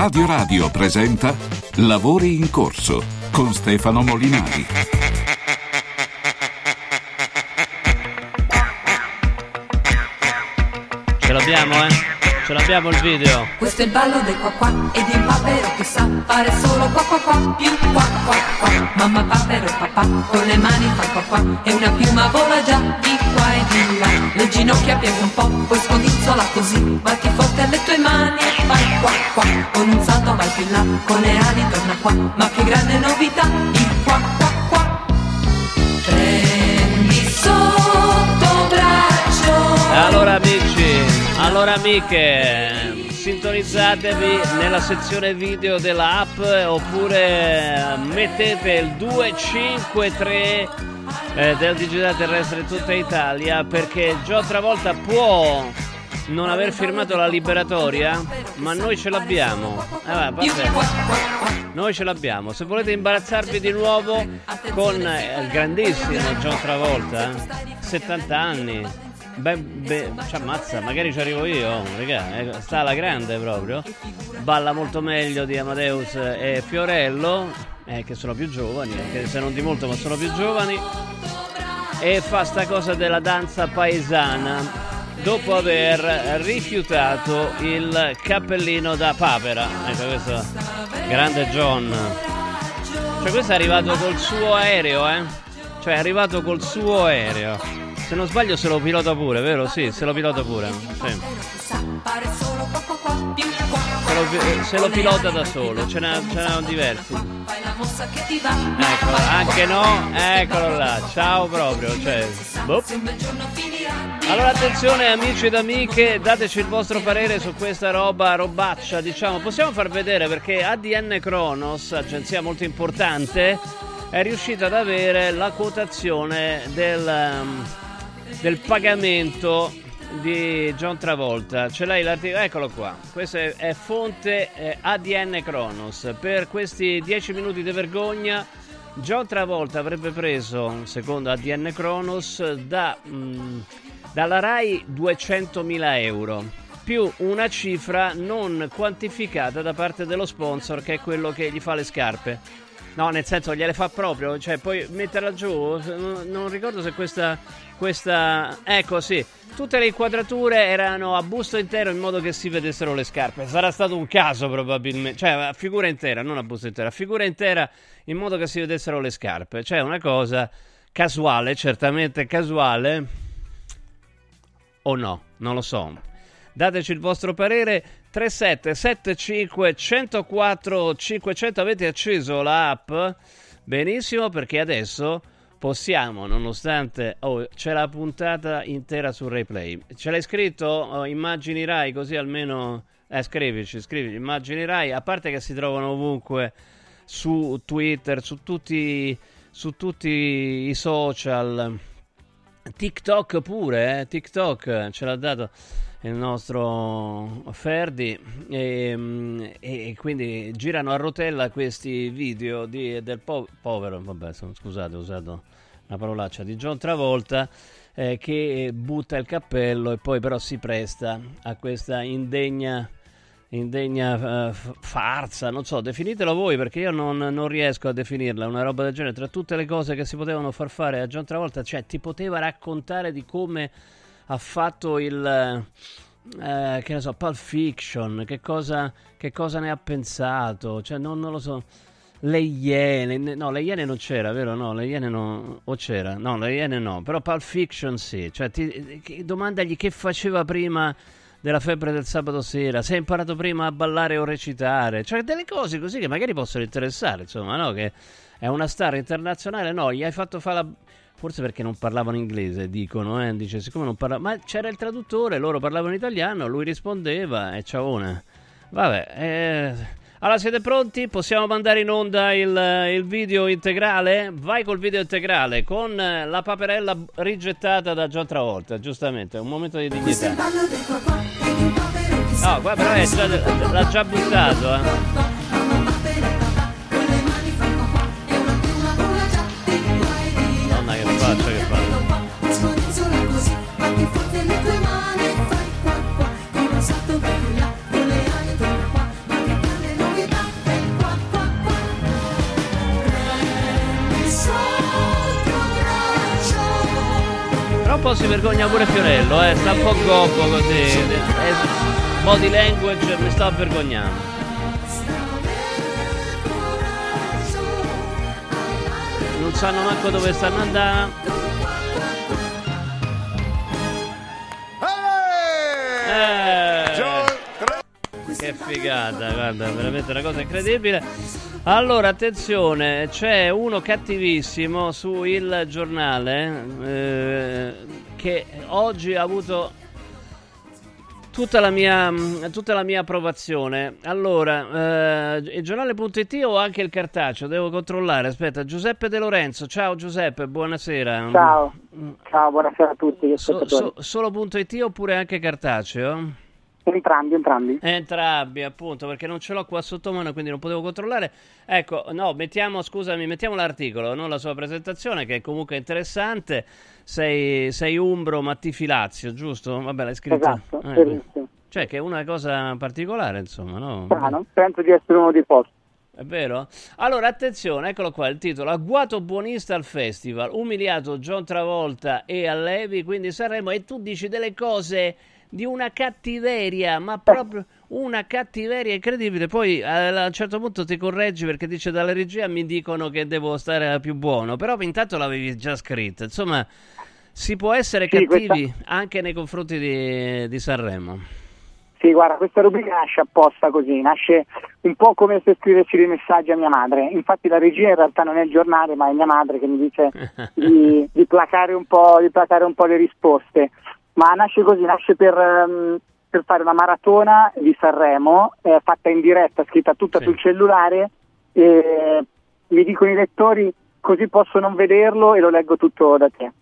Radio Radio presenta Lavori in corso con Stefano Molinari. Ce l'abbiamo, Ce l'abbiamo il video. Questo è il ballo del qua qua ed il papero che sa fare solo qua qua qua più qua qua qua. Mamma papero e papà con le mani fa qua qua e una piuma vola già di qua e di là. Le ginocchia piega un po', poi scodinzola così, batti forte alle tue mani e fai qua qua. Con un salto vai più in là, con le ali torna qua, ma che grande novità, il qua qua qua. Prendi sotto braccio. Allora amiche, sintonizzatevi nella sezione video della app oppure mettete il 253 del digitale terrestre tutta Italia, perché John Travolta può non aver firmato la liberatoria, ma noi ce l'abbiamo. Noi ce l'abbiamo. Se volete imbarazzarvi di nuovo con il grandissimo John Travolta, 70 anni. Ci ammazza, magari ci arrivo io, raga, sta alla grande proprio. Balla molto meglio di Amadeus e Fiorello, che sono più giovani, anche se non di molto, ma sono più giovani. E fa sta cosa della danza paesana dopo aver rifiutato il cappellino da papera. Ecco, questo grande John. Cioè, questo è arrivato col suo aereo, Cioè, è arrivato col suo aereo. Se non sbaglio se lo pilota pure, vero? Sì, se lo pilota pure. Sì. Se lo pilota da solo, ce n'erano diversi. Ecco, anche no, eccolo là, ciao proprio, cioè. Boh. Allora attenzione amici ed amiche, dateci il vostro parere su questa robaccia, diciamo. Possiamo far vedere, perché ADN Kronos, agenzia molto importante, è riuscita ad avere la quotazione del pagamento di John Travolta. Ce l'hai l'articolo? Eccolo qua. Questo è fonte ADN Kronos. Per questi 10 minuti di vergogna John Travolta avrebbe preso, secondo ADN Kronos, dalla Rai 200.000 euro più una cifra non quantificata da parte dello sponsor, che è quello che gli fa le scarpe. No, nel senso, gliele fa proprio, cioè poi metterla giù, non ricordo se questa, ecco sì, tutte le inquadrature erano a busto intero in modo che si vedessero le scarpe. Sarà stato un caso probabilmente, cioè a figura intera, non a busto intero, a figura intera in modo che si vedessero le scarpe. Cioè una cosa casuale, certamente casuale, o no, non lo so. Dateci il vostro parere. 3775 104 500. Avete acceso l'app? Benissimo, perché adesso possiamo, nonostante c'è la puntata intera su Replay. Ce l'hai scritto? Immagini Rai, così almeno scrivici Immagini Rai, a parte che si trovano ovunque, su Twitter, su tutti i social, TikTok pure, TikTok ce l'ha dato il nostro Ferdi, e quindi girano a rotella questi video del povero, vabbè, scusate, ho usato una parolaccia, di John Travolta, che butta il cappello e poi però si presta a questa indegna farsa, non so, definitelo voi, perché io non riesco a definirla, una roba del genere. Tra tutte le cose che si potevano far fare a John Travolta, cioè ti poteva raccontare di come ha fatto che ne so, Pulp Fiction, che cosa ne ha pensato, cioè non lo so. Le Iene non c'era, vero? No, le Iene no, o c'era? No, le Iene no, però Pulp Fiction sì, cioè domandagli che faceva prima della febbre del sabato sera, se ha imparato prima a ballare o recitare, cioè delle cose così che magari possono interessare, insomma, no? Che è una star internazionale, no, gli hai fatto fare la... Forse perché non parlavano inglese, dicono, dice, siccome non parlavano... Ma c'era il traduttore, loro parlavano italiano, lui rispondeva e ciaone. Vabbè, allora siete pronti? Possiamo mandare in onda il video integrale? Vai col video integrale, con la paperella rigettata da John Travolta, giustamente, un momento di dignità. No, qua però l'ha già buttato, che fa? po' si vergogna pure Fiorello, sta un po' gobbo così. Body language, mi sto vergognando. Non sanno manco dove stanno andando. Che figata, guarda, veramente una cosa incredibile. Allora, attenzione, c'è uno cattivissimo su Il Giornale che oggi ha avuto tutta la mia approvazione. Allora, il giornale.it o anche il cartaceo? Devo controllare, aspetta. Giuseppe De Lorenzo, ciao Giuseppe, buonasera. Ciao, buonasera a tutti. Solo.it oppure anche cartaceo? Entrambi, appunto, perché non ce l'ho qua sotto mano, quindi non potevo controllare. Ecco, no, mettiamo l'articolo, non la sua presentazione, che è comunque interessante. Sei umbro, ma tifi Lazio, giusto? Vabbè, l'hai scritto. Esatto, benissimo. Cioè, che è una cosa particolare, insomma, no? Strano, penso di essere uno dei pochi. È vero? Allora, attenzione, eccolo qua il titolo: agguato buonista al festival, umiliato John Travolta e Allevi, quindi Sanremo, e tu dici delle cose di una cattiveria, ma proprio una cattiveria incredibile. Poi a un certo punto ti correggi perché dice dalla regia mi dicono che devo stare più buono, però intanto l'avevi già scritto. Insomma, si può essere cattivi anche nei confronti di Sanremo. Sì, guarda, questa rubrica nasce apposta così, nasce un po' come se scrivessi dei messaggi a mia madre. Infatti la regia in realtà non è il giornale, ma è mia madre che mi dice di placare un po' le risposte. Ma nasce così, nasce per fare una maratona di Sanremo, fatta in diretta, scritta tutta sul cellulare, e mi dicono i lettori: così posso non vederlo e lo leggo tutto da te.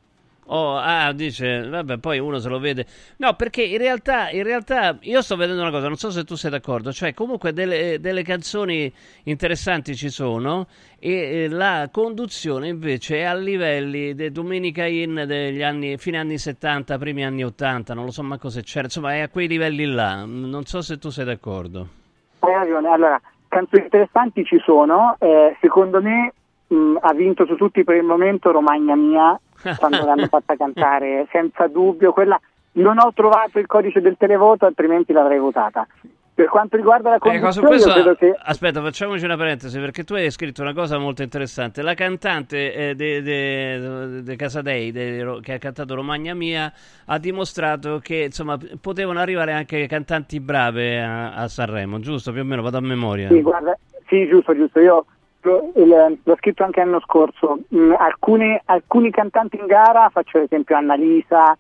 Dice, vabbè, poi uno se lo vede. No, perché in realtà io sto vedendo una cosa, non so se tu sei d'accordo, cioè comunque delle canzoni interessanti ci sono, e la conduzione invece è a livelli di Domenica In degli fine anni 70, primi anni 80, non lo so manco se c'era, insomma è a quei livelli là, non so se tu sei d'accordo. Hai ragione, allora, canzoni interessanti ci sono, secondo me ha vinto su tutti per il momento Romagna Mia, quando l'hanno fatta cantare, senza dubbio. Quella non ho trovato il codice del televoto, altrimenti l'avrei votata. Per quanto riguarda la conduzione, io credo che... Aspetta, facciamoci una parentesi, perché tu hai scritto una cosa molto interessante. La cantante de Casadei, che ha cantato Romagna Mia, ha dimostrato che insomma potevano arrivare anche cantanti brave a Sanremo, giusto? Più o meno, vado a memoria. Sì, guarda, sì, giusto. Io l'ho scritto anche l'anno scorso. Alcuni cantanti in gara, faccio l'esempio Annalisa,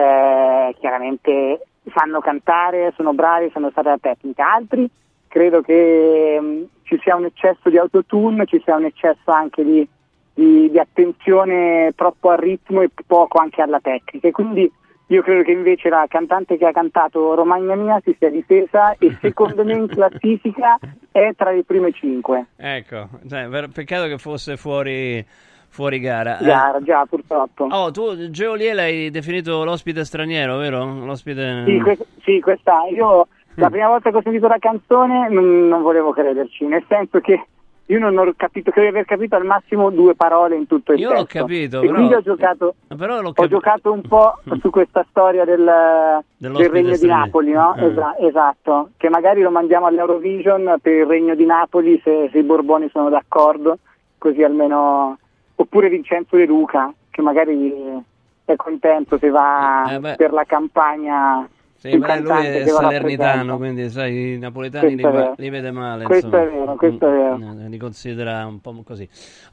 chiaramente sanno cantare, sono bravi, sanno usare la tecnica. Altri credo che ci sia un eccesso di autotune, ci sia un eccesso anche di attenzione troppo al ritmo e poco anche alla tecnica, e quindi io credo che invece la cantante che ha cantato Romagna Mia si sia difesa, e secondo me in classifica è tra le prime 5. Ecco, peccato che fosse fuori gara. Già, purtroppo. Tu Geolier l'hai definito l'ospite straniero, vero? L'ospite... Sì, questa. Io la prima volta che ho sentito la canzone non volevo crederci, nel senso che io non ho capito, credo di aver capito al massimo 2 parole in tutto il testo. Io l'ho capito, e quindi ho giocato un po' su questa storia del Regno di Napoli, no? Esatto, che magari lo mandiamo all'Eurovision per il Regno di Napoli, se i Borboni sono d'accordo, così almeno, oppure Vincenzo De Luca, che magari è contento se va per la campagna. Sì, ma lui è salernitano, quindi sai, i napoletani li vede male. Questo è vero. Li considera un po' così.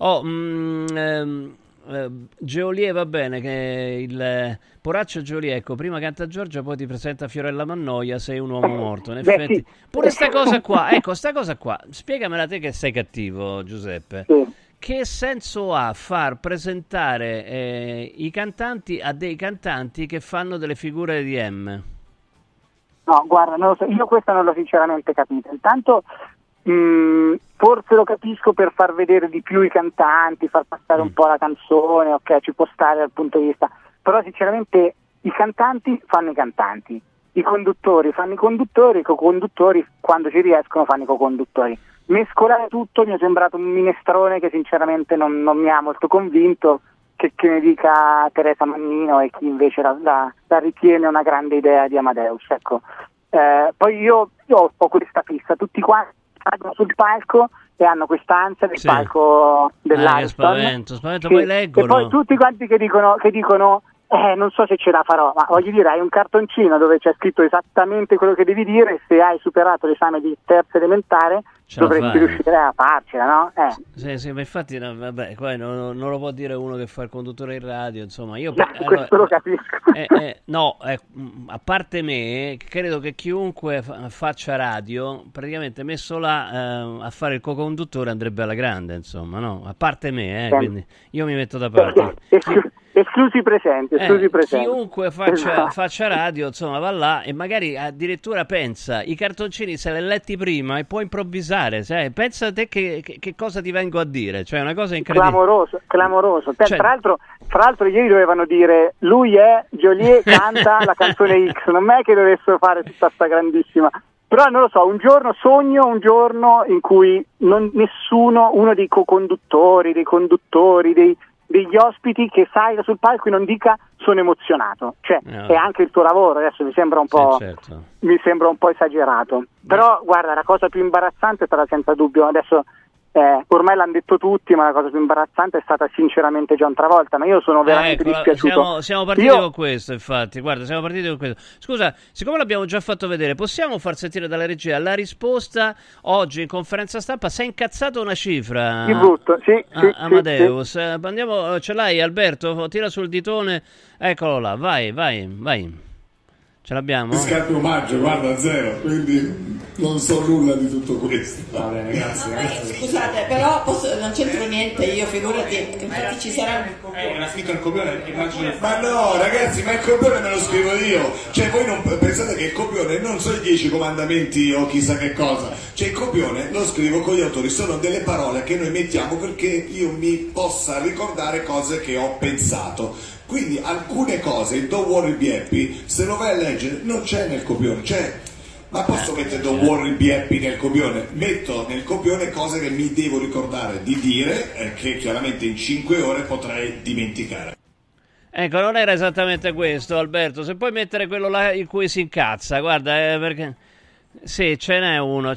Geolier va bene, che il Poraccio Geolier, ecco, prima canta Giorgia, poi ti presenta Fiorella Mannoia, sei un uomo morto. In effetti, pure sta cosa qua, spiegamela te che sei cattivo, Giuseppe. Sì. Che senso ha far presentare i cantanti a dei cantanti che fanno delle figure di M? No, guarda, non lo so, io questa non l'ho sinceramente capita. Intanto forse lo capisco per far vedere di più i cantanti, far passare un po' la canzone, ok, ci può stare dal punto di vista, però sinceramente i cantanti fanno i cantanti, i conduttori fanno i conduttori, i co-conduttori quando ci riescono fanno i co-conduttori. Mescolare tutto mi è sembrato un minestrone che sinceramente non mi ha molto convinto, che ne dica Teresa Mannino e chi invece la ritiene una grande idea di Amadeus, ecco. Poi io ho questa fissa, tutti quanti stanno sul palco e hanno quest'ansia del palco dell'Ariston. Spavento, poi leggono. E poi tutti quanti che dicono non so se ce la farò, ma voglio dire, hai un cartoncino dove c'è scritto esattamente quello che devi dire e se hai superato l'esame di terza elementare dovresti riuscire a farcela, no? Sì, ma infatti vabbè, poi non lo può dire uno che fa il conduttore in radio, insomma, io questo lo capisco. A parte me, credo che chiunque faccia radio, praticamente messo là a fare il co-conduttore andrebbe alla grande, insomma, no? A parte me, quindi io mi metto da parte. Esclusi presenti. Chiunque faccia radio, insomma, va là e magari addirittura pensa, i cartoncini se li hai letti prima e può improvvisare, sai? Pensa te che cosa ti vengo a dire, cioè una cosa incredibile. Clamoroso. Tra l'altro ieri dovevano dire, lui è Geolier, canta la canzone X, non è che dovessero fare tutta sta grandissima. Però non lo so, sogno un giorno in cui nessuno, uno dei co-conduttori, dei conduttori, degli ospiti che salga sul palco e non dica sono emozionato, cioè è anche il tuo lavoro, adesso mi sembra un po' mi sembra un po' esagerato, però guarda, la cosa più imbarazzante sarà senza dubbio, adesso ormai l'hanno detto tutti, ma la cosa più imbarazzante è stata sinceramente John Travolta, ma io sono veramente dispiaciuto. Siamo partiti con questo, infatti, guarda, siamo partiti con questo. Scusa, siccome l'abbiamo già fatto vedere, possiamo far sentire dalla regia la risposta oggi in conferenza stampa? Sei incazzato una cifra? Di brutto, sì. Amadeus, sì. Andiamo, ce l'hai Alberto? Tira sul ditone, eccolo là, vai. Ce l'abbiamo? Scarpe omaggio, guarda, 0, quindi non so nulla di tutto questo. Va bene, grazie. Scusate, però non c'entro niente io, figurati, infatti ci sarà era scritto il copione, immagino. Ma no, ragazzi, ma il copione me lo scrivo io. Cioè, voi non pensate che il copione non sono i 10 comandamenti o chissà che cosa. Cioè, il copione lo scrivo con gli autori, sono delle parole che noi mettiamo perché io mi possa ricordare cose che ho pensato. Quindi alcune cose, il Don't Worry Be Happy, se lo vai a leggere, non c'è nel copione, ma posso mettere Don't Worry Be Happy nel copione? Metto nel copione cose che mi devo ricordare di dire, che chiaramente in 5 ore potrei dimenticare. Ecco, non era esattamente questo, Alberto, se puoi mettere quello là in cui si incazza, guarda, perché... Sì, ce n'è uno,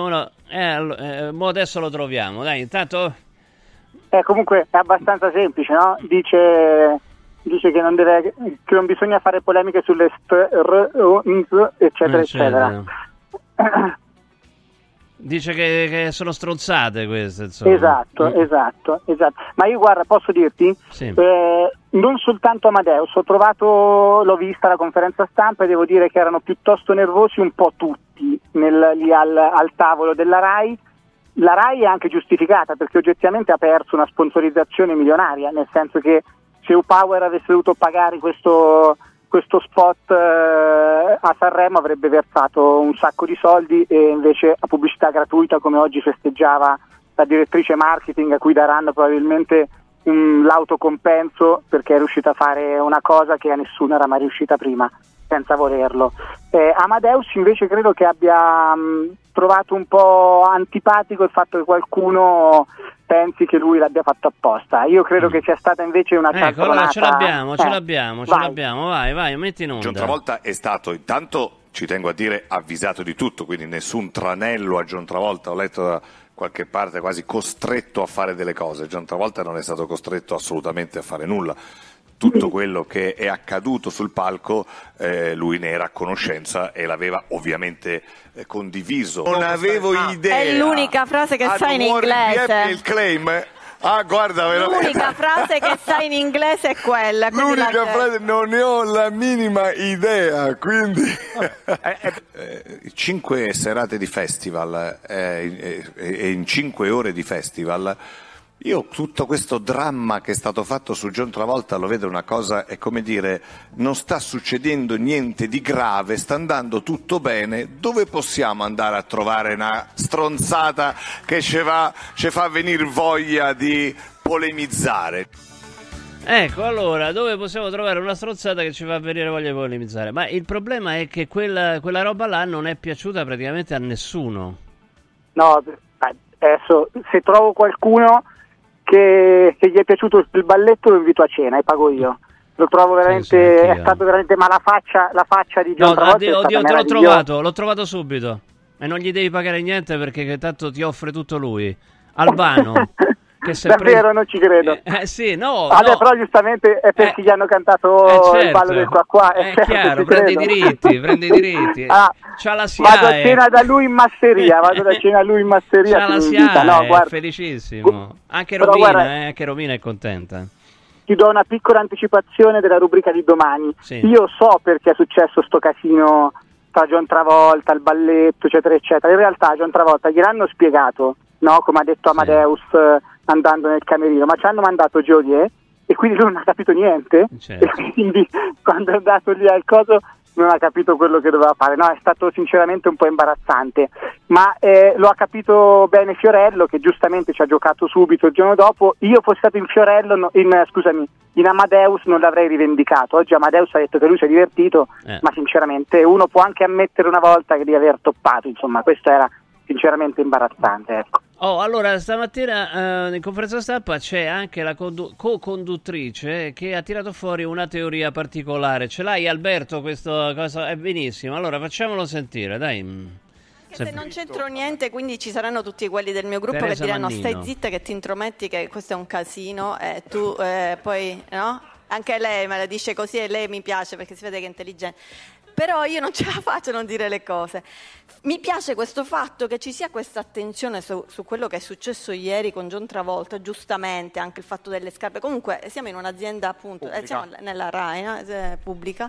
mo adesso lo troviamo, dai, intanto... Comunque è abbastanza semplice, no? Dice che non bisogna fare polemiche sulle eccetera. Dice che sono stronzate queste, insomma. Esatto. Ma io guarda, posso dirti, non soltanto Amadeus, l'ho vista la conferenza stampa e devo dire che erano piuttosto nervosi un po' tutti lì al tavolo della RAI. La RAI è anche giustificata perché oggettivamente ha perso una sponsorizzazione milionaria, nel senso che se U-Power avesse dovuto pagare questo spot a Sanremo avrebbe versato un sacco di soldi e invece a pubblicità gratuita, come oggi festeggiava la direttrice marketing, a cui daranno probabilmente l'autocompenso perché è riuscita a fare una cosa che a nessuno era mai riuscita prima senza volerlo. Amadeus invece credo che abbia trovato un po' antipatico il fatto che qualcuno pensi che lui l'abbia fatto apposta. Io credo che sia stata invece una cialtronata. Ce l'abbiamo, vai, metti in onda. John Travolta è stato, intanto ci tengo a dire, avvisato di tutto, quindi nessun tranello a John Travolta, ho letto da qualche parte quasi costretto a fare delle cose. John Travolta non è stato costretto assolutamente a fare nulla. Tutto quello che è accaduto sul palco lui ne era a conoscenza e l'aveva ovviamente condiviso. Non avevo idea. È l'unica frase che sai in inglese. Il claim. Guarda, l'unica frase che sai in inglese è quella. L'unica frase, non ne ho la minima idea, quindi 5 serate di festival e in 5 ore di festival. Io tutto questo dramma che è stato fatto su John Travolta lo vedo una cosa, è come dire, non sta succedendo niente di grave, sta andando tutto bene, dove possiamo andare a trovare una stronzata che ci fa venire voglia di polemizzare? Ecco, allora, dove possiamo trovare una stronzata che ci fa venire voglia di polemizzare? Ma il problema è che quella roba là non è piaciuta praticamente a nessuno. No, adesso se trovo qualcuno che se gli è piaciuto il balletto lo invito a cena e pago io. Lo trovo veramente, è stato veramente, ma la faccia di John Travolta è stata meravigliosa. L'ho trovato subito e non gli devi pagare niente perché tanto ti offre tutto lui. Albano. Che davvero non ci credo. Sì, no, però giustamente è perché gli hanno cantato certo. Il ballo del qua. È chiaro, prendi i diritti. C'ha la SIAE. Vado a cena da lui in masseria, C'ha la SIAE, guarda, felicissimo. Anche Romina è contenta. Ti do una piccola anticipazione della rubrica di domani. Sì. Io so perché è successo sto casino tra John Travolta, il balletto, eccetera, eccetera. In realtà John Travolta gliel'hanno spiegato, no? Come ha detto Amadeus andando nel camerino, ma ci hanno mandato Joliet e quindi lui non ha capito niente. Certo. E quindi quando è andato lì al coso non ha capito quello che doveva fare. No, è stato sinceramente un po' imbarazzante, ma lo ha capito bene Fiorello, che giustamente ci ha giocato subito il giorno dopo. Io fossi stato in Fiorello, in Amadeus non l'avrei rivendicato. Oggi Amadeus ha detto che lui si è divertito, ma sinceramente uno può anche ammettere una volta di aver toppato, insomma, questo era sinceramente imbarazzante, ecco. Allora stamattina in conferenza stampa c'è anche la co-conduttrice che ha tirato fuori una teoria particolare. Ce l'hai, Alberto, questa cosa? Benissimo, allora facciamolo sentire, dai. Se non c'entro niente, quindi ci saranno tutti quelli del mio gruppo Teresa che diranno Mannino. stai zitta che ti intrometti, che questo è un casino e tu poi no? Anche lei me la dice così e lei mi piace perché si vede che è intelligente. Però io non ce la faccio a non dire le cose. Mi piace questo fatto che ci sia questa attenzione su quello che è successo ieri con John Travolta, giustamente, anche il fatto delle scarpe. Comunque siamo in un'azienda appunto, siamo nella RAI, no? Pubblica.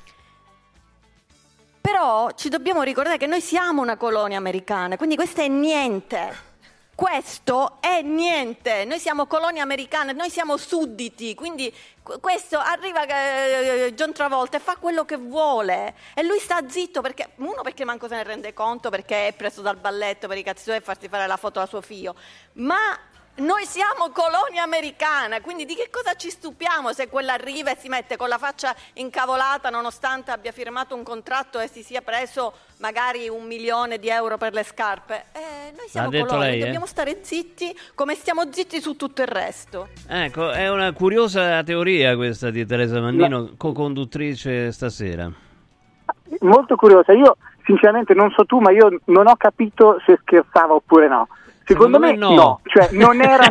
Però ci dobbiamo ricordare che noi siamo una colonia americana, quindi questo è niente. Questo è niente, noi siamo colonia americana, noi siamo sudditi, quindi questo arriva John Travolta e fa quello che vuole e lui sta zitto perché manco se ne rende conto, perché è preso dal balletto per i cazzi suoi e farsi fare la foto a suo figlio, ma noi siamo colonia americana, quindi di che cosa ci stupiamo se quella arriva e si mette con la faccia incavolata nonostante abbia firmato un contratto e si sia preso magari €1 milione per le scarpe? Noi siamo colonia, dobbiamo stare zitti come stiamo zitti su tutto il resto. Ecco, è una curiosa teoria questa di Teresa Mannino, co-conduttrice stasera. Molto curiosa, io sinceramente non so tu, ma io non ho capito se scherzava oppure no. Secondo me no, cioè non era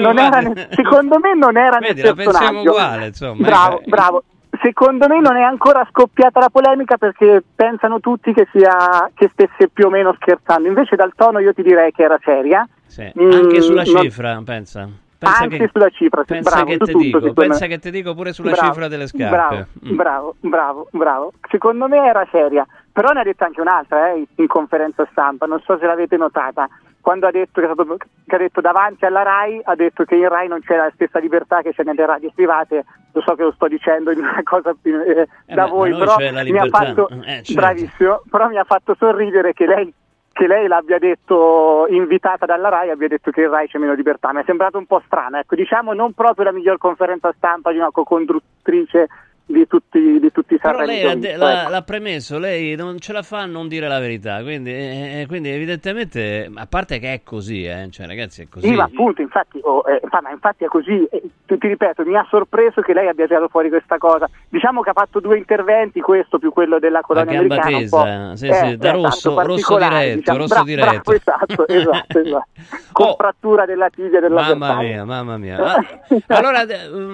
secondo me non era nel personaggio. La pensiamo uguale, insomma. Bravo. Secondo me non è ancora scoppiata la polemica perché pensano tutti che stesse più o meno scherzando. Invece dal tono io ti direi che era seria. Sì. Anche sulla cifra, pensa. Anche sulla cifra, sì, pensa che ti dico pure sulla cifra delle scarpe. Bravo. Secondo me era seria. Però ne ha detto anche un'altra in conferenza stampa, non so se l'avete notata. Quando ha detto che ha detto davanti alla RAI, ha detto che in RAI non c'è la stessa libertà che c'è nelle radio private. Lo so che lo sto dicendo in una cosa da voi, però mi ha fatto bravissimo, però mi ha fatto sorridere che lei l'abbia detto invitata dalla RAI, abbia detto che in RAI c'è meno libertà. Mi è sembrato un po' strano, ecco, diciamo non proprio la miglior conferenza stampa di una co-conduttrice di tutti i Però Sanremo. lei l'ha premesso, lei non ce la fa a non dire la verità, quindi evidentemente, a parte che è così, cioè ragazzi è così. Sì, ma appunto, infatti è così, ti ripeto, mi ha sorpreso che lei abbia tirato fuori questa cosa. Diciamo che ha fatto 2 interventi, questo più quello della colonia americana, un po', sì, da rosso diretto, bravo, esatto. Con frattura della tibia della mamma mia. Allora,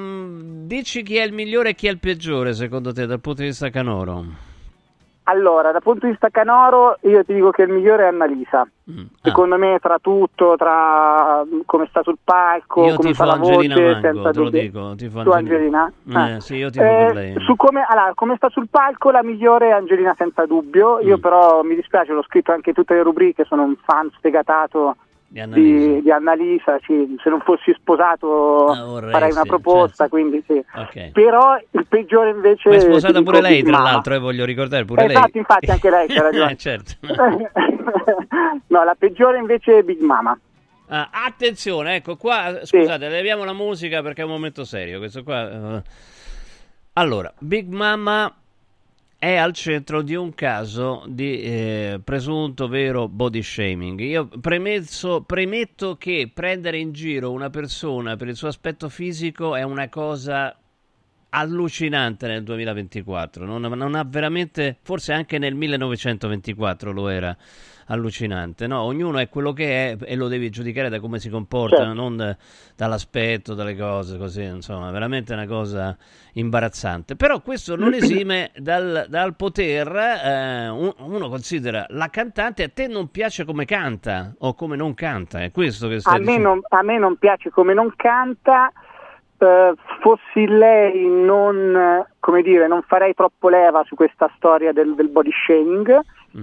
dici chi è il migliore e chi è il peggiore secondo te dal punto di vista canoro? Allora, dal punto di vista canoro io ti dico che il migliore è Annalisa. Secondo me tra come sta sul palco, io come fa la Angelina voce, Mango, senza te lo dubbio. dico, tifo Tu Angelina? Sì, io tifo per lei. Su come sta sul palco la migliore è Angelina senza dubbio. Io però mi dispiace, l'ho scritto anche in tutte le rubriche, sono un fan sfegatato di Annalisa, sì. Se non fossi sposato farei una proposta, certo. Quindi sì. Okay. Però il peggiore invece... Ma è sposata pure lei, tra l'altro, voglio ricordare pure lei. Infatti anche lei c'era ragione. Certo. No, la peggiore invece è Big Mama. Attenzione, ecco qua, scusate, leviamo la musica perché è un momento serio, questo qua. Allora, Big Mama è al centro di un caso di presunto vero body shaming. Io premetto che prendere in giro una persona per il suo aspetto fisico è una cosa allucinante nel 2024. Non ha veramente, forse anche nel 1924 lo era, allucinante, no? Ognuno è quello che è e lo devi giudicare da come si comporta, certo, non dall'aspetto, dalle cose così, insomma, è veramente una cosa imbarazzante. Però questo non esime dal poter uno considera la cantante, a te non piace come canta o come non canta, è questo che stai dicendo? A me non piace come non canta. Fossi lei non, come dire, non farei troppo leva su questa storia del body shaming.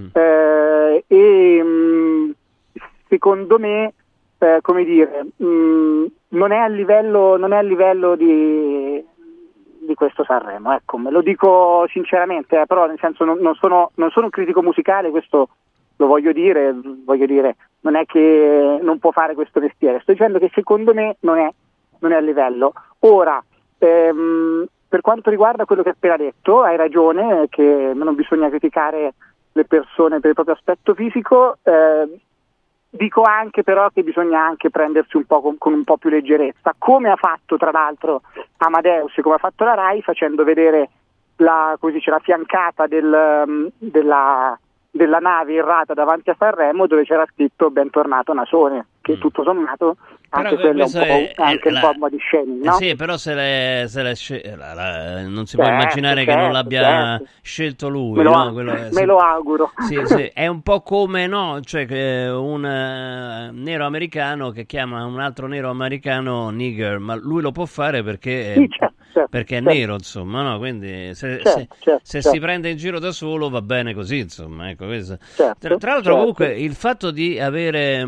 Secondo me, come dire, non è a livello di questo Sanremo, ecco, me lo dico sinceramente, però nel senso non sono un critico musicale, questo lo voglio dire, non è che non può fare questo mestiere, sto dicendo che secondo me non è a livello. Ora, per quanto riguarda quello che hai appena detto, hai ragione che non bisogna criticare le persone per il proprio aspetto fisico, dico anche però che bisogna anche prendersi un po' con un po' più leggerezza, come ha fatto tra l'altro Amadeus e come ha fatto la Rai, facendo vedere la fiancata della nave errata davanti a Sanremo, dove c'era scritto "Bentornato Nasone", che tutto sommato anche quello è un po' body shaming, no? Sì, però non si può immaginare che non l'abbia scelto lui, me lo auguro. Sì, è un po' come, no? Cioè che un nero americano che chiama un altro nero americano nigger, ma lui lo può fare perché sì, certo, è nero, insomma, no? Quindi se si prende in giro da solo va bene così, insomma, ecco questo. Tra l'altro comunque il fatto di avere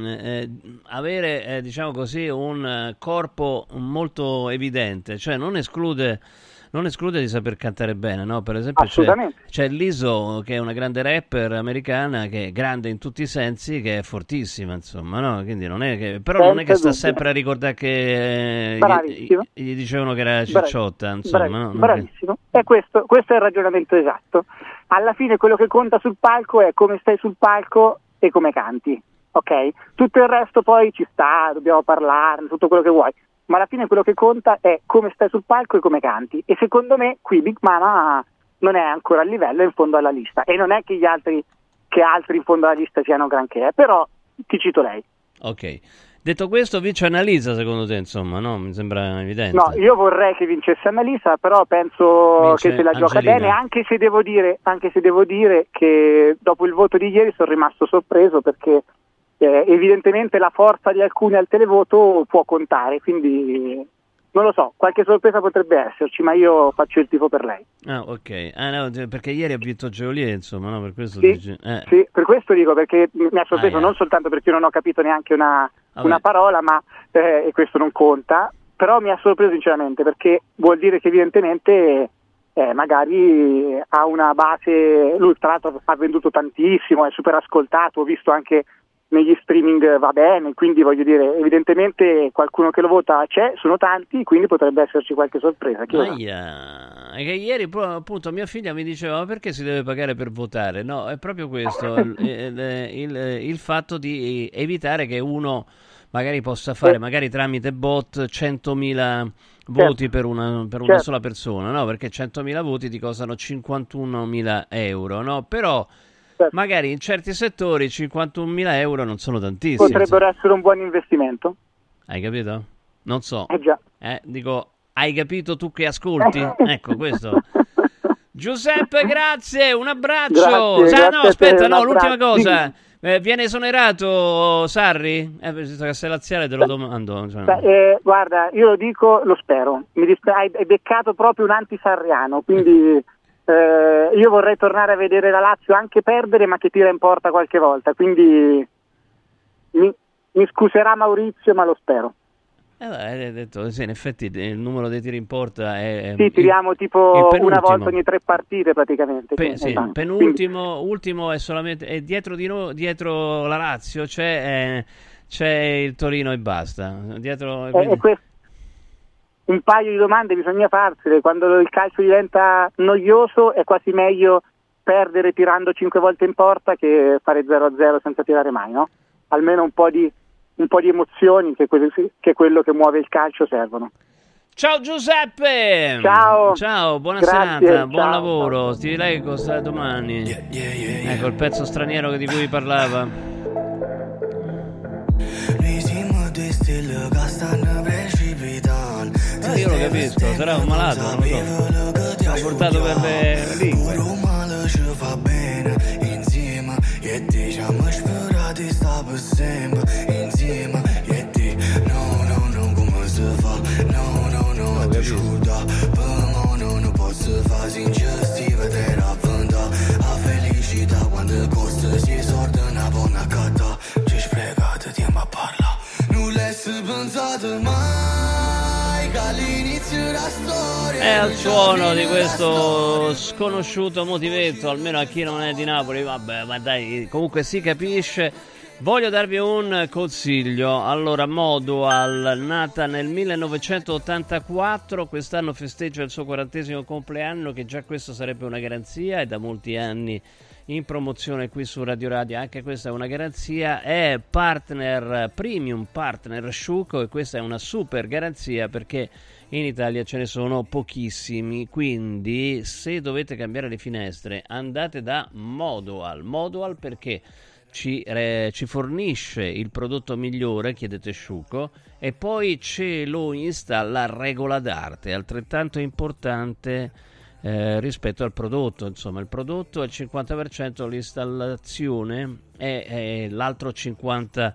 diciamo così un corpo molto evidente, cioè non esclude di saper cantare bene, no? Per esempio c'è Lizzo, che è una grande rapper americana, che è grande in tutti i sensi, che è fortissima, insomma, no? Quindi non è che sta sempre a ricordare che gli dicevano che era cicciotta, insomma, no? Bravissimo. E questo è il ragionamento esatto. Alla fine quello che conta sul palco è come stai sul palco e come canti, ok? Tutto il resto poi ci sta, dobbiamo parlarne, tutto quello che vuoi, ma alla fine quello che conta è come stai sul palco e come canti, e secondo me qui Big Mama non è ancora a livello, è in fondo alla lista, e non è che altri in fondo alla lista siano granché, però ti cito lei. Ok. Detto questo, vince Annalisa, secondo te, insomma, no? Mi sembra evidente. No, io vorrei che vincesse Annalisa, però penso che se la gioca bene, anche se devo dire che dopo il voto di ieri sono rimasto sorpreso, perché evidentemente la forza di alcuni al televoto può contare, quindi non lo so, qualche sorpresa potrebbe esserci, ma io faccio il tifo per lei. Ah, ok. No, perché ieri ha vinto Geolier, insomma, no? Per questo sì, per questo dico, perché mi ha sorpreso non soltanto perché io non ho capito neanche una parola, ma e questo non conta, però mi ha sorpreso sinceramente, perché vuol dire che evidentemente magari ha una base, lui tra l'altro ha venduto tantissimo, è super ascoltato, ho visto anche negli streaming va bene, quindi voglio dire, evidentemente qualcuno che lo vota c'è, sono tanti, quindi potrebbe esserci qualche sorpresa. È che ieri appunto mia figlia mi diceva: ma perché si deve pagare per votare? No, è proprio questo, il fatto di evitare che uno magari possa fare, magari tramite bot, 100.000 voti per una sola persona, no? Perché 100.000 voti ti costano 51.000 euro, no? Però magari in certi settori 51.000 euro non sono tantissimi. Potrebbero essere un buon investimento. Hai capito? Non so. Già. Dico, hai capito tu che ascolti? Ecco, questo. Giuseppe, grazie, un abbraccio. L'ultima cosa. Viene esonerato Sarri? Visto che sei laziale te lo domando. Cioè. Guarda, io lo dico, lo spero. Hai beccato proprio un anti-sarriano, quindi... io vorrei tornare a vedere la Lazio anche perdere, ma che tira in porta qualche volta, quindi mi scuserà Maurizio, ma lo spero. Hai detto, sì, in effetti il numero dei tiri in porta è sì, tiriamo tipo una volta ogni 3 partite praticamente. Il penultimo, ultimo è solamente dietro di noi, dietro la Lazio c'è il Torino e basta. Dietro, un paio di domande bisogna farsele. Quando il calcio diventa noioso è quasi meglio perdere tirando 5 volte in porta che fare 0-0 senza tirare mai, no? Almeno un po' di emozioni, che è quello che muove il calcio, servono. Ciao Giuseppe! Ciao, buona grazie, serata, buon ciao, lavoro, ciao. ti leggo sta domani. Ecco il pezzo straniero di cui parlava. Io lo capisco, sarà un malato, non lo so. Ci ha portato per le lingue. È al suono di questo sconosciuto motivetto, almeno a chi non è di Napoli, vabbè, ma dai, comunque si capisce. Voglio darvi un consiglio. Allora, Modoal, nata nel 1984, quest'anno festeggia il suo 40° compleanno, che già questo sarebbe una garanzia, è da molti anni in promozione qui su Radio Radio, anche questa è una garanzia. È partner, premium partner Sciuco, e questa è una super garanzia perché in Italia ce ne sono pochissimi, quindi se dovete cambiare le finestre andate da Modoal perché ci fornisce il prodotto migliore, chiedete Sciuco, e poi ce lo installa a regola d'arte, altrettanto importante rispetto al prodotto. Insomma, il prodotto è il 50%, l'installazione è l'altro 50%.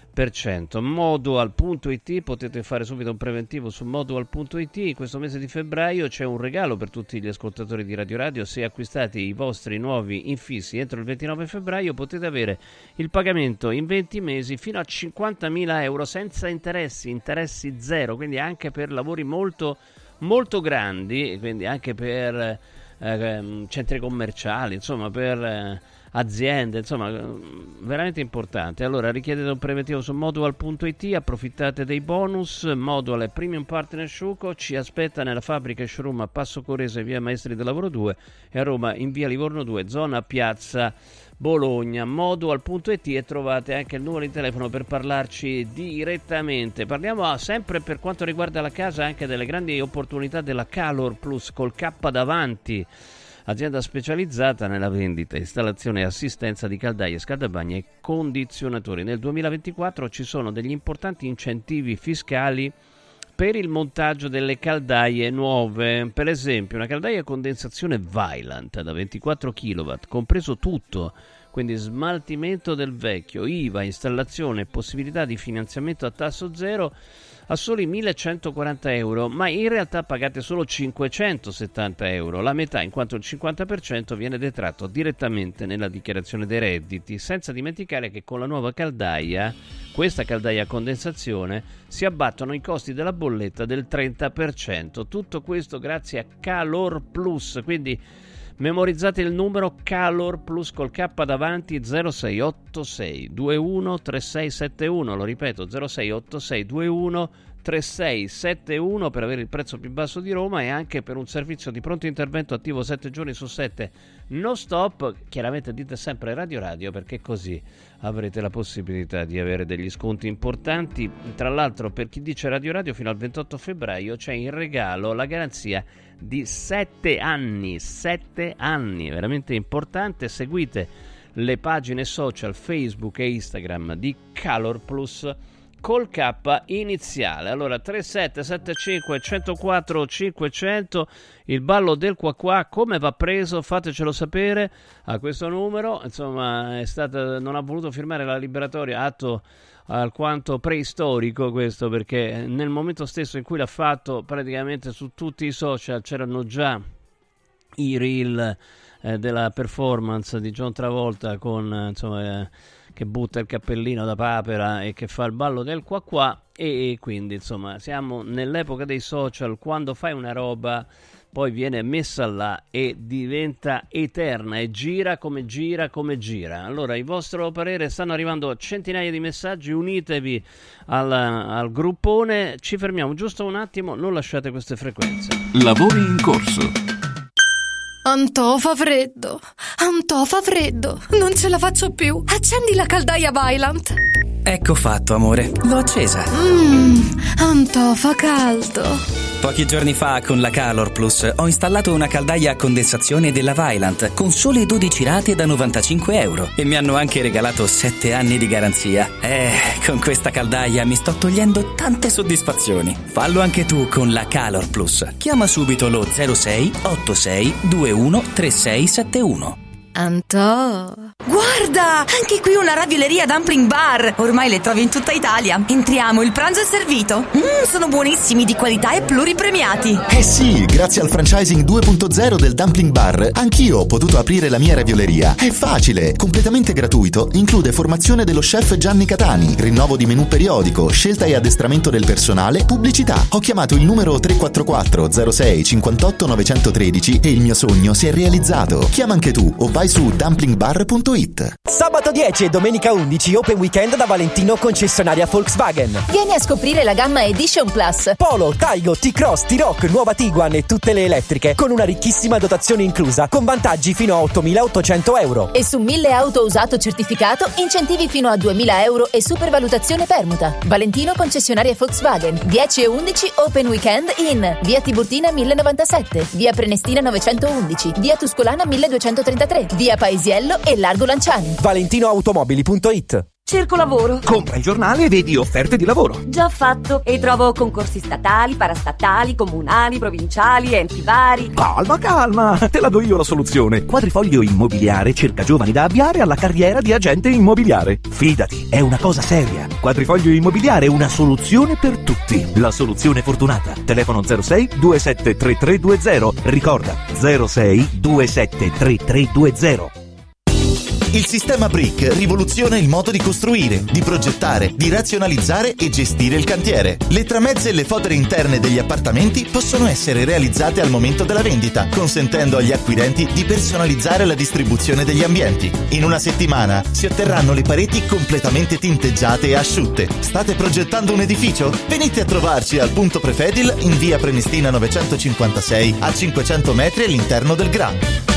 Modoal.it, potete fare subito un preventivo su Modoal.it. In questo mese di febbraio c'è un regalo per tutti gli ascoltatori di Radio Radio. Se acquistate i vostri nuovi infissi entro il 29 febbraio potete avere il pagamento in 20 mesi fino a 50.000 euro senza interessi zero, quindi anche per lavori molto molto grandi, quindi anche per centri commerciali, insomma per aziende, insomma veramente importante. Allora richiedete un preventivo su Modoal.it, approfittate dei bonus. Modoal è premium partner Sciuco, ci aspetta nella fabbrica e showroom a Passo Corese, via Maestri del Lavoro 2, e a Roma in via Livorno 2, zona Piazza Bologna. Modoal.it, e trovate anche il numero di telefono per parlarci direttamente. Parliamo sempre, per quanto riguarda la casa, anche delle grandi opportunità della Calor Plus col K davanti, azienda specializzata nella vendita, installazione e assistenza di caldaie, scaldabagni e condizionatori. Nel 2024 ci sono degli importanti incentivi fiscali per il montaggio delle caldaie nuove. Per esempio una caldaia a condensazione Vaillant da 24 kW, compreso tutto, quindi smaltimento del vecchio, IVA, installazione e possibilità di finanziamento a tasso zero, a soli 1.140 euro, ma in realtà pagate solo 570 euro, la metà, in quanto il 50% viene detratto direttamente nella dichiarazione dei redditi. Senza dimenticare che con la nuova caldaia, questa caldaia a condensazione, si abbattono i costi della bolletta del 30%. Tutto questo grazie a Calor Plus, quindi memorizzate il numero Calor Plus col K davanti, 0686 21 3671, lo ripeto 0686 21 3671, per avere il prezzo più basso di Roma, e anche per un servizio di pronto intervento attivo 7 giorni su 7, no stop. Chiaramente dite sempre Radio Radio, perché così avrete la possibilità di avere degli sconti importanti. Tra l'altro, per chi dice Radio Radio, fino al 28 febbraio c'è in regalo la garanzia di 7 anni, veramente importante. Seguite le pagine social Facebook e Instagram di Calor Plus col K iniziale. Allora 3775 104 500, il ballo del qua qua, come va preso? Fatecelo sapere a questo numero. Insomma, non ha voluto firmare la liberatoria, atto alquanto preistorico questo, perché nel momento stesso in cui l'ha fatto, praticamente su tutti i social c'erano già i reel della performance di John Travolta con che butta il cappellino da papera e che fa il ballo del qua qua, e quindi insomma siamo nell'epoca dei social. Quando fai una roba poi viene messa là e diventa eterna e gira come gira come gira. Allora, il vostro parere, stanno arrivando centinaia di messaggi, unitevi al gruppone. Ci fermiamo giusto un attimo, non lasciate queste frequenze. Lavori in corso. Antò fa freddo, non ce la faccio più. Accendi la caldaia Vaillant. Ecco fatto, amore, l'ho accesa. Antò fa caldo. Pochi giorni fa con la Calor Plus ho installato una caldaia a condensazione della Vaillant con sole 12 rate da €95 e mi hanno anche regalato 7 anni di garanzia. Con questa caldaia mi sto togliendo tante soddisfazioni. Fallo anche tu con la Calor Plus. Chiama subito lo 06 86 21 3671. Antò. Guarda, anche qui una ravioleria dumpling bar. Ormai le trovi in tutta Italia. Entriamo, il pranzo è servito. Sono buonissimi, di qualità e pluripremiati. Sì, grazie al franchising 2.0 del dumpling bar, anch'io ho potuto aprire la mia ravioleria. È facile, completamente gratuito, include formazione dello chef Gianni Catani, rinnovo di menù periodico, scelta e addestramento del personale, pubblicità. Ho chiamato il numero 344 06 58 913 e il mio sogno si è realizzato. Chiama anche tu o vai su dumplingbar.it. Sabato 10 e domenica 11 Open Weekend da Valentino, concessionaria Volkswagen. Vieni a scoprire la gamma Edition Plus. Polo, Taigo, T-Cross, T-Rock, nuova Tiguan e tutte le elettriche con una ricchissima dotazione inclusa con vantaggi fino a €8.800. E su 1000 auto usato certificato incentivi fino a €2.000 e supervalutazione permuta. Valentino, concessionaria Volkswagen. 10 e 11 Open Weekend in via Tiburtina 1097, via Prenestina 911, via Tuscolana 1233, via Paesiello e Largo Lanciani. ValentinoAutomobili.it. Cerco lavoro. Compra il giornale e vedi offerte di lavoro. Già fatto. E trovo concorsi statali, parastatali, comunali, provinciali, enti vari. Calma, te la do io la soluzione. Quadrifoglio Immobiliare cerca giovani da avviare alla carriera di agente immobiliare. Fidati, è una cosa seria. Quadrifoglio Immobiliare è una soluzione per tutti. La soluzione fortunata. Telefono 06 27 3320. Ricorda, 06 27 3320. Il sistema Brick rivoluziona il modo di costruire, di progettare, di razionalizzare e gestire il cantiere. Le tramezze e le fodere interne degli appartamenti possono essere realizzate al momento della vendita, consentendo agli acquirenti di personalizzare la distribuzione degli ambienti. In una settimana si otterranno le pareti completamente tinteggiate e asciutte. State progettando un edificio? Venite a trovarci al punto Prefedil in via Prenestina 956 a 500 metri all'interno del Gra.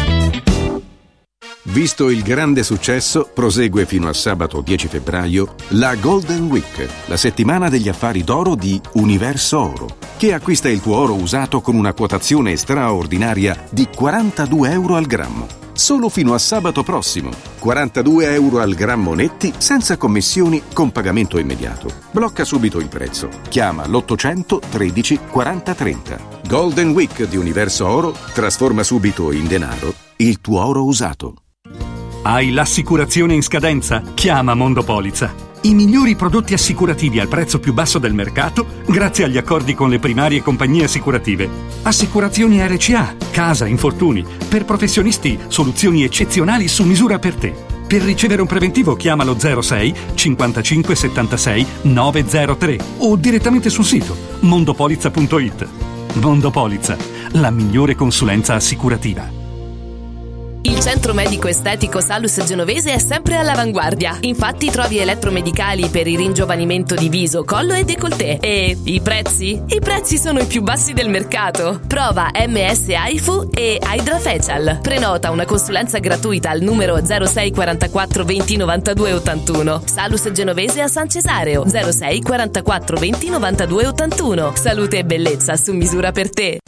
Visto il grande successo, prosegue fino a sabato 10 febbraio la Golden Week, la settimana degli affari d'oro di Universo Oro, che acquista il tuo oro usato con una quotazione straordinaria di €42 al grammo. Solo fino a sabato prossimo. €42 al grammo netti, senza commissioni, con pagamento immediato. Blocca subito il prezzo. Chiama l'800 13 40 30. Golden Week di Universo Oro trasforma subito in denaro il tuo oro usato. Hai l'assicurazione in scadenza? Chiama Mondopolizza. I migliori prodotti assicurativi al prezzo più basso del mercato grazie agli accordi con le primarie compagnie assicurative. Assicurazioni RCA, casa, infortuni. Per professionisti, soluzioni eccezionali su misura per te. Per ricevere un preventivo chiama lo 06 55 76 903 o direttamente sul sito mondopolizza.it. Mondopolizza, la migliore consulenza assicurativa. Il centro medico estetico Salus Genovese è sempre all'avanguardia. Infatti trovi elettromedicali per il ringiovanimento di viso, collo e décolleté. E i prezzi? I prezzi sono i più bassi del mercato. Prova MS AIFU e Hydra Facial. Prenota una consulenza gratuita al numero 06 44 20 92 81. Salus Genovese a San Cesareo 06 44 20 92 81. Salute e bellezza su misura per te.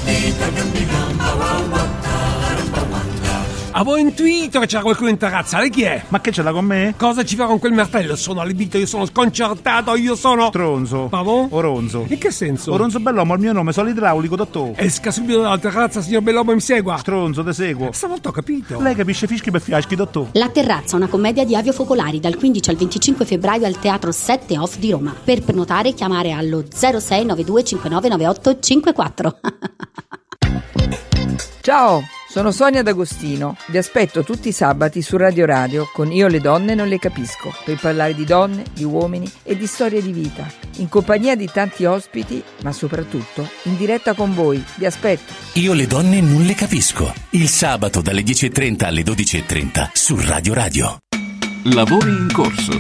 Avevo intuito che c'era qualcuno in terrazza, lei chi è? Ma che ce l'ha con me? Cosa ci fa con quel martello? Sono allibito, io sono sconcertato, io sono... Tronzo. Pavon? Oronzo. In che senso? Oronzo Bellomo, il mio nome, sono l'idraulico, dottore. Esca subito dalla terrazza, signor Bellomo, mi segua. Stronzo, te seguo. Stavolta ho capito. Lei capisce fischi per fiaschi, dottore. La Terrazza, una commedia di Avio Focolari, dal 15 al 25 febbraio al Teatro 7 Off di Roma. Per prenotare chiamare allo 06 92 59 98 54. Ciao, Sono Sonia D'Agostino, vi aspetto tutti i sabati su Radio Radio con Io le donne non le capisco, per parlare di donne, di uomini e di storie di vita, in compagnia di tanti ospiti, ma soprattutto in diretta con voi. Vi aspetto. Io le donne non le capisco, il sabato dalle 10.30 alle 12.30 su Radio Radio. Lavori in corso.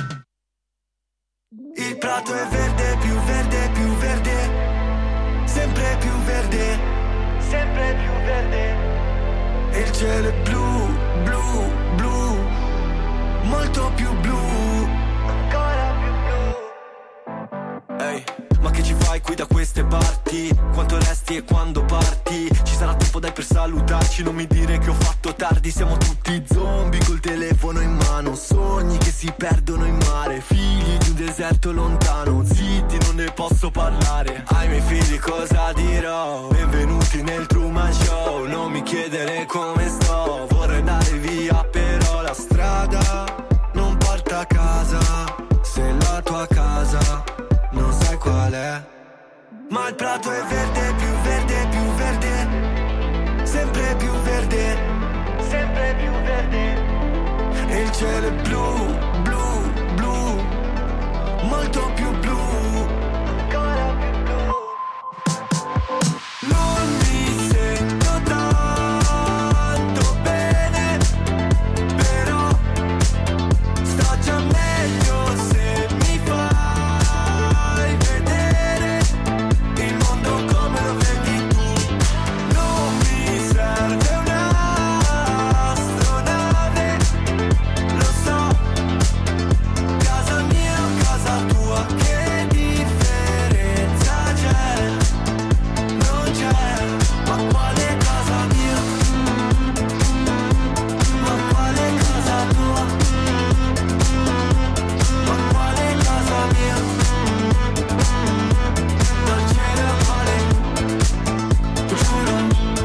Il prato è verde, più verde, più verde, sempre più verde, sempre più verde. E il cielo è blu, blu, blu, molto più blu, ancora più blu. Ehi, ma che ci fai qui da queste parti? Quanto resti e quando parti? Ci sarà tempo dai per salutarci, non mi dire che ho fatto tardi. Siamo tutti zombie col telefono in mano, sogni che si perdono in mare, figli di un deserto lontano, zitti non ne posso parlare. Ai miei figli cosa dirò? Benvenuti nel Truman Show, non mi chiedere come sto, vorrei andare via però la strada non porta a casa, se la tua casa non sai qual è. Ma il prato è verde, più verde, più verde, sempre più verde, sempre più verde. E il cielo è blu, blu, blu, molto più blu, ancora più blu. Non mi sento tanto bene, però sto già meglio se mi fai vedere il mondo come lo vedi tu. Non mi serve un'astronave, lo so, casa mia o casa tua, che differenza c'è? Non c'è, ma quale casa mia? Ma quale casa tua? Ma quale casa mia? Dal cielo al mare, giuro.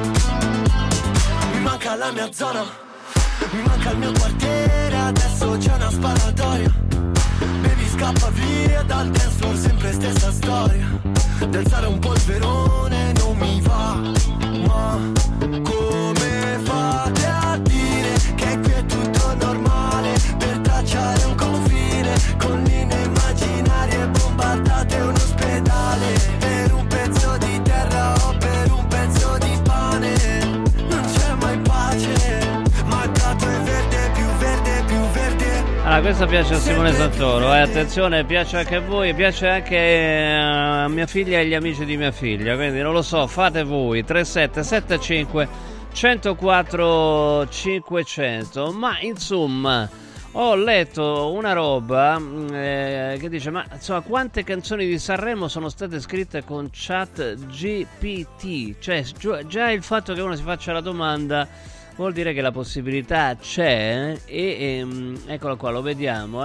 Mi manca la mia zona, mi manca il mio quartiere, adesso c'è una sparatoria. Baby scappa via dal dance floor, sempre stessa storia. D'alzare un polverone non mi va, ma come fate a dire che qui è tutto normale? Per tracciare un confine con linee immaginarie, bombardate un ospedale per un pezzo di terra o per un pezzo di pane. Non c'è mai pace, ma il prato è verde, più verde, più verde. Allora, questo piace a Simone Santoro, attenzione, piace anche a voi, piace anche a mia figlia e agli amici di mia figlia, quindi non lo so, fate voi. 3775 104 500. Ma insomma, ho letto una roba che dice, ma insomma, quante canzoni di Sanremo sono state scritte con Chat GPT? Cioè, già il fatto che uno si faccia la domanda vuol dire che la possibilità c'è, e eccolo qua, lo vediamo,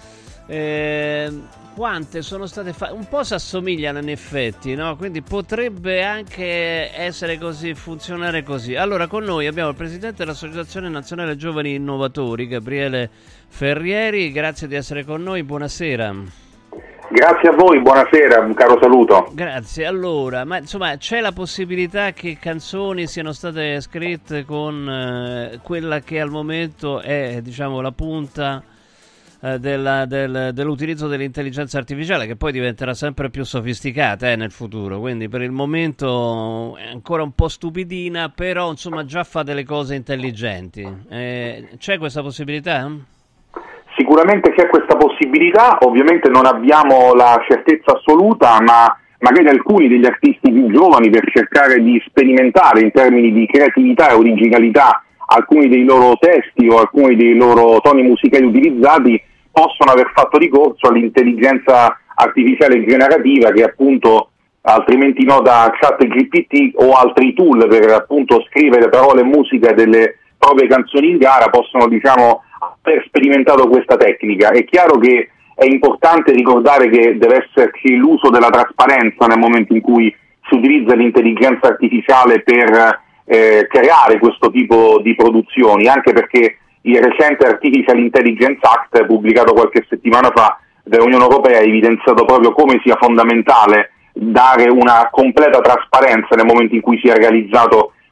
quante sono state fatte, un po' si assomigliano in effetti, no? Quindi potrebbe anche essere così, funzionare così. Allora, con noi abbiamo il presidente dell'Associazione Nazionale Giovani Innovatori, Gabriele Ferrieri. Grazie di essere con noi, buonasera. Grazie a voi, buonasera, un caro saluto. Grazie. Allora, ma insomma, c'è la possibilità che canzoni siano state scritte con quella che al momento è, diciamo, la punta dell'utilizzo dell'intelligenza artificiale, che poi diventerà sempre più sofisticata nel futuro, quindi per il momento è ancora un po' stupidina, però insomma già fa delle cose intelligenti. C'è questa possibilità? Sicuramente c'è questa possibilità, ovviamente non abbiamo la certezza assoluta, ma magari alcuni degli artisti più giovani, per cercare di sperimentare in termini di creatività e originalità alcuni dei loro testi o alcuni dei loro toni musicali utilizzati, possono aver fatto ricorso all'intelligenza artificiale generativa, che appunto altrimenti nota ChatGPT o altri tool per appunto scrivere parole e musica delle proprie canzoni in gara, possono, diciamo, aver sperimentato questa tecnica. È chiaro che è importante ricordare che deve esserci l'uso della trasparenza nel momento in cui si utilizza l'intelligenza artificiale per creare questo tipo di produzioni, anche perché il recente Artificial Intelligence Act, pubblicato qualche settimana fa dall'Unione Europea, ha evidenziato proprio come sia fondamentale dare una completa trasparenza nel momento in cui sia realizzato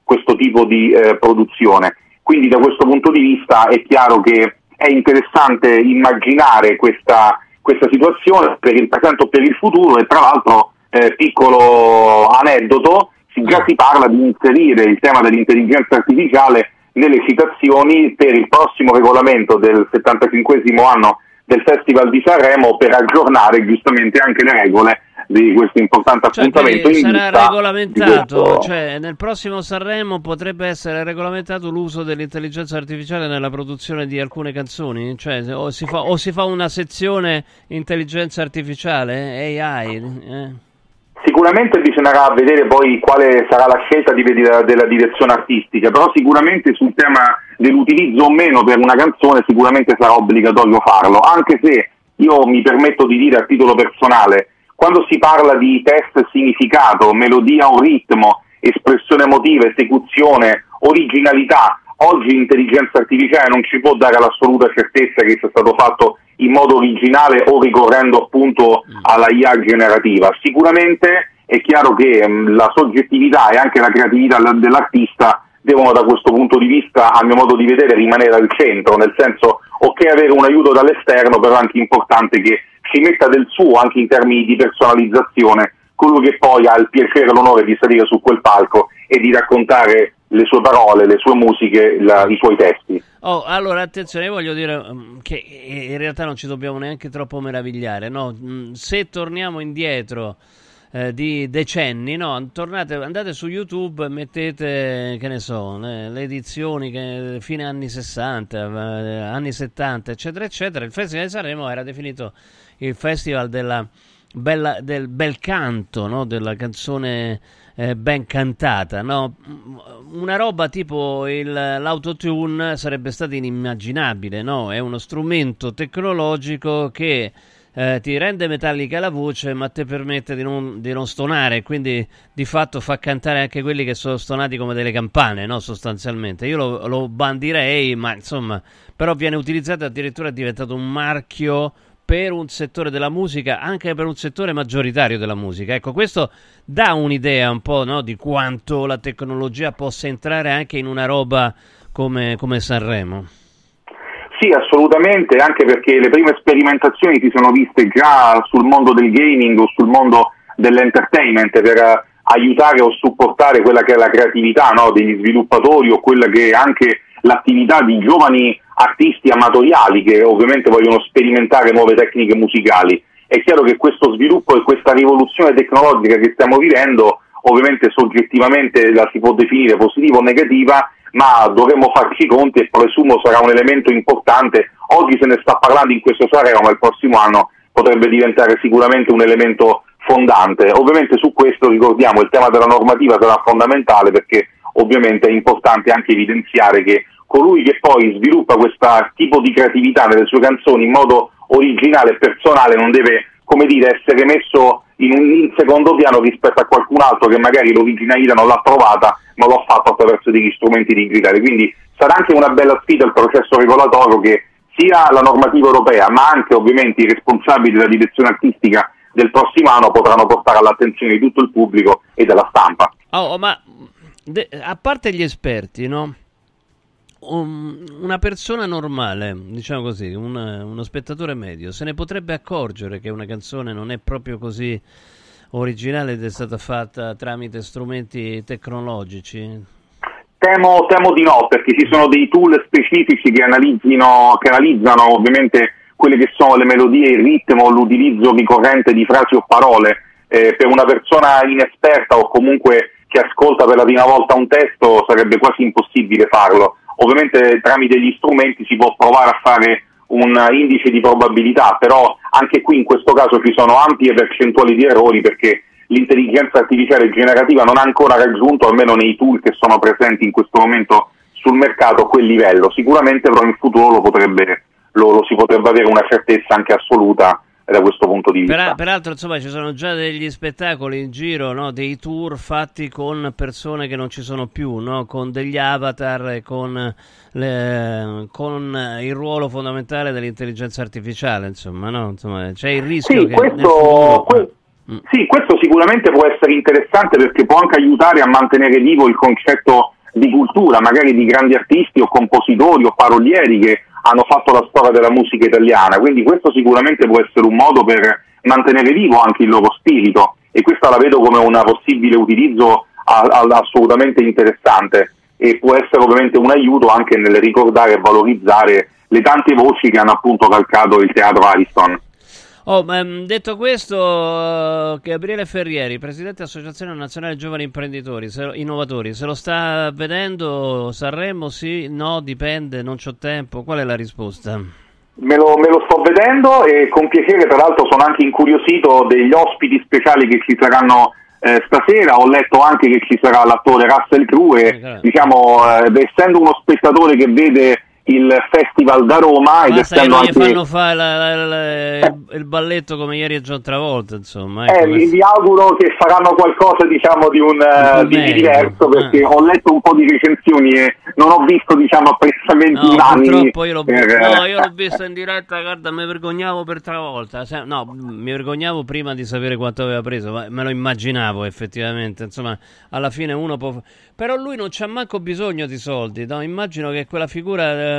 questo tipo di produzione. Quindi da questo punto di vista è chiaro che è interessante immaginare questa situazione per il presente o per il futuro, e tra l'altro piccolo aneddoto, già si parla di inserire il tema dell'intelligenza artificiale nelle citazioni per il prossimo regolamento del 75esimo anno del Festival di Sanremo, per aggiornare giustamente anche le regole di questo importante appuntamento. Sarà regolamentato, cioè nel prossimo Sanremo potrebbe essere regolamentato l'uso dell'intelligenza artificiale nella produzione di alcune canzoni, cioè o si fa una sezione intelligenza artificiale, AI. Sicuramente bisognerà vedere poi quale sarà la scelta della direzione artistica, però sicuramente sul tema dell'utilizzo o meno per una canzone sicuramente sarà obbligatorio farlo, anche se io mi permetto di dire a titolo personale, quando si parla di test significato, melodia o ritmo, espressione emotiva, esecuzione, originalità, oggi l'intelligenza artificiale non ci può dare l'assoluta certezza che sia stato fatto in modo originale o ricorrendo appunto alla IA generativa. Sicuramente è chiaro che la soggettività e anche la creatività dell'artista devono da questo punto di vista, a mio modo di vedere, rimanere al centro, nel senso, ok avere un aiuto dall'esterno, però è anche importante che ci metta del suo anche in termini di personalizzazione, colui che poi ha il piacere e l'onore di salire su quel palco e di raccontare le sue parole, le sue musiche, i suoi testi. Allora attenzione, io voglio dire che in realtà non ci dobbiamo neanche troppo meravigliare, no? Se torniamo indietro di decenni, no? Andate su YouTube e mettete, che ne so, le edizioni fine anni 60, anni 70, eccetera, eccetera. Il Festival di Sanremo era definito il festival del bel canto, no? Della canzone ben cantata, no? Una roba tipo l'autotune sarebbe stata inimmaginabile, no? È uno strumento tecnologico che ti rende metallica la voce, ma ti permette di non stonare, quindi di fatto fa cantare anche quelli che sono stonati come delle campane, no? Sostanzialmente io lo bandirei, ma insomma, però viene utilizzato, addirittura è diventato un marchio per un settore della musica, anche per un settore maggioritario della musica. Ecco, questo dà un'idea un po', no, di quanto la tecnologia possa entrare anche in una roba come Sanremo. Sì, assolutamente, anche perché le prime sperimentazioni si sono viste già sul mondo del gaming o sul mondo dell'entertainment per aiutare o supportare quella che è la creatività, no, degli sviluppatori, o quella che è anche l'attività di giovani artisti amatoriali che ovviamente vogliono sperimentare nuove tecniche musicali. È chiaro che questo sviluppo e questa rivoluzione tecnologica che stiamo vivendo, ovviamente soggettivamente la si può definire positiva o negativa, ma dovremo farci conti e presumo sarà un elemento importante. Oggi se ne sta parlando in questo Sanremo, ma il prossimo anno potrebbe diventare sicuramente un elemento fondante. Ovviamente su questo, ricordiamo, il tema della normativa sarà fondamentale, perché ovviamente è importante anche evidenziare che colui che poi sviluppa questo tipo di creatività nelle sue canzoni in modo originale e personale non deve, come dire, essere messo in secondo piano rispetto a qualcun altro che magari l'originalità non l'ha trovata, ma lo ha fatto attraverso degli strumenti digitali. Quindi sarà anche una bella sfida il processo regolatorio che sia la normativa europea, ma anche ovviamente i responsabili della direzione artistica del prossimo anno potranno portare all'attenzione di tutto il pubblico e della stampa. Ma a parte gli esperti, no? Una persona normale, diciamo così, uno spettatore medio, se ne potrebbe accorgere che una canzone non è proprio così originale ed è stata fatta tramite strumenti tecnologici? Temo di no, perché ci sono dei tool specifici che analizzano ovviamente quelle che sono le melodie, il ritmo, l'utilizzo ricorrente di frasi o parole. Per una persona inesperta o comunque che ascolta per la prima volta un testo sarebbe quasi impossibile farlo. Ovviamente tramite gli strumenti si può provare a fare un indice di probabilità, però anche qui in questo caso ci sono ampie percentuali di errori, perché l'intelligenza artificiale generativa non ha ancora raggiunto, almeno nei tool che sono presenti in questo momento sul mercato, quel livello. Sicuramente però in futuro lo si potrebbe avere una certezza anche assoluta da questo punto di vista. Peraltro, insomma, ci sono già degli spettacoli in giro, no? Dei tour fatti con persone che non ci sono più, no? Con degli avatar e con il ruolo fondamentale dell'intelligenza artificiale, insomma, no? Insomma, c'è il rischio che Sì, questo sicuramente può essere interessante, perché può anche aiutare a mantenere vivo il concetto di cultura, magari di grandi artisti o compositori o parolieri che hanno fatto la storia della musica italiana, quindi questo sicuramente può essere un modo per mantenere vivo anche il loro spirito, e questa la vedo come un possibile utilizzo assolutamente interessante, e può essere ovviamente un aiuto anche nel ricordare e valorizzare le tante voci che hanno appunto calcato il teatro Ariston. Detto questo, Gabriele Ferrieri, presidente dell'Associazione Nazionale Giovani Imprenditori, Innovatori, se lo sta vedendo Sanremo? Sì, no, dipende, non c'ho tempo, qual è la risposta? Me lo sto vedendo, e con piacere, tra l'altro sono anche incuriosito degli ospiti speciali che ci saranno stasera. Ho letto anche che ci sarà l'attore Russell Crowe, diciamo, essendo uno spettatore che vede il festival da Roma, ed essendo non anche... gli fanno fare il balletto come ieri a John Travolta, insomma. Vi auguro che faranno qualcosa, diciamo, di diverso, perché ho letto un po' di recensioni e non ho visto, diciamo, apprezzamenti unanimi. Purtroppo io l'ho visto in diretta, guarda, mi vergognavo per Travolta. Mi vergognavo prima di sapere quanto aveva preso, ma me lo immaginavo effettivamente, insomma, alla fine uno può... Però lui non c'ha manco bisogno di soldi, no? Immagino che quella figura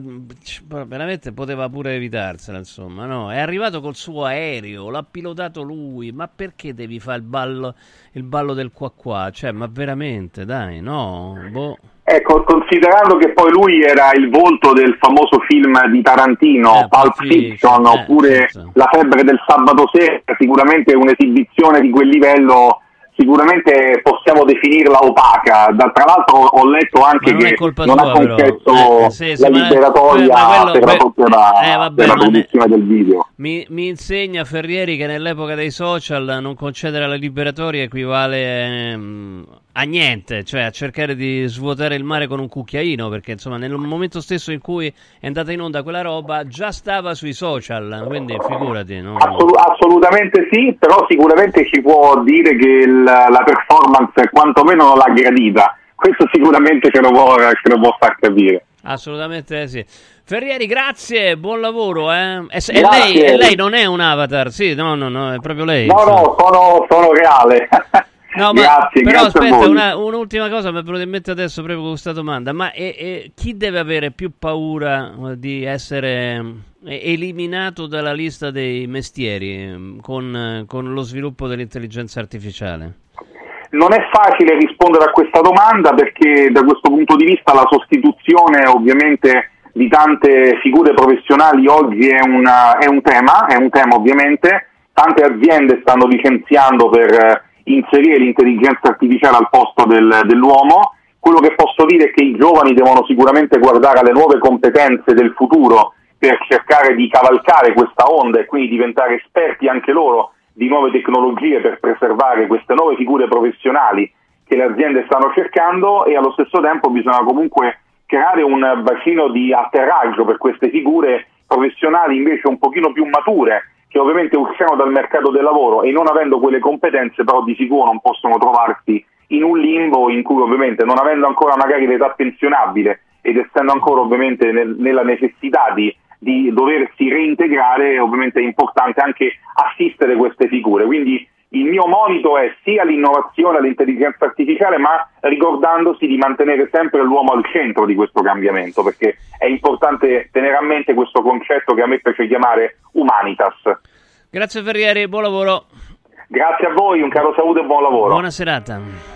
veramente poteva pure evitarsela, insomma, no? È arrivato col suo aereo, l'ha pilotato lui, ma perché devi fare il ballo del qua? Cioè, ma veramente, dai, no? Ecco, considerando che poi lui era il volto del famoso film di Tarantino, Pulp Fiction, oppure La febbre del sabato sera, sicuramente un'esibizione di quel livello sicuramente possiamo definirla opaca. Tra l'altro ho letto anche che non ha concesso la liberatoria per la produzione del video. Mi insegna Ferrieri che nell'epoca dei social non concedere la liberatoria equivale a niente, cioè a cercare di svuotare il mare con un cucchiaino, perché insomma nel momento stesso in cui è andata in onda quella roba già stava sui social, quindi figurati, no? Assolutamente sì, però sicuramente ci può dire che la performance quantomeno non l'ha gradita, questo sicuramente ce lo può far capire. Assolutamente sì. Ferrieri, grazie, buon lavoro, E lei non è un avatar? Sì, no, è proprio lei. No, sono reale. No, grazie, però grazie aspetta, un'ultima cosa mi è venuta in mente adesso proprio con questa domanda, ma chi deve avere più paura di essere eliminato dalla lista dei mestieri con lo sviluppo dell'intelligenza artificiale? Non è facile rispondere a questa domanda, perché da questo punto di vista la sostituzione ovviamente di tante figure professionali oggi è un tema ovviamente. Tante aziende stanno licenziando per inserire l'intelligenza artificiale al posto dell'uomo. Quello che posso dire è che i giovani devono sicuramente guardare alle nuove competenze del futuro per cercare di cavalcare questa onda e quindi diventare esperti anche loro di nuove tecnologie per preservare queste nuove figure professionali che le aziende stanno cercando, e allo stesso tempo bisogna comunque creare un bacino di atterraggio per queste figure professionali invece un pochino più mature, che ovviamente usciranno dal mercato del lavoro e non avendo quelle competenze però di sicuro non possono trovarsi in un limbo in cui ovviamente non avendo ancora magari l'età pensionabile ed essendo ancora ovviamente nella necessità di doversi reintegrare, ovviamente è importante anche assistere queste figure. Quindi il mio monito è sia l'innovazione all'intelligenza artificiale, ma ricordandosi di mantenere sempre l'uomo al centro di questo cambiamento, perché è importante tenere a mente questo concetto che a me piace chiamare humanitas. Grazie Ferrieri, buon lavoro. Grazie a voi, un caro saluto e buon lavoro. Buona serata.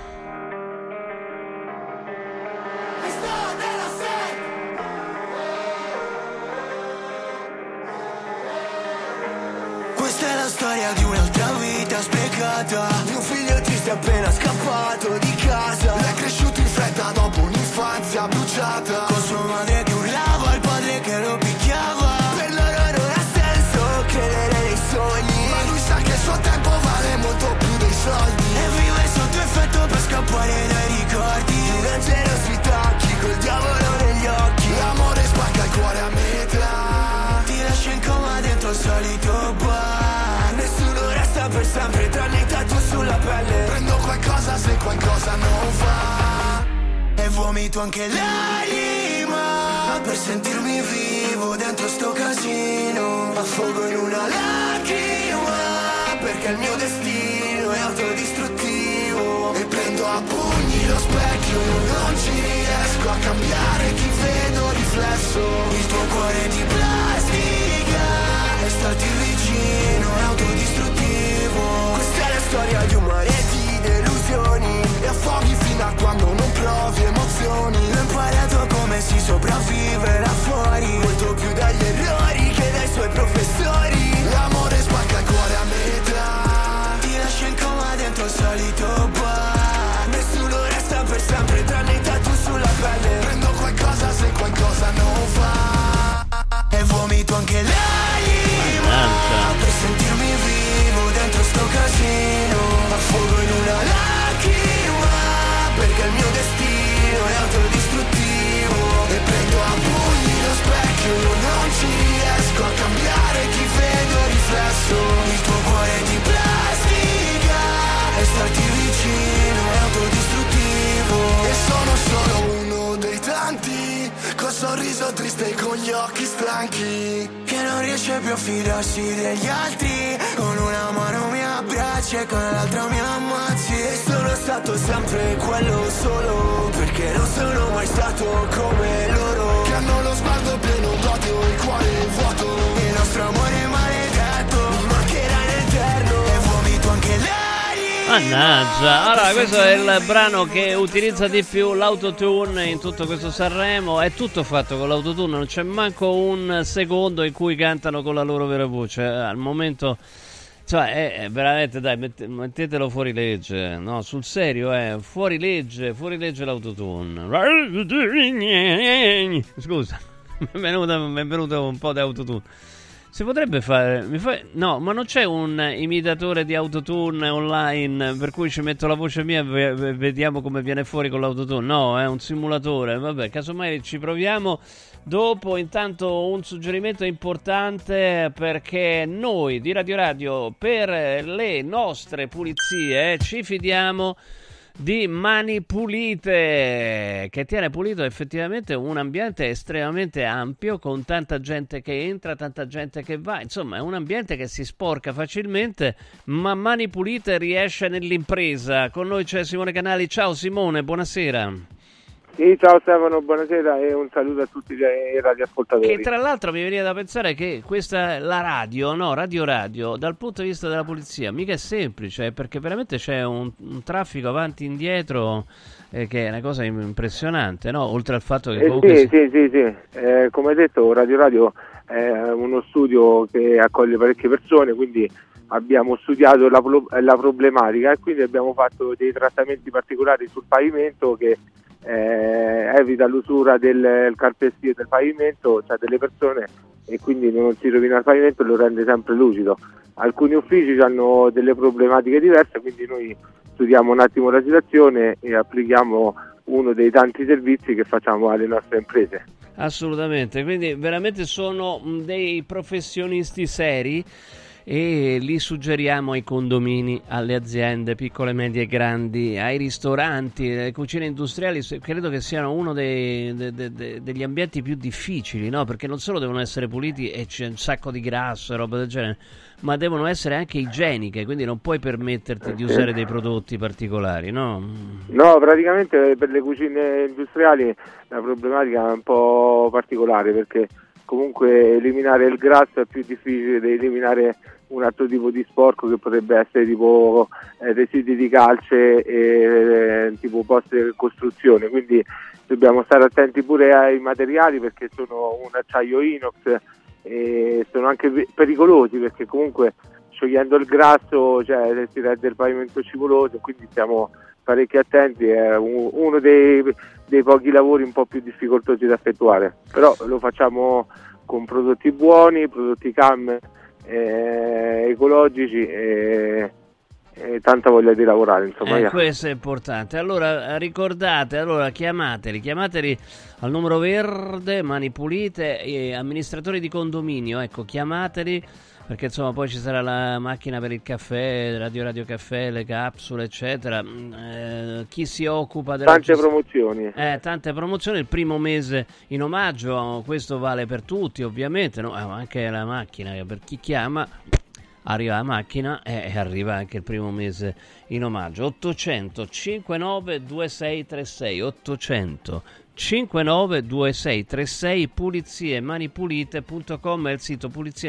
Questa è la storia di un'altra vita sprecata, di un figlio triste appena scappato di casa. È cresciuto in fretta dopo un'infanzia bruciata, con sua madre che urlava, il padre che lo picchiava. Per loro non ha senso credere nei sogni, ma lui sa che il suo tempo vale molto più dei soldi. E vive sotto effetto per scappare dai ricordi di un angelo sui tacchi, col diavolo negli occhi. L'amore spacca il cuore a metà, ti lascia in coma dentro il solito bar. Per sempre tranne i tatu sulla pelle. Prendo qualcosa se qualcosa non va e vomito anche l'anima per sentirmi vivo dentro sto casino. Affogo in una lacrima perché il mio destino è autodistruttivo. E prendo a pugni lo specchio, non ci cambiare chi vedo riflesso. Il tuo cuore di plastica e starti vicino è autodistruttivo. Questa è la storia di un mare di delusioni e affoghi fino a quando non provi emozioni. L'ho imparato come si sopravvive là fuori, molto più dagli errori che dai suoi professori. L'amore spacca il cuore a metà, ti lascia in coma dentro il solito bar. Nessuno resta per sempre tranne i tattoo sulla pelle. Prendo qualcosa se qualcosa non va e vomito anche l'anima per sentirmi vivo dentro sto casino. Affogo in una lacrima perché il mio destino è autodistruttivo. E prendo a pugni lo specchio, non ci riesco a cambiare chi vedo riflesso. Il tuo cuore di plastica e starti vicino è autodistruttivo. E sono solo uno dei tanti col sorriso triste e con gli occhi stanchi, che non riesce più a fidarsi degli altri. Con una mano mi abbracci e con l'altra mi ammazzi. E sono stato sempre quello solo, perché non sono mai stato come loro, che hanno lo sguardo pieno d'odio e il cuore vuoto. Il nostro amore maledetto mi mancherà nell'eterno e vomito anche l'aria. Mannaggia, allora questo è il brano che utilizza di più l'autotune in tutto questo Sanremo. È tutto fatto con l'autotune, non c'è manco un secondo in cui cantano con la loro vera voce. Al momento, cioè, è veramente, dai, mettetelo fuori legge, no? Sul serio, fuori legge l'autotune. Scusa, mi è venuto un po' di autotune. Si potrebbe fare, no, ma non c'è un imitatore di autotune online per cui ci metto la voce mia e vediamo come viene fuori con l'autotune? No, è un simulatore. Vabbè, casomai ci proviamo dopo. Intanto un suggerimento importante, perché noi di Radio Radio per le nostre pulizie ci fidiamo di Mani Pulite, che tiene pulito effettivamente un ambiente estremamente ampio, con tanta gente che entra, tanta gente che va, insomma è un ambiente che si sporca facilmente, ma Mani Pulite riesce nell'impresa. Con noi c'è Simone Canali. Ciao Simone, buonasera. Sì, ciao Stefano, buonasera e un saluto a tutti i radioascoltatori. E tra l'altro mi veniva da pensare che questa, la radio, no, Radio, dal punto di vista della polizia, mica è semplice, perché veramente c'è un traffico avanti e indietro che è una cosa impressionante, no? Oltre al fatto che comunque... Sì. Come hai detto, Radio è uno studio che accoglie parecchie persone, quindi abbiamo studiato la problematica e quindi abbiamo fatto dei trattamenti particolari sul pavimento che evita l'usura del calpestio del pavimento, cioè delle persone, e quindi non si rovina il pavimento e lo rende sempre lucido. Alcuni uffici hanno delle problematiche diverse, quindi noi studiamo un attimo la situazione e applichiamo uno dei tanti servizi che facciamo alle nostre imprese. Assolutamente, quindi veramente sono dei professionisti seri e li suggeriamo ai condomini, alle aziende piccole, medie e grandi, ai ristoranti, alle cucine industriali. Credo che siano uno degli ambienti più difficili, no? Perché non solo devono essere puliti e c'è un sacco di grasso e roba del genere, ma devono essere anche igieniche, quindi non puoi permetterti di usare dei prodotti particolari, no? No, praticamente per le cucine industriali la problematica è un po' particolare, perché comunque eliminare il grasso è più difficile di eliminare un altro tipo di sporco che potrebbe essere tipo residui di calce e tipo post costruzione, quindi dobbiamo stare attenti pure ai materiali, perché sono un acciaio inox e sono anche pericolosi, perché comunque sciogliendo il grasso, cioè, si rende il pavimento scivoloso, quindi stiamo parecchio attenti. È uno dei pochi lavori un po' più difficoltosi da effettuare, però lo facciamo con prodotti buoni, prodotti CAM ecologici e tanta voglia di lavorare, insomma. Questo è importante. Allora ricordate, chiamateli al numero verde, Mani Pulite, amministratori di condominio, ecco, chiamateli, perché insomma poi ci sarà la macchina per il caffè, Radio Caffè, le capsule eccetera, chi si occupa della tante promozioni, il primo mese in omaggio, questo vale per tutti ovviamente, no? Anche la macchina, per chi chiama arriva la macchina e arriva anche il primo mese in omaggio. 800 59 2636 800 592636 puliziemaniPulite.com è il sito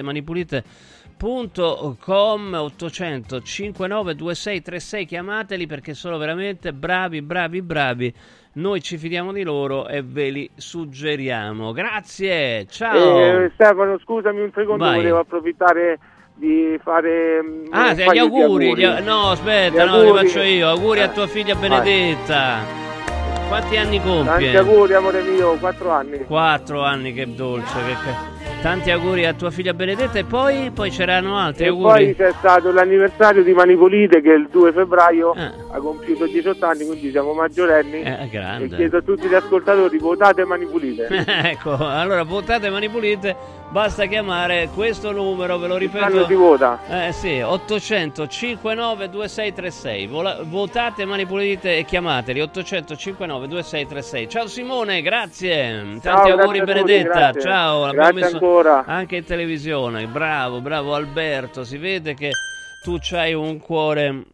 puliziemaniPulite.com. 800 59 2636, chiamateli perché sono veramente bravi. Noi ci fidiamo di loro e ve li suggeriamo. Grazie, ciao. Stefano, scusami un secondo, volevo approfittare di fare gli auguri. No, aspetta, li faccio io. Auguri a tua figlia Benedetta. Quanti anni compie? Tanti auguri, amore mio, 4 anni. 4 anni, che dolce. Tanti auguri a tua figlia Benedetta. E poi c'erano altri auguri. Poi c'è stato l'anniversario di Manipolite che il 2 febbraio ha compiuto 18 anni, quindi siamo maggiorenni. Grande. E chiedo a tutti gli ascoltatori, votate Manipulite. Ecco, allora votate Manipulite, basta chiamare questo numero, ve lo ripeto. Quando si vota? Sì, 800 59 2636. Votate Manipulite e chiamateli 800 59 2636. Ciao Simone, grazie. Tanti auguri Benedetta. Tutti, ciao. Grazie ancora. Anche in televisione. Bravo Alberto, si vede che tu c'hai un cuore.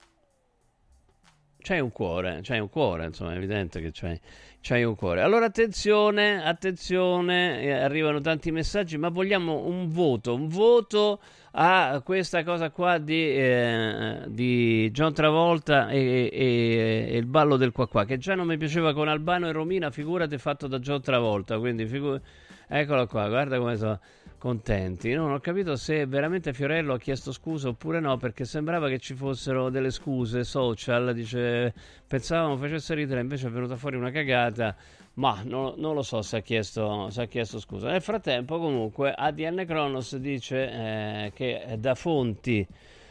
C'hai un cuore, insomma, è evidente che c'hai un cuore. Allora attenzione, arrivano tanti messaggi, ma vogliamo un voto a questa cosa qua di John Travolta e il ballo del qua, che già non mi piaceva con Albano e Romina, figurati fatto da John Travolta, quindi eccolo qua, guarda come sono contenti. Non ho capito se veramente Fiorello ha chiesto scusa oppure no, perché sembrava che ci fossero delle scuse social, dice pensavamo facesse ridere, invece è venuta fuori una cagata, ma non lo so se ha chiesto scusa. Nel frattempo comunque ADN Kronos dice che da fonti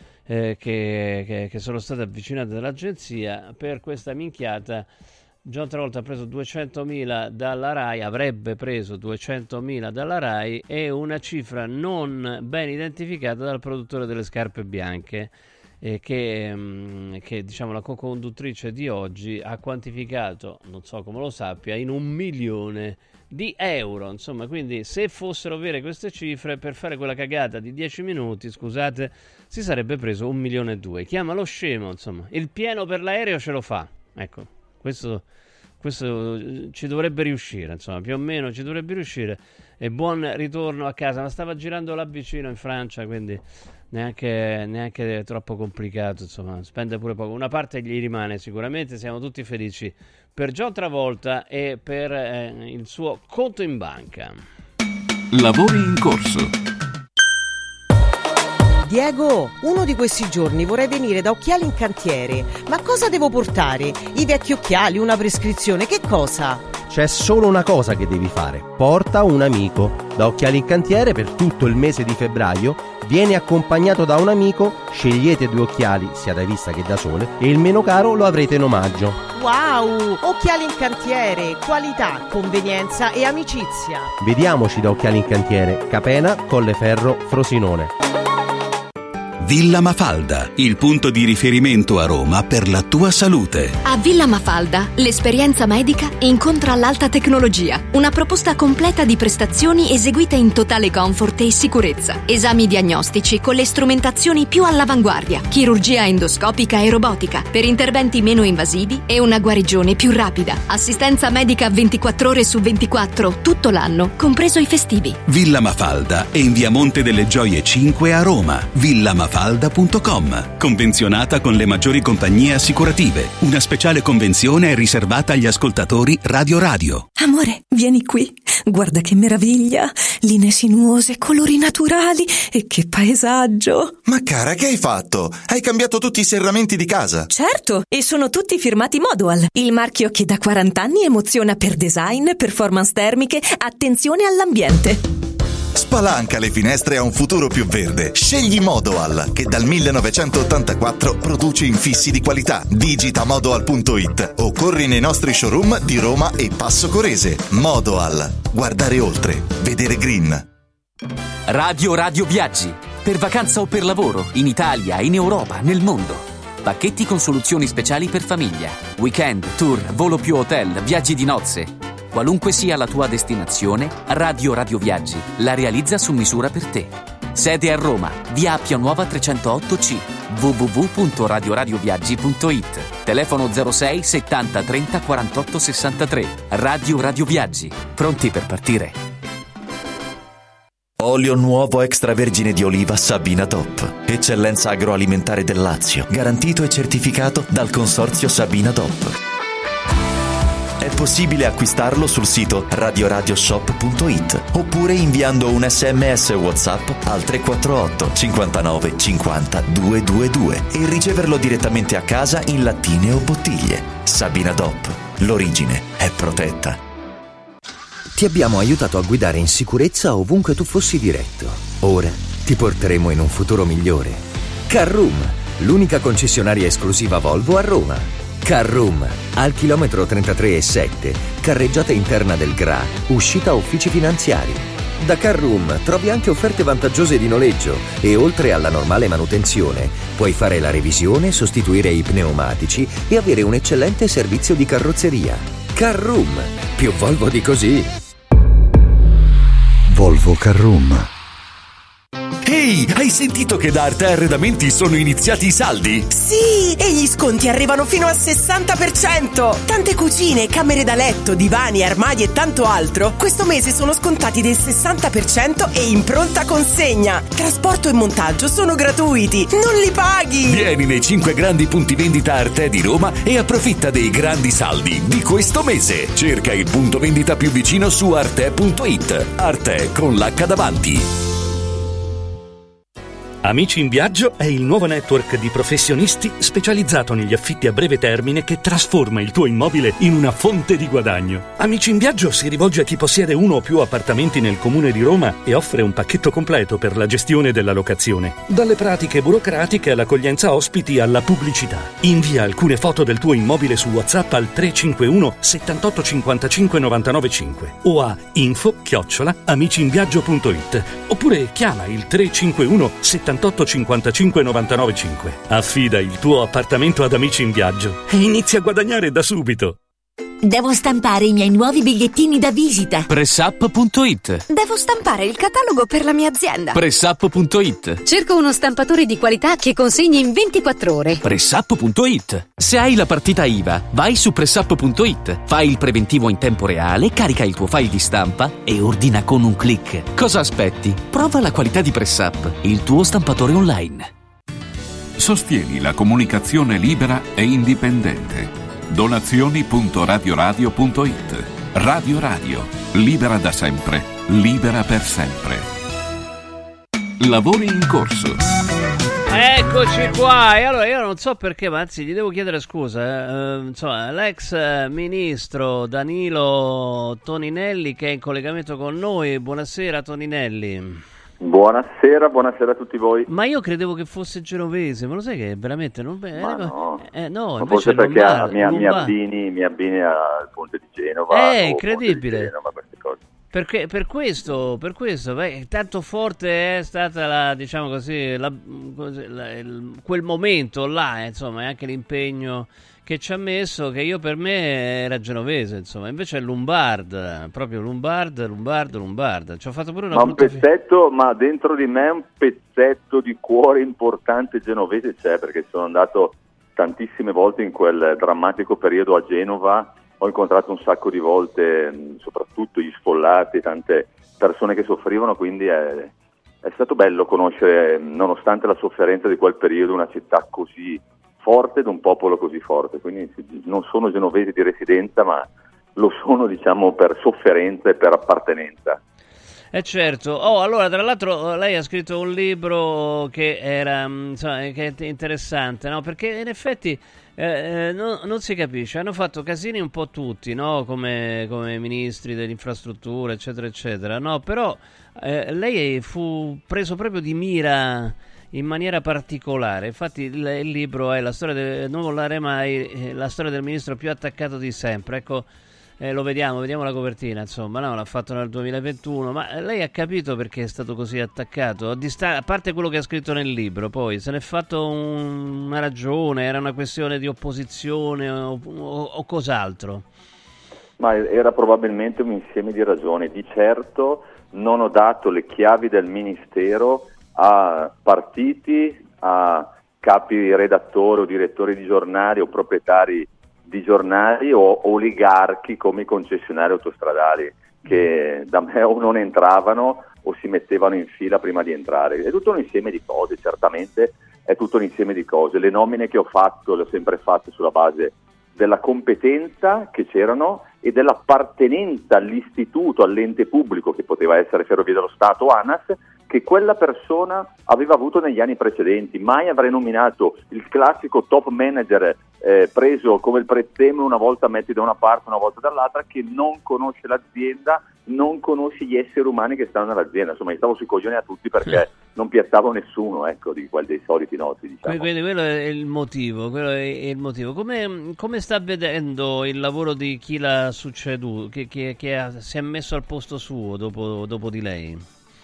che sono state avvicinate dall'agenzia, per questa minchiata John Travolta ha preso 200.000 dalla Rai, avrebbe preso 200.000 dalla Rai, e una cifra non ben identificata dal produttore delle scarpe bianche, che diciamo la co-conduttrice di oggi ha quantificato, non so come lo sappia, in 1 milione di euro. Insomma, quindi se fossero vere queste cifre, per fare quella cagata di 10 minuti, scusate, si sarebbe preso 1,2 milioni. Chiama lo scemo, insomma. Il pieno per l'aereo ce lo fa, ecco. Questo ci dovrebbe riuscire, insomma, più o meno ci dovrebbe riuscire. E buon ritorno a casa. Ma stava girando là vicino in Francia, quindi neanche troppo complicato, insomma, spende pure poco. Una parte gli rimane sicuramente, siamo tutti felici per John Travolta e per il suo conto in banca. Lavori in corso. Diego, uno di questi giorni vorrei venire da Occhiali in Cantiere. Ma cosa devo portare? I vecchi occhiali, una prescrizione, che cosa? C'è solo una cosa che devi fare. Porta un amico. Da Occhiali in Cantiere per tutto il mese di febbraio vieni accompagnato da un amico, scegliete 2 occhiali, sia da vista che da sole, e il meno caro lo avrete in omaggio. Wow! Occhiali in Cantiere, qualità, convenienza e amicizia. Vediamoci da Occhiali in Cantiere, Capena, Colleferro, Frosinone. Villa Mafalda, il punto di riferimento a Roma per la tua salute. A Villa Mafalda, l'esperienza medica incontra l'alta tecnologia. Una proposta completa di prestazioni eseguite in totale comfort e sicurezza. Esami diagnostici con le strumentazioni più all'avanguardia. Chirurgia endoscopica e robotica per interventi meno invasivi e una guarigione più rapida. Assistenza medica 24 ore su 24, tutto l'anno, compreso i festivi. Villa Mafalda è in via Monte delle Gioie 5 a Roma. villamafalda.com. Convenzionata con le maggiori compagnie assicurative. Una speciale convenzione è riservata agli ascoltatori Radio. Amore, vieni qui. Guarda che meraviglia. Linee sinuose, colori naturali e che paesaggio. Ma cara, che hai fatto? Hai cambiato tutti i serramenti di casa? Certo, e sono tutti firmati Modoal, il marchio che da 40 anni emoziona per design, performance termiche, attenzione all'ambiente. Spalanca le finestre a un futuro più verde. Scegli Modoal, che dal 1984 produce infissi di qualità. Digita modoal.it o corri nei nostri showroom di Roma e Passo Corese. Modoal. Guardare oltre. Vedere green. Radio Viaggi. Per vacanza o per lavoro, in Italia, in Europa, nel mondo. Pacchetti con soluzioni speciali per famiglia. Weekend, tour, volo più hotel, viaggi di nozze. Qualunque sia la tua destinazione, Radio Viaggi la realizza su misura per te. Sede a Roma, via Appia Nuova 308C, www.radioradioviaggi.it. Telefono 06 70 30 48 63. Radio Viaggi. Pronti per partire? Olio nuovo extravergine di oliva Sabina DOP. Eccellenza agroalimentare del Lazio. Garantito e certificato dal consorzio Sabina DOP. È possibile acquistarlo sul sito radioradioshop.it oppure inviando un SMS WhatsApp al 348 59 50 222 e riceverlo direttamente a casa in lattine o bottiglie. Sabina DOP. L'origine è protetta. Ti abbiamo aiutato a guidare in sicurezza ovunque tu fossi diretto. Ora ti porteremo in un futuro migliore. Carroom, l'unica concessionaria esclusiva Volvo a Roma. Carroom, al chilometro 33,7, carreggiata interna del GRA, uscita uffici finanziari. Da Carroom trovi anche offerte vantaggiose di noleggio e oltre alla normale manutenzione puoi fare la revisione, sostituire i pneumatici e avere un eccellente servizio di carrozzeria. Carroom, più Volvo di così. Volvo Carroom. Ehi, hai sentito che da Arte Arredamenti sono iniziati i saldi? Sì, e gli sconti arrivano fino al 60%. Tante cucine, camere da letto, divani, armadi e tanto altro questo mese sono scontati del 60% e in pronta consegna. Trasporto e montaggio sono gratuiti, non li paghi. Vieni nei 5 grandi punti vendita Arte di Roma e approfitta dei grandi saldi di questo mese. Cerca il punto vendita più vicino su arte.it. Arte con l'H davanti. Amici in Viaggio è il nuovo network di professionisti specializzato negli affitti a breve termine che trasforma il tuo immobile in una fonte di guadagno. Amici in Viaggio si rivolge a chi possiede uno o più appartamenti nel comune di Roma e offre un pacchetto completo per la gestione della locazione. Dalle pratiche burocratiche all'accoglienza ospiti alla pubblicità. Invia alcune foto del tuo immobile su WhatsApp al 351 78 55 99 5 o a info@amiciinviaggio.it oppure chiama il 351 78 55 99 5. Affida il tuo appartamento ad Amici in Viaggio e inizia a guadagnare da subito. Devo stampare i miei nuovi bigliettini da visita. Pressup.it. Devo stampare il catalogo per la mia azienda. Pressup.it. Cerco uno stampatore di qualità che consegni in 24 ore. Pressup.it. Se hai la partita IVA, vai su Pressup.it, fai il preventivo in tempo reale, carica il tuo file di stampa e ordina con un click. Cosa aspetti? Prova la qualità di Pressup, il tuo stampatore online. Sostieni la comunicazione libera e indipendente. Donazioni.radioradio.it. Radio Radio, libera da sempre, libera per sempre. Lavori in corso. Eccoci qua, e allora io non so perché, ma anzi gli devo chiedere scusa, insomma, l'ex ministro Danilo Toninelli che è in collegamento con noi. Buonasera Toninelli. Buonasera a tutti voi. Ma io credevo che fosse genovese, ma lo sai che veramente non... no, no, forse perché mi abbini al ponte di Genova. È incredibile. Genova, queste cose. Perché per questo, tanto forte è stata diciamo così, quel momento là, insomma, e anche l'impegno che ci ha messo, che io per me era genovese, insomma, invece è Lombard, proprio Lombard. Ci ho fatto pure una un pezzetto, ma dentro di me un pezzetto di cuore importante genovese c'è, perché sono andato tantissime volte in quel drammatico periodo a Genova. Ho incontrato un sacco di volte, soprattutto gli sfollati, tante persone che soffrivano, quindi è stato bello conoscere, nonostante la sofferenza di quel periodo, una città così forte ed un popolo così forte. Quindi non sono genovese di residenza, ma lo sono, diciamo, per sofferenza e per appartenenza. Certo. Allora, tra l'altro lei ha scritto un libro che era, insomma, che è interessante, no? Perché in effetti non si capisce, hanno fatto casini un po' tutti, no? Come ministri delle infrastrutture, eccetera eccetera, no? Però lei fu preso proprio di mira in maniera particolare. Infatti il libro è la storia non volare mai, la storia del ministro più attaccato di sempre. Ecco, lo vediamo la copertina, insomma, no? L'ha fatto nel 2021, ma lei ha capito perché è stato così attaccato? A parte quello che ha scritto nel libro, poi se n'è fatto una ragione, era una questione di opposizione o cos'altro? Ma era probabilmente un insieme di ragioni. Di certo non ho dato le chiavi del ministero a partiti, a capi redattori o direttori di giornali o proprietari di giornali o oligarchi come i concessionari autostradali, che da me o non entravano o si mettevano in fila prima di entrare. È tutto un insieme di cose, certamente è tutto un insieme di cose. Le nomine che ho fatto le ho sempre fatte sulla base della competenza che c'erano e dell'appartenenza all'istituto, all'ente pubblico, che poteva essere Ferrovie dello Stato o ANAS, che quella persona aveva avuto negli anni precedenti. Mai avrei nominato il classico top manager preso come il prezzemolo, una volta metti da una parte, una volta dall'altra, che non conosce l'azienda, non conosce gli esseri umani che stanno nell'azienda. Insomma, io stavo sui coglioni a tutti perché non piazzavo nessuno, ecco, di quelli dei soliti nostri, diciamo. Quindi quello è il motivo, Come sta vedendo il lavoro di chi l'ha succeduto, che si è messo al posto suo dopo di lei?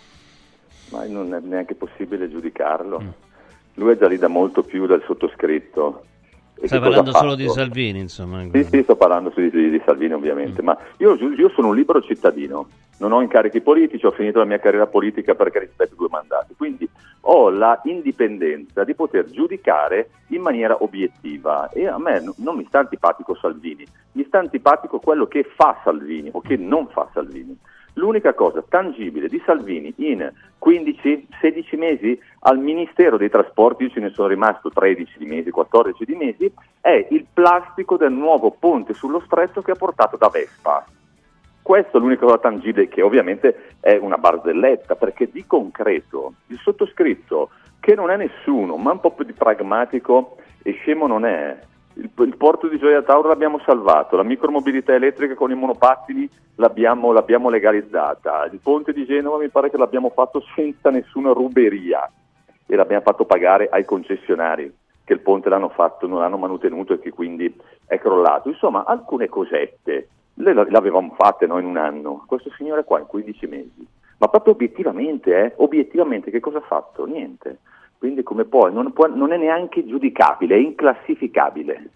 Ma non è neanche possibile giudicarlo. Lui è già lì da molto più del sottoscritto. Stai parlando solo di Salvini, insomma. Sì, sto parlando di Salvini, ovviamente, ma io sono un libero cittadino, non ho incarichi politici, ho finito la mia carriera politica perché rispetto 2 mandati, quindi ho la indipendenza di poter giudicare in maniera obiettiva, e a me non mi sta antipatico Salvini, mi sta antipatico quello che fa Salvini o che non fa Salvini. L'unica cosa tangibile di Salvini in 15-16 mesi al Ministero dei Trasporti, io ce ne sono rimasto 13 di mesi, 14 di mesi, è il plastico del nuovo ponte sullo Stretto che ha portato da Vespa. Questo è l'unica cosa tangibile, che ovviamente è una barzelletta, perché di concreto il sottoscritto, che non è nessuno, ma un po' più di pragmatico e scemo non è. Il porto di Gioia Tauro l'abbiamo salvato, la micromobilità elettrica con i monopattini l'abbiamo legalizzata, il ponte di Genova mi pare che l'abbiamo fatto senza nessuna ruberia e l'abbiamo fatto pagare ai concessionari che il ponte l'hanno fatto, non l'hanno mantenuto e che quindi è crollato. Insomma, alcune cosette le avevamo fatte noi in un anno, questo signore qua in 15 mesi. Ma proprio obiettivamente che cosa ha fatto? Niente. Quindi come puoi? Non è neanche giudicabile, è inclassificabile.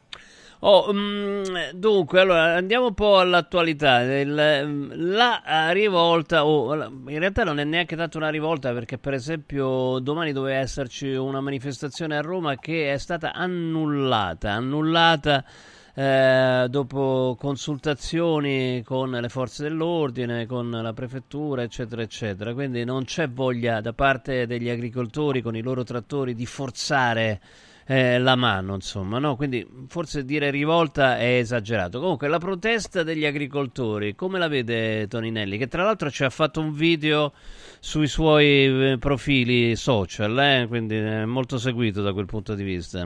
Dunque, allora andiamo un po' all'attualità. La rivolta, in realtà non è neanche tanto una rivolta, perché per esempio domani doveva esserci una manifestazione a Roma che è stata annullata dopo consultazioni con le forze dell'ordine, con la prefettura, eccetera eccetera. Quindi non c'è voglia da parte degli agricoltori con i loro trattori di forzare la mano, insomma, no? Quindi forse dire rivolta è esagerato. Comunque la protesta degli agricoltori, come la vede Toninelli, che tra l'altro ci ha fatto un video sui suoi profili social, quindi è molto seguito da quel punto di vista?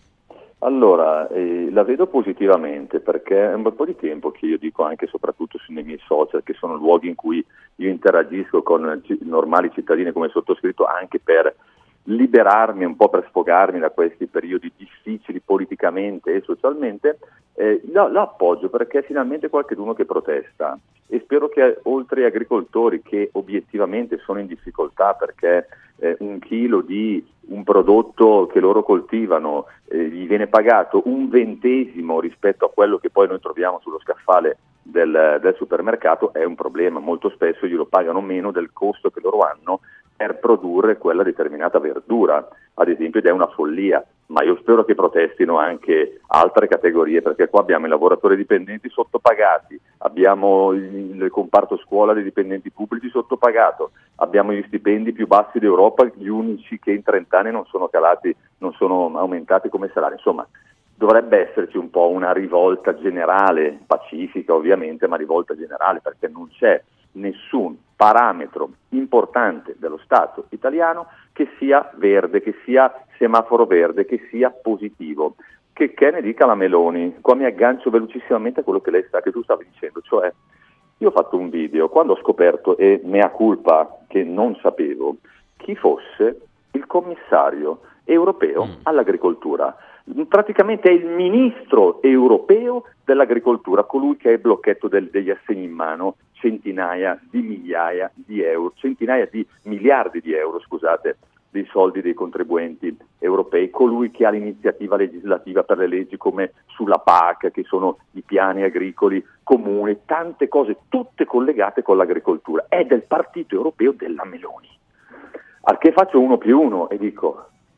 Allora, la vedo positivamente, perché è un bel po' di tempo che io dico, anche e soprattutto nei miei social, che sono luoghi in cui io interagisco con normali cittadini come sottoscritto, anche per liberarmi un po', per sfogarmi da questi periodi difficili politicamente e socialmente, lo appoggio perché finalmente qualcuno che protesta, e spero che oltre agli agricoltori che obiettivamente sono in difficoltà perché un chilo di un prodotto che loro coltivano gli viene pagato 1/20 rispetto a quello che poi noi troviamo sullo scaffale del supermercato, è un problema. Molto spesso glielo pagano meno del costo che loro hanno per produrre quella determinata verdura, ad esempio, ed è una follia. Ma io spero che protestino anche altre categorie, perché qua abbiamo i lavoratori dipendenti sottopagati, abbiamo il comparto scuola dei dipendenti pubblici sottopagato, abbiamo gli stipendi più bassi d'Europa, gli unici che in 30 anni non sono calati, non sono aumentati come salari. Insomma, dovrebbe esserci un po' una rivolta generale, pacifica ovviamente, ma rivolta generale, perché non c'è nessun parametro importante dello Stato italiano che sia verde, che sia semaforo verde, che sia positivo. Che ne dica la Meloni. Qua mi aggancio velocissimamente a quello che tu stavi dicendo, cioè io ho fatto un video quando ho scoperto, e mea culpa che non sapevo, chi fosse il commissario europeo all'agricoltura. Praticamente è il ministro europeo dell'agricoltura, colui che ha il blocchetto degli assegni in mano, centinaia di migliaia di euro, centinaia di miliardi di euro, scusate, dei soldi dei contribuenti europei, colui che ha l'iniziativa legislativa per le leggi come sulla PAC, che sono i piani agricoli comuni, tante cose, tutte collegate con l'agricoltura. È del partito europeo della Meloni. Al che faccio 1+1 e dico,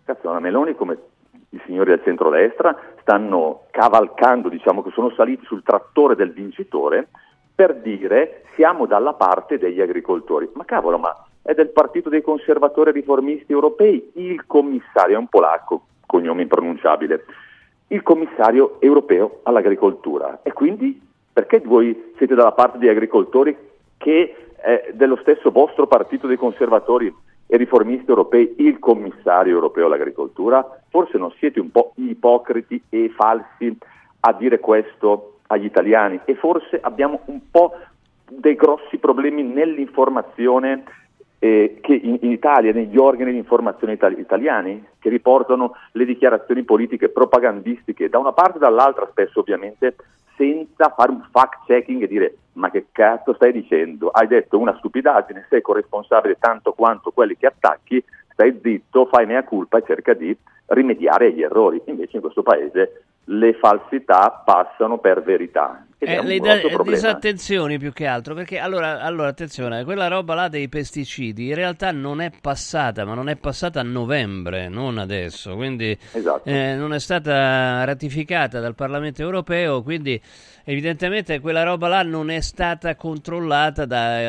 Cazzo, la Meloni, come i signori del centrodestra, stanno cavalcando, diciamo che sono saliti sul trattore del vincitore per dire siamo dalla parte degli agricoltori. Ma cavolo, ma è del partito dei conservatori riformisti europei il commissario, è un polacco, cognome impronunciabile, il commissario europeo all'agricoltura. E quindi perché voi siete dalla parte degli agricoltori che è dello stesso vostro partito dei conservatori e riformisti europei il commissario europeo all'agricoltura? Forse non siete un po' ipocriti e falsi a dire questo agli italiani? E forse abbiamo un po' dei grossi problemi nell'informazione che in Italia, negli organi di informazione italiani, che riportano le dichiarazioni politiche propagandistiche da una parte e dall'altra, spesso ovviamente senza fare un fact checking e dire ma che cazzo stai dicendo, hai detto una stupidaggine, sei corresponsabile tanto quanto quelli che attacchi, stai zitto, fai mea culpa e cerca di rimediare agli errori. Invece in questo paese le falsità passano per verità. Le disattenzioni più che altro, perché allora attenzione, quella roba là dei pesticidi in realtà non è passata, ma non è passata a novembre, non adesso, quindi esatto. Non è stata ratificata dal Parlamento europeo, quindi evidentemente quella roba là non è stata controllata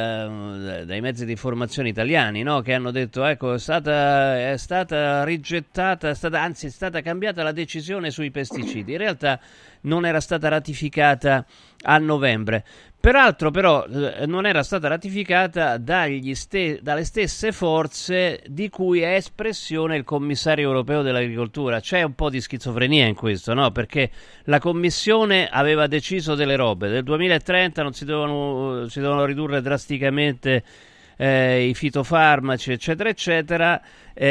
dai mezzi di informazione italiani, no? Che hanno detto ecco è stata rigettata, è stata cambiata la decisione sui pesticidi. In realtà non era stata ratificata a novembre. Peraltro però non era stata ratificata dalle stesse forze di cui è espressione il commissario europeo dell'agricoltura. C'è un po' di schizofrenia in questo, no? Perché la Commissione aveva deciso delle robe. Nel 2030 non si dovevano ridurre drasticamente i fitofarmaci, eccetera, eccetera.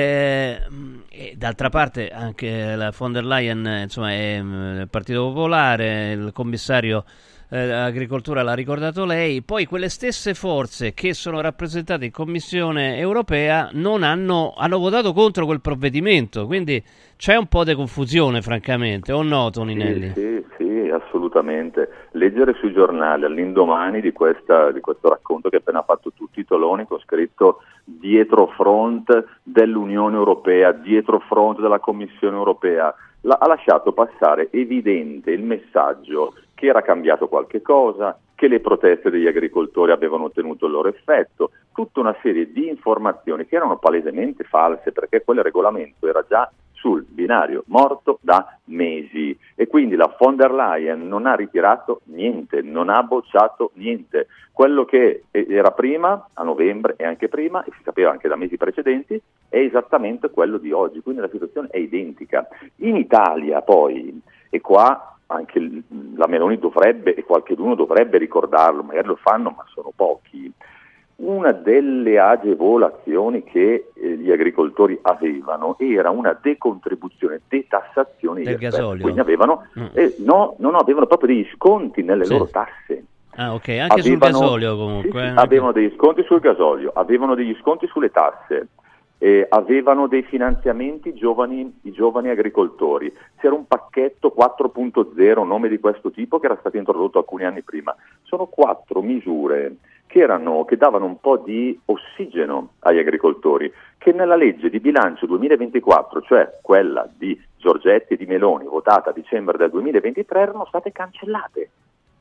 E d'altra parte anche la von der Leyen, insomma, è il Partito Popolare, il commissario agricoltura l'ha ricordato lei. Poi quelle stesse forze che sono rappresentate in Commissione europea hanno votato contro quel provvedimento, quindi c'è un po' di confusione, francamente, o no, Toninelli? Sì, assolutamente. Leggere sui giornali all'indomani di questo racconto che ha appena fatto tu, titoloni con scritto dietro front dell'Unione Europea, dietro front della Commissione Europea, ha lasciato passare evidente il messaggio che era cambiato qualche cosa, che le proteste degli agricoltori avevano ottenuto il loro effetto, tutta una serie di informazioni che erano palesemente false, perché quel regolamento era già sul binario morto da mesi e quindi la von der Leyen non ha ritirato niente, non ha bocciato niente. Quello che era prima, a novembre e anche prima, e si sapeva anche da mesi precedenti, è esattamente quello di oggi, quindi la situazione è identica. In Italia poi, e qua anche la Meloni dovrebbe, e qualcuno dovrebbe ricordarlo, magari lo fanno ma sono pochi, una delle agevolazioni che gli agricoltori avevano era una decontribuzione, detassazione del gasolio. Quindi avevano avevano proprio degli sconti nelle loro tasse. Ah, ok, anche sul gasolio comunque. Sì, avevano degli sconti sul gasolio, avevano degli sconti sulle tasse, avevano dei finanziamenti i giovani agricoltori. C'era un pacchetto 4.0, nome di questo tipo, che era stato introdotto alcuni anni prima. Sono 4 misure che davano un po' di ossigeno agli agricoltori, che nella legge di bilancio 2024, cioè quella di Giorgetti e di Meloni, votata a dicembre del 2023, erano state cancellate.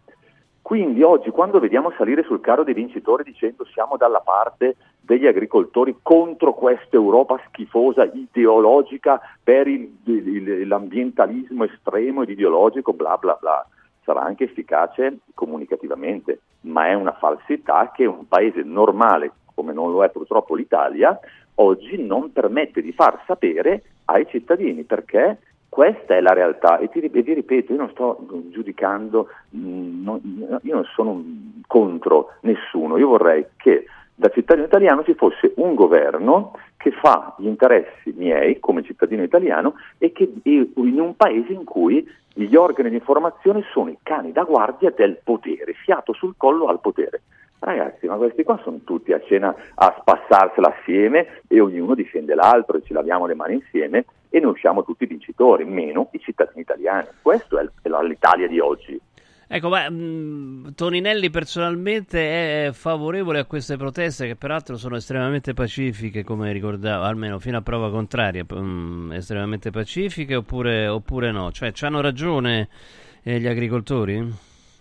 Quindi oggi, quando vediamo salire sul carro dei vincitori dicendo siamo dalla parte degli agricoltori contro questa Europa schifosa, ideologica, per l'ambientalismo estremo ed ideologico, bla bla bla, sarà anche efficace comunicativamente, ma è una falsità che un paese normale, come non lo è purtroppo l'Italia, oggi non permette di far sapere ai cittadini, perché questa è la realtà. E vi ripeto, io non sto giudicando, io non sono contro nessuno, io vorrei che da cittadino italiano ci fosse un governo che fa gli interessi miei come cittadino italiano e che in un paese in cui gli organi di informazione sono i cani da guardia del potere, fiato sul collo al potere. Ragazzi, ma questi qua sono tutti a cena a spassarsela assieme e ognuno difende l'altro e ci laviamo le mani insieme e ne usciamo tutti vincitori, meno i cittadini italiani. Questo è l'Italia di oggi. Ecco, ma Toninelli personalmente è favorevole a queste proteste che peraltro sono estremamente pacifiche, come ricordavo, almeno fino a prova contraria, estremamente pacifiche, oppure no? Cioè, c'hanno ragione gli agricoltori?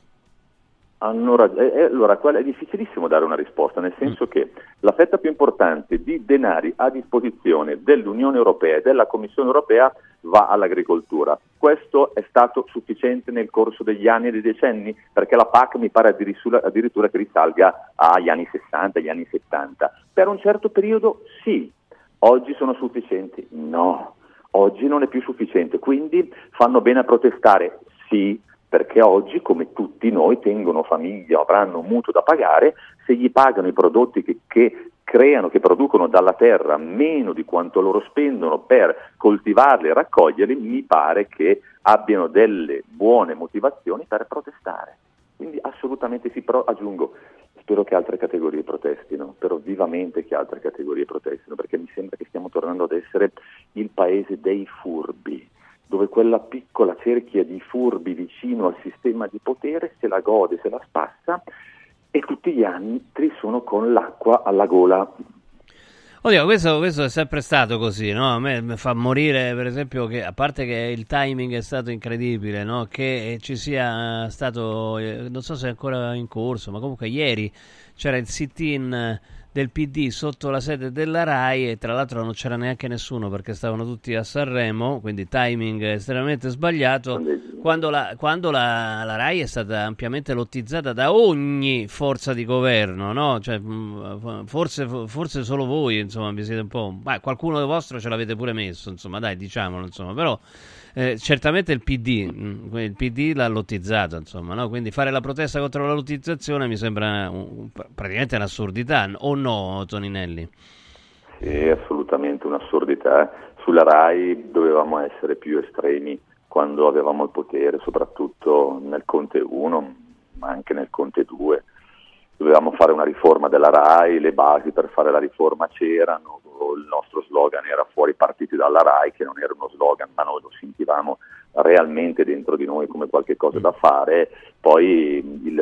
Allora, è difficilissimo dare una risposta, nel senso che la fetta più importante di denari a disposizione dell'Unione Europea e della Commissione Europea va all'agricoltura. Questo è stato sufficiente nel corso degli anni e dei decenni, perché la PAC mi pare addirittura che risalga agli anni 60, agli anni 70. Per un certo periodo sì, oggi sono sufficienti? No, oggi non è più sufficiente, quindi fanno bene a protestare? Sì, perché oggi, come tutti noi, tengono famiglia, avranno un mutuo da pagare, se gli pagano i prodotti che producono dalla terra meno di quanto loro spendono per coltivarli e raccoglierli, mi pare che abbiano delle buone motivazioni per protestare. Quindi assolutamente sì, però aggiungo, spero che altre categorie protestino, spero vivamente che altre categorie protestino, perché mi sembra che stiamo tornando ad essere il paese dei furbi, dove quella piccola cerchia di furbi vicino al sistema di potere se la gode, se la spassa, e tutti gli altri sono con l'acqua alla gola. Oddio, questo è sempre stato così, no? A me fa morire, per esempio, che a parte che il timing è stato incredibile, no? Che ci sia stato, non so se è ancora in corso, ma comunque ieri c'era il sit-in del PD sotto la sede della RAI e tra l'altro non c'era neanche nessuno perché stavano tutti a Sanremo, quindi timing estremamente sbagliato, quando la RAI è stata ampiamente lottizzata da ogni forza di governo, no? Cioè, forse solo voi, insomma, vi siete un po'... qualcuno di vostro ce l'avete pure messo, insomma, dai, diciamolo, insomma, però certamente il PD l'ha lottizzato, insomma, no? Quindi fare la protesta contro la lottizzazione mi sembra praticamente un'assurdità, o no, Toninelli? Sì, assolutamente un'assurdità. Sulla RAI dovevamo essere più estremi quando avevamo il potere, soprattutto nel Conte 1, ma anche nel Conte 2. Dovevamo fare una riforma della RAI, le basi per fare la riforma c'erano, il nostro slogan era fuori partiti dalla RAI, che non era uno slogan, ma noi lo sentivamo realmente dentro di noi come qualche cosa da fare. Poi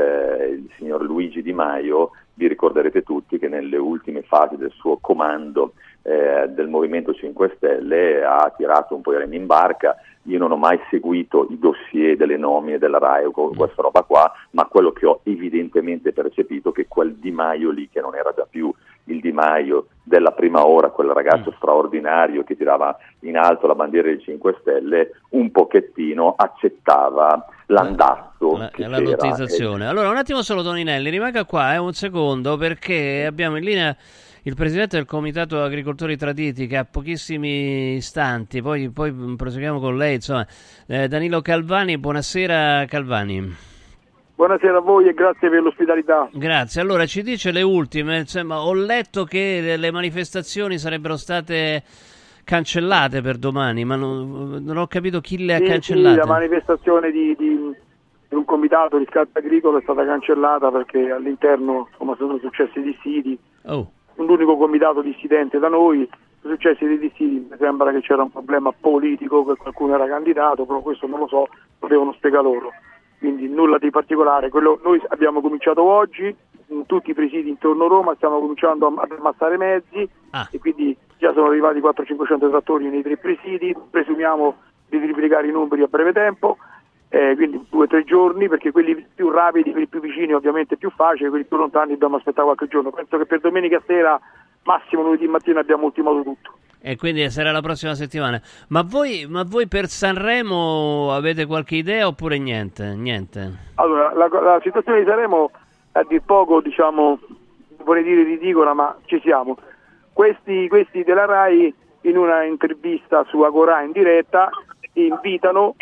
il signor Luigi Di Maio, vi ricorderete tutti che nelle ultime fasi del suo comando del Movimento 5 Stelle ha tirato un po' i remi in barca. Io non ho mai seguito i dossier delle nomine della RAI o questa roba qua, ma quello che ho evidentemente percepito è che quel Di Maio lì, che non era già più il Di Maio della prima ora, quel ragazzo straordinario che tirava in alto la bandiera dei 5 Stelle, un pochettino accettava l'andazzo la lottizzazione. Allora, un attimo solo, Toninelli, rimanga qua un secondo, perché abbiamo in linea il presidente del Comitato Agricoltori Traditi, che ha pochissimi istanti, poi proseguiamo con lei, insomma, Danilo Calvani. Buonasera Calvani. Buonasera a voi e grazie per l'ospitalità. Grazie. Allora, ci dice le ultime, insomma, ho letto che le manifestazioni sarebbero state cancellate per domani, ma non ho capito chi le ha cancellate. Sì, la manifestazione di un comitato di riscatto agricolo è stata cancellata perché all'interno, insomma, sono successi dissidi. L'unico comitato dissidente da noi, sono successi dei dissidi, mi sembra che c'era un problema politico, che qualcuno era candidato, però questo non lo so, lo devono spiegare loro. Quindi nulla di particolare. Noi abbiamo cominciato oggi, in tutti i presidi intorno a Roma, stiamo cominciando a ammassare mezzi e quindi già sono arrivati 400-500 trattori nei 3 presidi, presumiamo di triplicare i numeri a breve tempo, quindi 2 o 3 giorni, perché quelli più rapidi, quelli più vicini ovviamente è più facile, quelli più lontani dobbiamo aspettare qualche giorno. Penso che per domenica sera, massimo lunedì mattina, abbiamo ultimato tutto. E quindi sarà la prossima settimana. Ma voi per Sanremo avete qualche idea oppure niente? Allora, la situazione di Sanremo è a dir poco, diciamo, vorrei dire ridicola, ma ci siamo. Questi della RAI, in una intervista su Agorà in diretta, invitano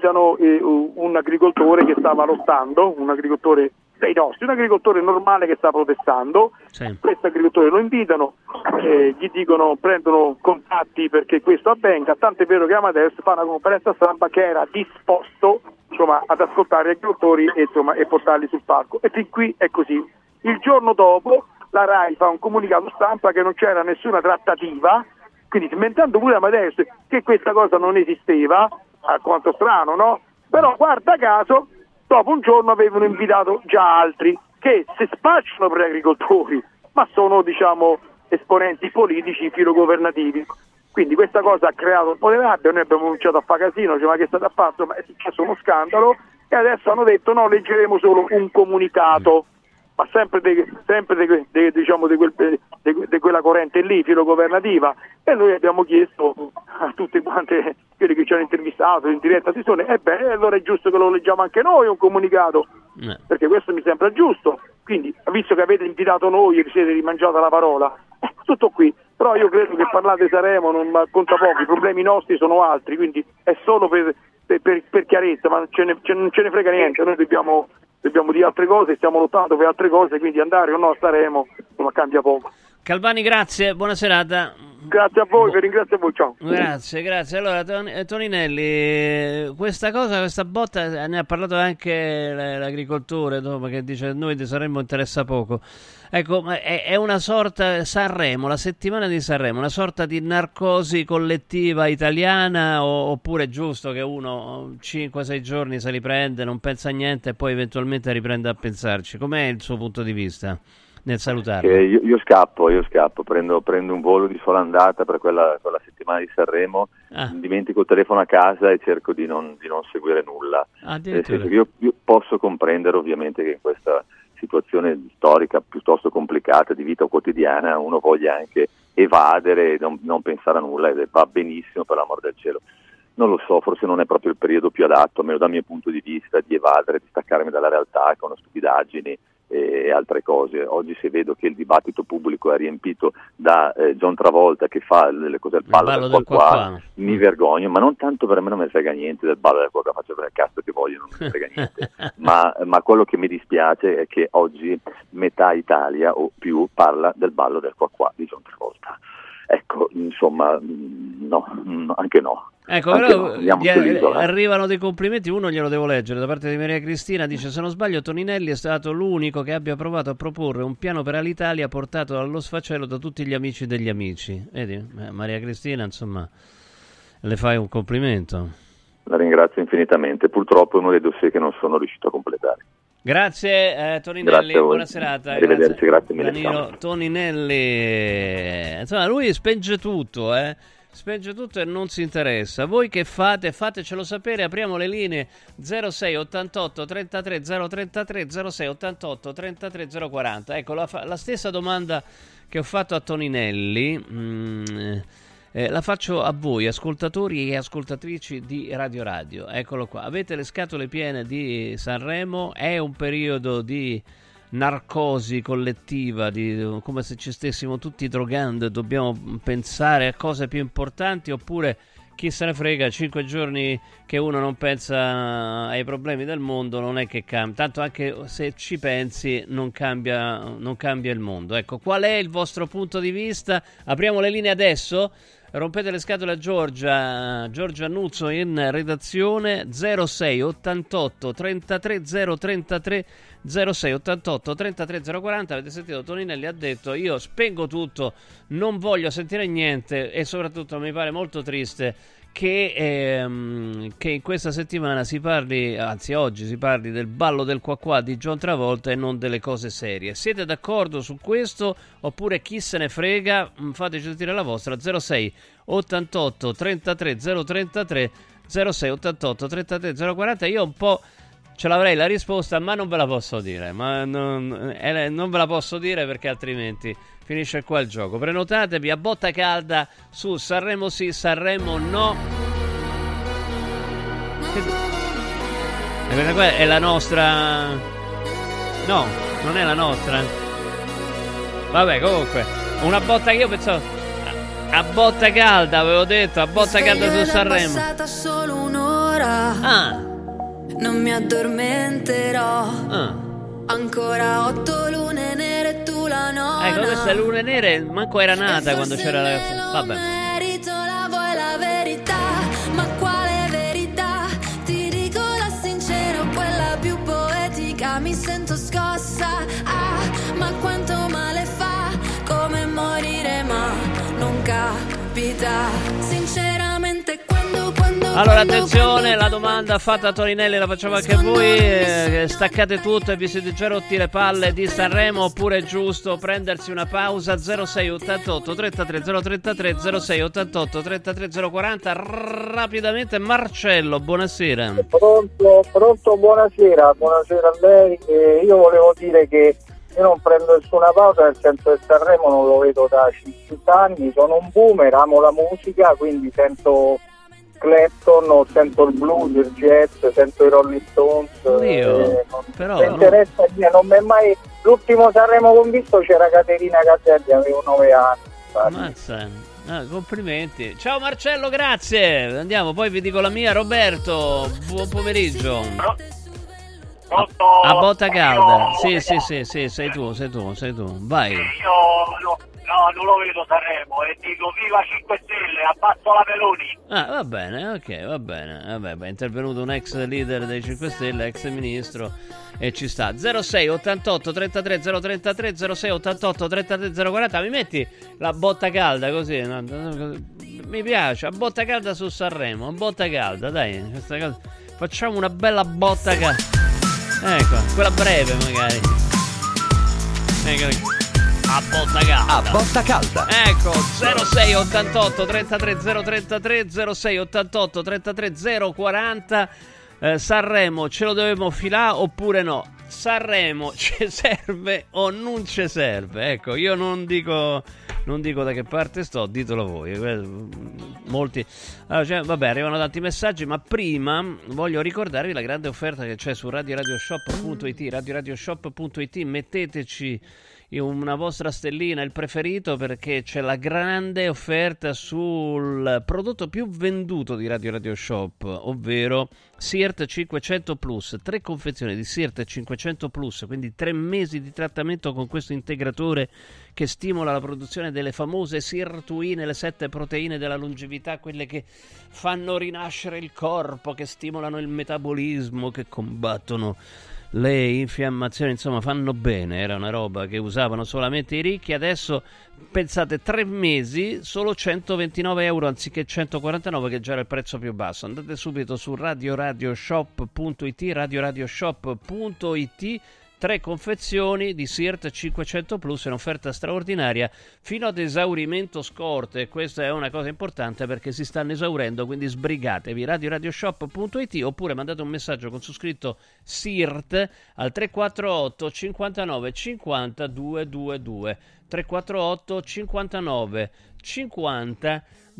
un agricoltore che stava lottando, un agricoltore dei nostri, un agricoltore normale che sta protestando. Questo agricoltore lo invitano, gli dicono, prendono contatti perché questo avvenga, tant'è vero che Amadeus fa una conferenza stampa che era disposto, insomma, ad ascoltare gli agricoltori e portarli sul palco, e fin qui è così. Il giorno dopo la RAI fa un comunicato stampa che non c'era nessuna trattativa, quindi smentendo pure Amadeus che questa cosa non esisteva, a quanto strano, no? Però guarda caso dopo un giorno avevano invitato già altri che si spacciano per agricoltori, ma sono, diciamo, esponenti politici filogovernativi. Quindi questa cosa ha creato un po' di rabbia, noi abbiamo cominciato a fare casino, ma che è stato fatto? Ma è successo uno scandalo, e adesso hanno detto no, leggeremo solo un comunicato, ma sempre di quella corrente lì, filogovernativa, e noi abbiamo chiesto a tutti quanti quelli che ci hanno intervistato in diretta televisione, ebbene allora è giusto che lo leggiamo anche noi un comunicato, perché questo mi sembra giusto, quindi visto che avete invitato noi e vi siete rimangiata la parola, tutto qui. Però io credo che parlare di Sanremo non conta poco, i problemi nostri sono altri, quindi è solo per chiarezza, ma non ce ne frega niente, noi dobbiamo dire altre cose, stiamo lottando per altre cose, quindi andare o no a Sanremo non cambia poco. Calvani, grazie, buona serata. Grazie a voi, vi ringrazio a voi, ciao. Grazie. Allora, Toninelli, questa botta, ne ha parlato anche l'agricoltore dopo, che dice noi di Sanremo interessa poco. Ecco, è una sorta, Sanremo, la settimana di Sanremo, una sorta di narcosi collettiva italiana, oppure è giusto che uno 5-6 giorni se li prende, non pensa a niente e poi eventualmente riprende a pensarci? Com'è il suo punto di vista nel salutarlo? Io scappo, prendo un volo di sola andata per quella settimana di Sanremo, dimentico il telefono a casa e cerco di non seguire nulla. Nel senso che io posso comprendere ovviamente che in questa situazione storica piuttosto complicata di vita quotidiana uno voglia anche evadere e non pensare a nulla, ed va benissimo, per l'amor del cielo. Non lo so, forse non è proprio il periodo più adatto, almeno dal mio punto di vista, di evadere, di staccarmi dalla realtà con stupidaggini e altre cose. Oggi se vedo che il dibattito pubblico è riempito da John Travolta che fa il ballo del qua, mi vergogno, ma non tanto per me, non me ne frega niente del ballo del qua, faccio per il cazzo che voglio, non me ne frega niente, ma quello che mi dispiace è che oggi metà Italia o più parla del ballo del qua di John Travolta. Ecco, insomma, no, anche no. Ecco, però arrivano dei complimenti, uno glielo devo leggere, da parte di Maria Cristina, dice: se non sbaglio Toninelli è stato l'unico che abbia provato a proporre un piano per l'Italia portato allo sfacelo da tutti gli amici degli amici. Vedi, Maria Cristina, insomma, le fai un complimento. La ringrazio infinitamente, purtroppo è uno dei dossier che non sono riuscito a completare. Grazie Toninelli, buona serata. Arrivederci, grazie mille. Danilo Toninelli, insomma, lui spenge tutto, spenge tutto e non si interessa. Voi che fate? Fatecelo sapere, apriamo le linee 06 88 33 033 06 88 33 040. Ecco, la stessa domanda che ho fatto a Toninelli la faccio a voi, ascoltatori e ascoltatrici di Radio Radio. Eccolo qua, avete le scatole piene di Sanremo? È un periodo di narcosi collettiva, come se ci stessimo tutti drogando e dobbiamo pensare a cose più importanti, oppure chi se ne frega, 5 giorni che uno non pensa ai problemi del mondo non è che cambia, tanto anche se ci pensi non cambia il mondo. Ecco, qual è il vostro punto di vista? Apriamo le linee adesso. Rompete le scatole a Giorgia Nuzzo in redazione 06 88 33 033 06 88 33 040. Avete sentito, Toninelli ha detto: io spengo tutto, non voglio sentire niente, e soprattutto mi pare molto triste che in questa settimana si parli, anzi oggi si parli del ballo del qua di John Travolta e non delle cose serie. Siete d'accordo su questo oppure chi se ne frega? Fateci sentire la vostra. 06 88 33 033 06 88 33 040. Io un po' ce l'avrei la risposta, ma non ve la posso dire, non ve la posso dire perché altrimenti finisce qua il gioco. Prenotatevi a botta calda su Sanremo sì, Sanremo no. Questa qua è la nostra. No, non è la nostra. Vabbè, comunque, una botta che io pensavo a botta calda, avevo detto, a botta calda su Sanremo. È passata solo un'ora. Non mi addormenterò. Ancora 8 lune nere, tu la nona. Ecco, queste lune nere manco era nata quando c'era la. Vabbè. Merito, la vuoi la verità? Ma quale verità? Ti dico la sincera, quella più poetica. Mi sento scossa. Ma quanto male fa? Come morire, ma non capita. Sinceramente, quando Allora attenzione, la domanda fatta a Torinelli la facciamo anche a voi. Staccate tutto e vi siete già rotti le palle di Sanremo, oppure è giusto prendersi una pausa? 0688 33 033 0688 33 040. Rapidamente Marcello, buonasera. Pronto, buonasera a lei. Io volevo dire che io non prendo nessuna pausa, nel senso che Sanremo non lo vedo da 50 anni, sono un boomer, amo la musica, quindi sento Clapton, sento il blues, il jazz, sento i Rolling Stones. Però non mi interessa, non mi è mai. L'ultimo Sanremo che ho visto c'era Caterina Caselli, avevo 9 anni. Mazza. Complimenti. Ciao Marcello, grazie. Andiamo, poi vi dico la mia. Roberto, buon pomeriggio. A botta calda. Sì, sei tu. Vai. Io non lo vedo Sanremo e dico viva 5 Stelle, abbasso la Meloni. Va bene, ok, va bene. Vabbè, è intervenuto un ex leader dei 5 Stelle, ex ministro, e ci sta. 06 88 33 033 06 88 33 040. Mi metti la botta calda così, no? Mi piace, a botta calda su Sanremo, a botta calda, dai. Facciamo una bella botta calda. Ecco, quella breve magari. Ecco. A botta calda. Ecco, 06 88 33 033 06 88 33 040. Sanremo ce lo dobbiamo filare oppure no? Sanremo ci serve o non ci serve? Ecco, io non dico da che parte sto, ditelo voi. Molti. Allora, vabbè, arrivano tanti messaggi, ma prima voglio ricordarvi la grande offerta che c'è su radioradioshop.it. radioradioshop.it, metteteci una vostra stellina, il preferito, perché c'è la grande offerta sul prodotto più venduto di Radio Radio Shop, ovvero Sirt 500 Plus, 3 confezioni di Sirt 500 Plus, quindi 3 mesi di trattamento con questo integratore che stimola la produzione delle famose sirtuine, le 7 proteine della longevità, quelle che fanno rinascere il corpo, che stimolano il metabolismo, che combattono le infiammazioni, insomma fanno bene. Era una roba che usavano solamente i ricchi. Adesso pensate, 3 mesi, solo 129 euro anziché 149, che già era il prezzo più basso. Andate subito su radioradioshop.it, radioradioshop.it. 3 confezioni di Sirt 500 Plus, è un'offerta straordinaria fino ad esaurimento scorte. Questa è una cosa importante perché si stanno esaurendo, quindi sbrigatevi. radioradioshop.it, oppure mandate un messaggio con su scritto Sirt al 348 59 50 222 348 59 50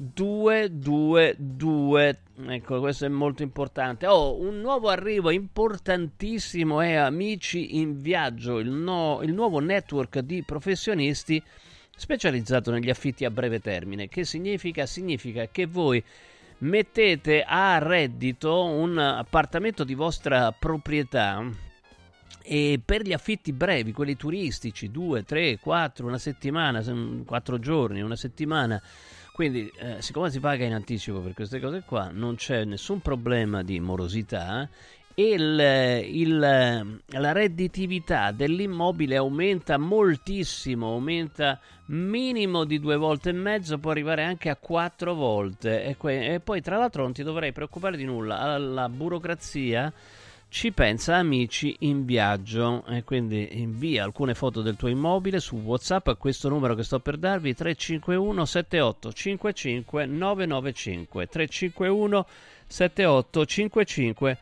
222. Ecco, questo è molto importante. Un nuovo arrivo importantissimo è Amici in Viaggio, il nuovo network di professionisti specializzato negli affitti a breve termine. Che significa? Significa che voi mettete a reddito un appartamento di vostra proprietà, e per gli affitti brevi, quelli turistici, 2, 3, 4, una settimana, 4 giorni, una settimana, quindi siccome si paga in anticipo per queste cose qua, non c'è nessun problema di morosità, e la redditività dell'immobile aumenta moltissimo, aumenta minimo di 2 volte e mezzo, può arrivare anche a 4 volte, e poi tra l'altro non ti dovrai preoccupare di nulla, alla burocrazia ci pensa Amici in Viaggio, e quindi invia alcune foto del tuo immobile su WhatsApp a questo numero che sto per darvi, 351 78 55 995 351 78 55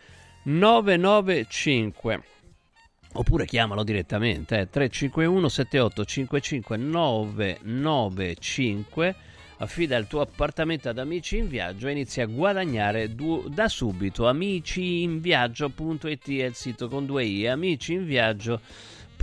995, oppure chiamalo direttamente, 351 78 55 995. Affida il tuo appartamento ad Amici in Viaggio e inizia a guadagnare da subito. Amiciinviaggio.it è il sito con 2 i, amiciinviaggio.it.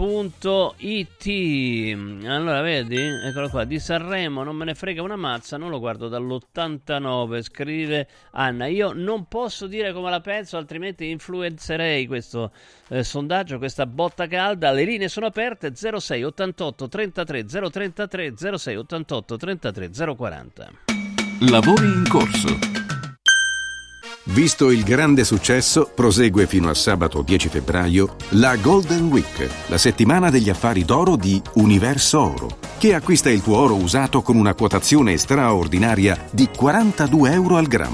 Allora vedi, eccolo qua, di Sanremo non me ne frega una mazza, non lo guardo dall'89, scrive Anna. Io non posso dire come la penso, altrimenti influenzerei questo sondaggio, questa botta calda. Le linee sono aperte, 06 88 33 033 06 88 33 040. Lavori in corso. Visto il grande successo, prosegue fino a sabato 10 febbraio la Golden Week, la settimana degli affari d'oro di Universo Oro, che acquista il tuo oro usato con una quotazione straordinaria di 42 euro al grammo.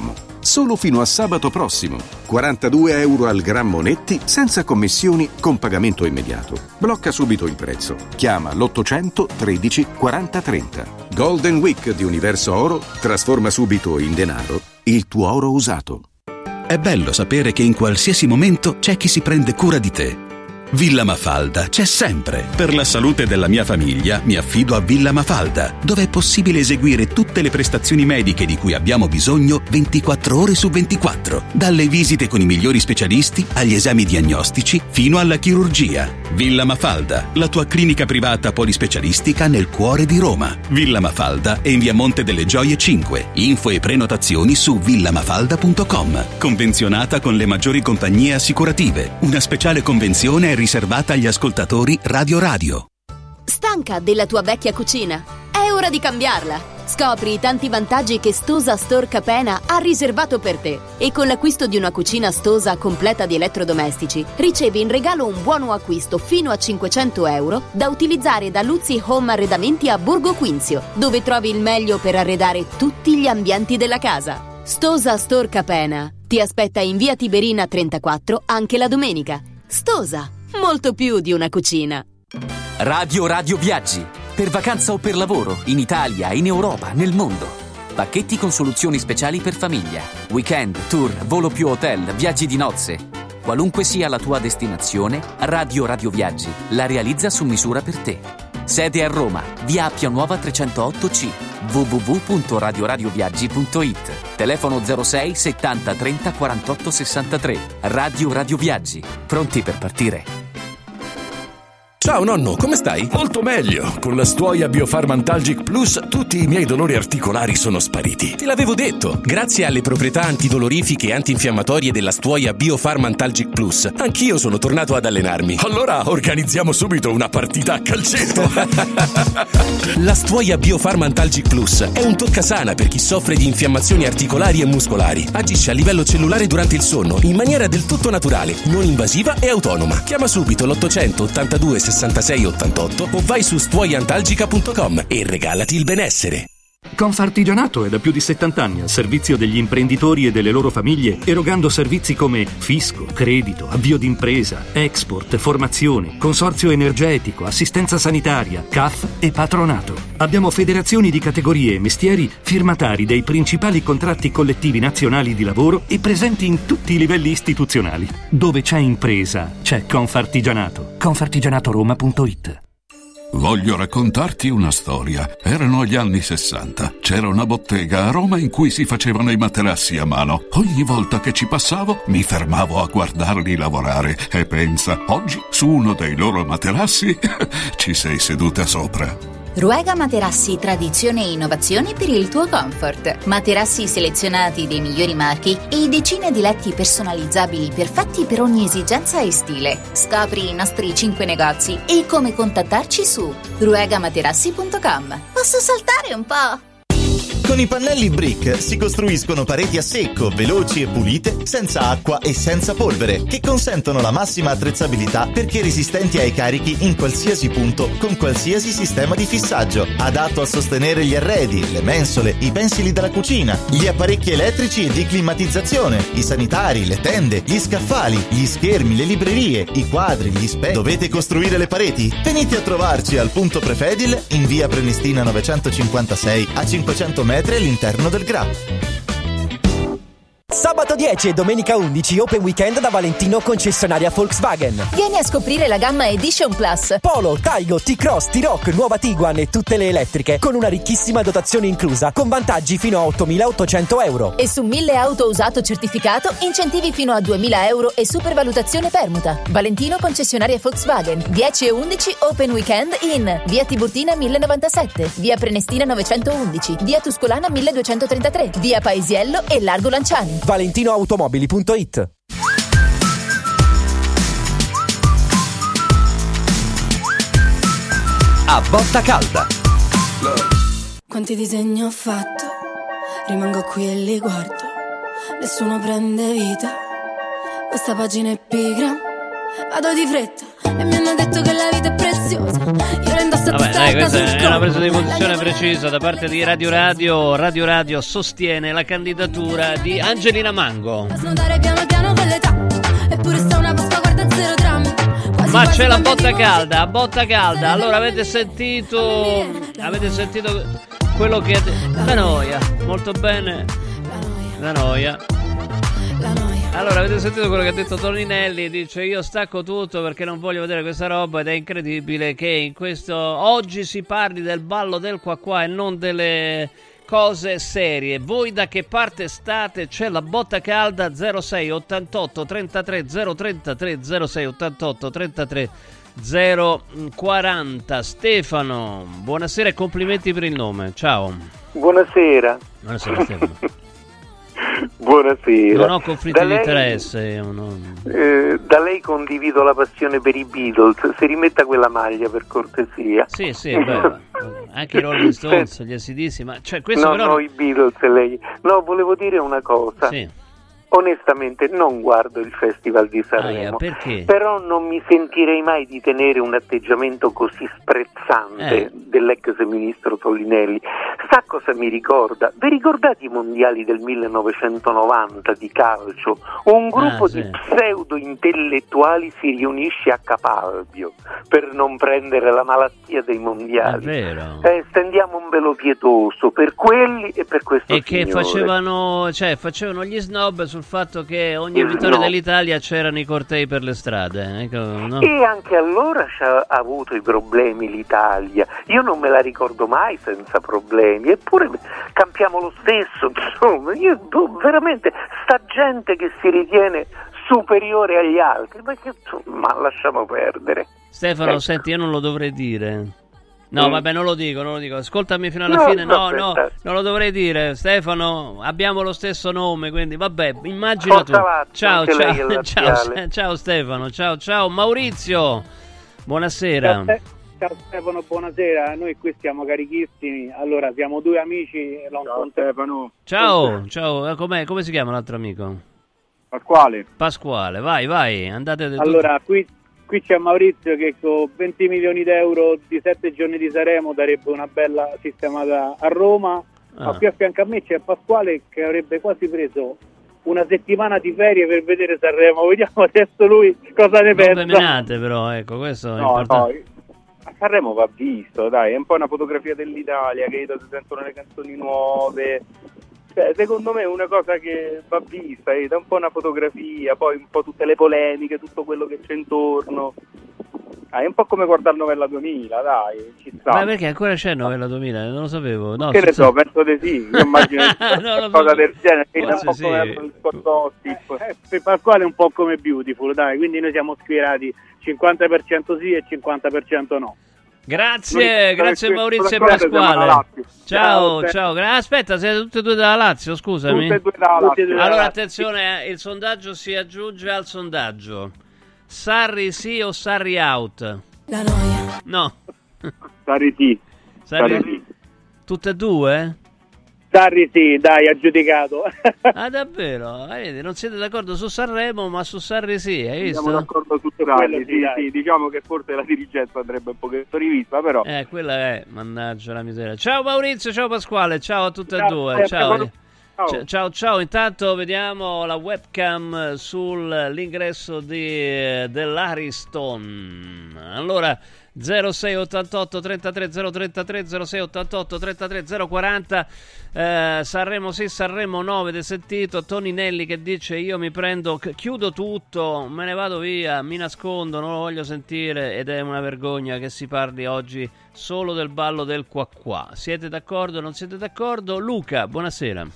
solo fino a sabato prossimo. 42 euro al grammo netti, senza commissioni, con pagamento immediato. Blocca subito il prezzo. Chiama l'800 13 40 30. Golden Week di Universo Oro trasforma subito in denaro il tuo oro usato. È bello sapere che in qualsiasi momento c'è chi si prende cura di te. Villa Mafalda c'è sempre. Per la salute della mia famiglia mi affido a Villa Mafalda, dove è possibile eseguire tutte le prestazioni mediche di cui abbiamo bisogno 24 ore su 24, dalle visite con i migliori specialisti agli esami diagnostici fino alla chirurgia. Villa Mafalda, la tua clinica privata polispecialistica nel cuore di Roma. Villa Mafalda è in via Monte delle Gioie 5. Info e prenotazioni su villamafalda.com. Convenzionata con le maggiori compagnie assicurative. Una speciale convenzione è riservata agli ascoltatori Radio Radio. Stanca della tua vecchia cucina? È ora di cambiarla! Scopri i tanti vantaggi che Stosa Store Capena ha riservato per te. E con l'acquisto di una cucina Stosa completa di elettrodomestici, ricevi in regalo un buono acquisto fino a 500 euro da utilizzare da Luzzi Home Arredamenti a Borgo Quinzio, dove trovi il meglio per arredare tutti gli ambienti della casa. Stosa Store Capena ti aspetta in via Tiberina 34 anche la domenica. Stosa, molto più di una cucina. Radio Viaggi. Per vacanza o per lavoro, in Italia, in Europa, nel mondo. Pacchetti con soluzioni speciali per famiglia. Weekend, tour, volo più hotel, viaggi di nozze. Qualunque sia la tua destinazione, Radio Viaggi la realizza su misura per te. Sede a Roma, via Appia Nuova 308C. www.radioradioviaggi.it. Telefono 06 70 30 48 63. Radio Viaggi. Pronti per partire? Ciao nonno, come stai? Molto meglio. Con la Stuoia Biofarmantalgic Plus tutti i miei dolori articolari sono spariti. Te l'avevo detto. Grazie alle proprietà antidolorifiche e antinfiammatorie della Stuoia Biofarmantalgic Plus, anch'io sono tornato ad allenarmi. Allora organizziamo subito una partita a calcetto. La Stuoia Biofarmantalgic Plus è un toccasana per chi soffre di infiammazioni articolari e muscolari. Agisce a livello cellulare durante il sonno in maniera del tutto naturale, non invasiva e autonoma. Chiama subito l'800 82 66 88 o vai su stuoiantalgica.com e regalati il benessere. Confartigianato è da più di 70 anni al servizio degli imprenditori e delle loro famiglie, erogando servizi come fisco, credito, avvio d'impresa, export, formazione, consorzio energetico, assistenza sanitaria, CAF e patronato. Abbiamo federazioni di categorie e mestieri firmatari dei principali contratti collettivi nazionali di lavoro e presenti in tutti i livelli istituzionali. Dove c'è impresa, c'è Confartigianato. Confartigianatoroma.it. Voglio raccontarti una storia. Erano gli anni 60. C'era una bottega a Roma in cui si facevano i materassi a mano. Ogni volta che ci passavo mi fermavo a guardarli lavorare e pensa, oggi su uno dei loro materassi ci sei seduta sopra. Ruega Materassi, tradizione e innovazione per il tuo comfort. Materassi selezionati dei migliori marchi e decine di letti personalizzabili perfetti per ogni esigenza e stile. Scopri i nostri 5 negozi e come contattarci su ruegamaterassi.com. Posso saltare un po'? Con i pannelli Brick si costruiscono pareti a secco, veloci e pulite, senza acqua e senza polvere, che consentono la massima attrezzabilità perché resistenti ai carichi in qualsiasi punto, con qualsiasi sistema di fissaggio, adatto a sostenere gli arredi, le mensole, i pensili della cucina, gli apparecchi elettrici e di climatizzazione, i sanitari, le tende, gli scaffali, gli schermi, le librerie, i quadri, gli specchi. Dovete costruire le pareti? Venite a trovarci al punto Prefedil in via Prenestina 956 a 500 metri all'interno del GRA. Sabato 10 e domenica 11 Open Weekend da Valentino, concessionaria Volkswagen. Vieni a scoprire la gamma Edition Plus. Polo, Taigo, T-Cross, T-Roc, nuova Tiguan e tutte le elettriche con una ricchissima dotazione inclusa con vantaggi fino a 8.800 euro. E su 1.000 auto usato certificato incentivi fino a 2.000 euro e supervalutazione permuta. Valentino, concessionaria Volkswagen. 10 e 11 Open Weekend in via Tiburtina 1097, via Prenestina 911, via Tuscolana 1233, via Paesiello e Largo Lanciani. ValentinoAutomobili.it. A botta calda. Quanti disegni ho fatto, rimango qui e li guardo, nessuno prende vita, questa pagina è pigra, vado di fretta e mi hanno detto che la vita è preziosa, io la indosso Vabbè, dai, questa è una presa di posizione precisa da parte di Radio Radio. Radio Radio sostiene la candidatura di Angelina Mango. Ma c'è la botta calda, Allora avete sentito quello che la noia, molto bene. La noia. Allora, avete sentito quello che ha detto Toninelli? Dice: io stacco tutto perché non voglio vedere questa roba, ed è incredibile che in questo oggi si parli del ballo del qua qua e non delle cose serie. Voi da che parte state? C'è la botta calda. 06 88 33 033 06 88 33 040. Stefano, buonasera e complimenti per il nome. Ciao. Buonasera. Buonasera Stefano. Buonasera. Non ho conflitti di interesse. Da lei condivido la passione per i Beatles. Si rimetta quella maglia, per cortesia. Sì, beh, anche i Rolling Stones, gli AC/DC, ma cioè questo però... No, i Beatles lei. No, volevo dire una cosa. Sì. Onestamente non guardo il Festival di Sanremo, perché? Però non mi sentirei mai di tenere un atteggiamento così sprezzante dell'ex ministro Toninelli. Sa cosa mi ricorda? Vi ricordate i mondiali del 1990 di calcio? Un gruppo di pseudo intellettuali si riunisce a Capalbio per non prendere la malattia dei mondiali. È vero. Stendiamo un velo pietoso per quelli e per questo e signore. Che facevano gli snob sul fatto che ogni vittoria dell'Italia c'erano i cortei per le strade, ecco, no? E anche allora ha avuto i problemi l'Italia. Io non me la ricordo mai senza problemi, eppure campiamo lo stesso. Insomma, veramente sta gente che si ritiene superiore agli altri, ma lasciamo perdere. Stefano, senti, io non lo dovrei dire. No, vabbè, non lo dico. Ascoltami fino alla fine. No, non lo dovrei dire. Stefano, abbiamo lo stesso nome, quindi vabbè, immagina tu. Ciao Stefano, ciao Maurizio. Buonasera. Ciao Stefano, buonasera. Noi qui stiamo carichissimi. Allora, siamo due amici. Ciao Stefano. Ciao. Come si chiama l'altro amico? Pasquale, vai. Andate. Allora, qui c'è Maurizio che con 20 milioni d'euro di 7 giorni di Sanremo darebbe una bella sistemata a Roma. Ma qui a fianco a me c'è Pasquale che avrebbe quasi preso una settimana di ferie per vedere Sanremo. Vediamo adesso lui cosa ne pensa. Non menate però, ecco, questo è importante. A Sanremo va visto, dai, è un po' una fotografia dell'Italia, che si sentono le canzoni nuove. Secondo me è una cosa che va vista, è un po' una fotografia, poi un po' tutte le polemiche, tutto quello che c'è intorno. È un po' come guardare Novella 2000, dai, ci sta. Ma perché ancora c'è Novella 2000? Non lo sapevo. No, che ne so, penso di sì. Io immagino una cosa del genere, è un po' come il Scordotti. Per Pasquale è un po' come Beautiful, dai, quindi noi siamo schierati 50% sì e 50% no. Grazie Maurizio e Pasquale. Ciao. Aspetta, siete tutti e due dalla Lazio, scusami. Tutti e due dalla Lazio. Allora attenzione, il sondaggio si aggiunge al sondaggio. Sarri sì o Sarri out? La noia. No. Sarri sì. Tutte e due? Sarri sì, dai, aggiudicato. Ah, davvero? Vedi, non siete d'accordo su Sanremo, ma su Sarri sì, hai visto? Siamo d'accordo su Sarri, sì, diciamo che forse la dirigenza andrebbe un pochetto rivista, però... quella è, mannaggia la miseria. Ciao Maurizio, ciao Pasquale, ciao a tutte e due, ciao. Intanto vediamo la webcam sull'ingresso dell'Ariston. Allora 0688 33 033 0688 33 040. Sanremo sì, Sanremo no. Avete sentito Toninelli che dice: io mi prendo, chiudo tutto, me ne vado via, mi nascondo, non lo voglio sentire. Ed è una vergogna che si parli oggi solo del ballo del qua qua. Siete d'accordo o non siete d'accordo? Luca, buonasera.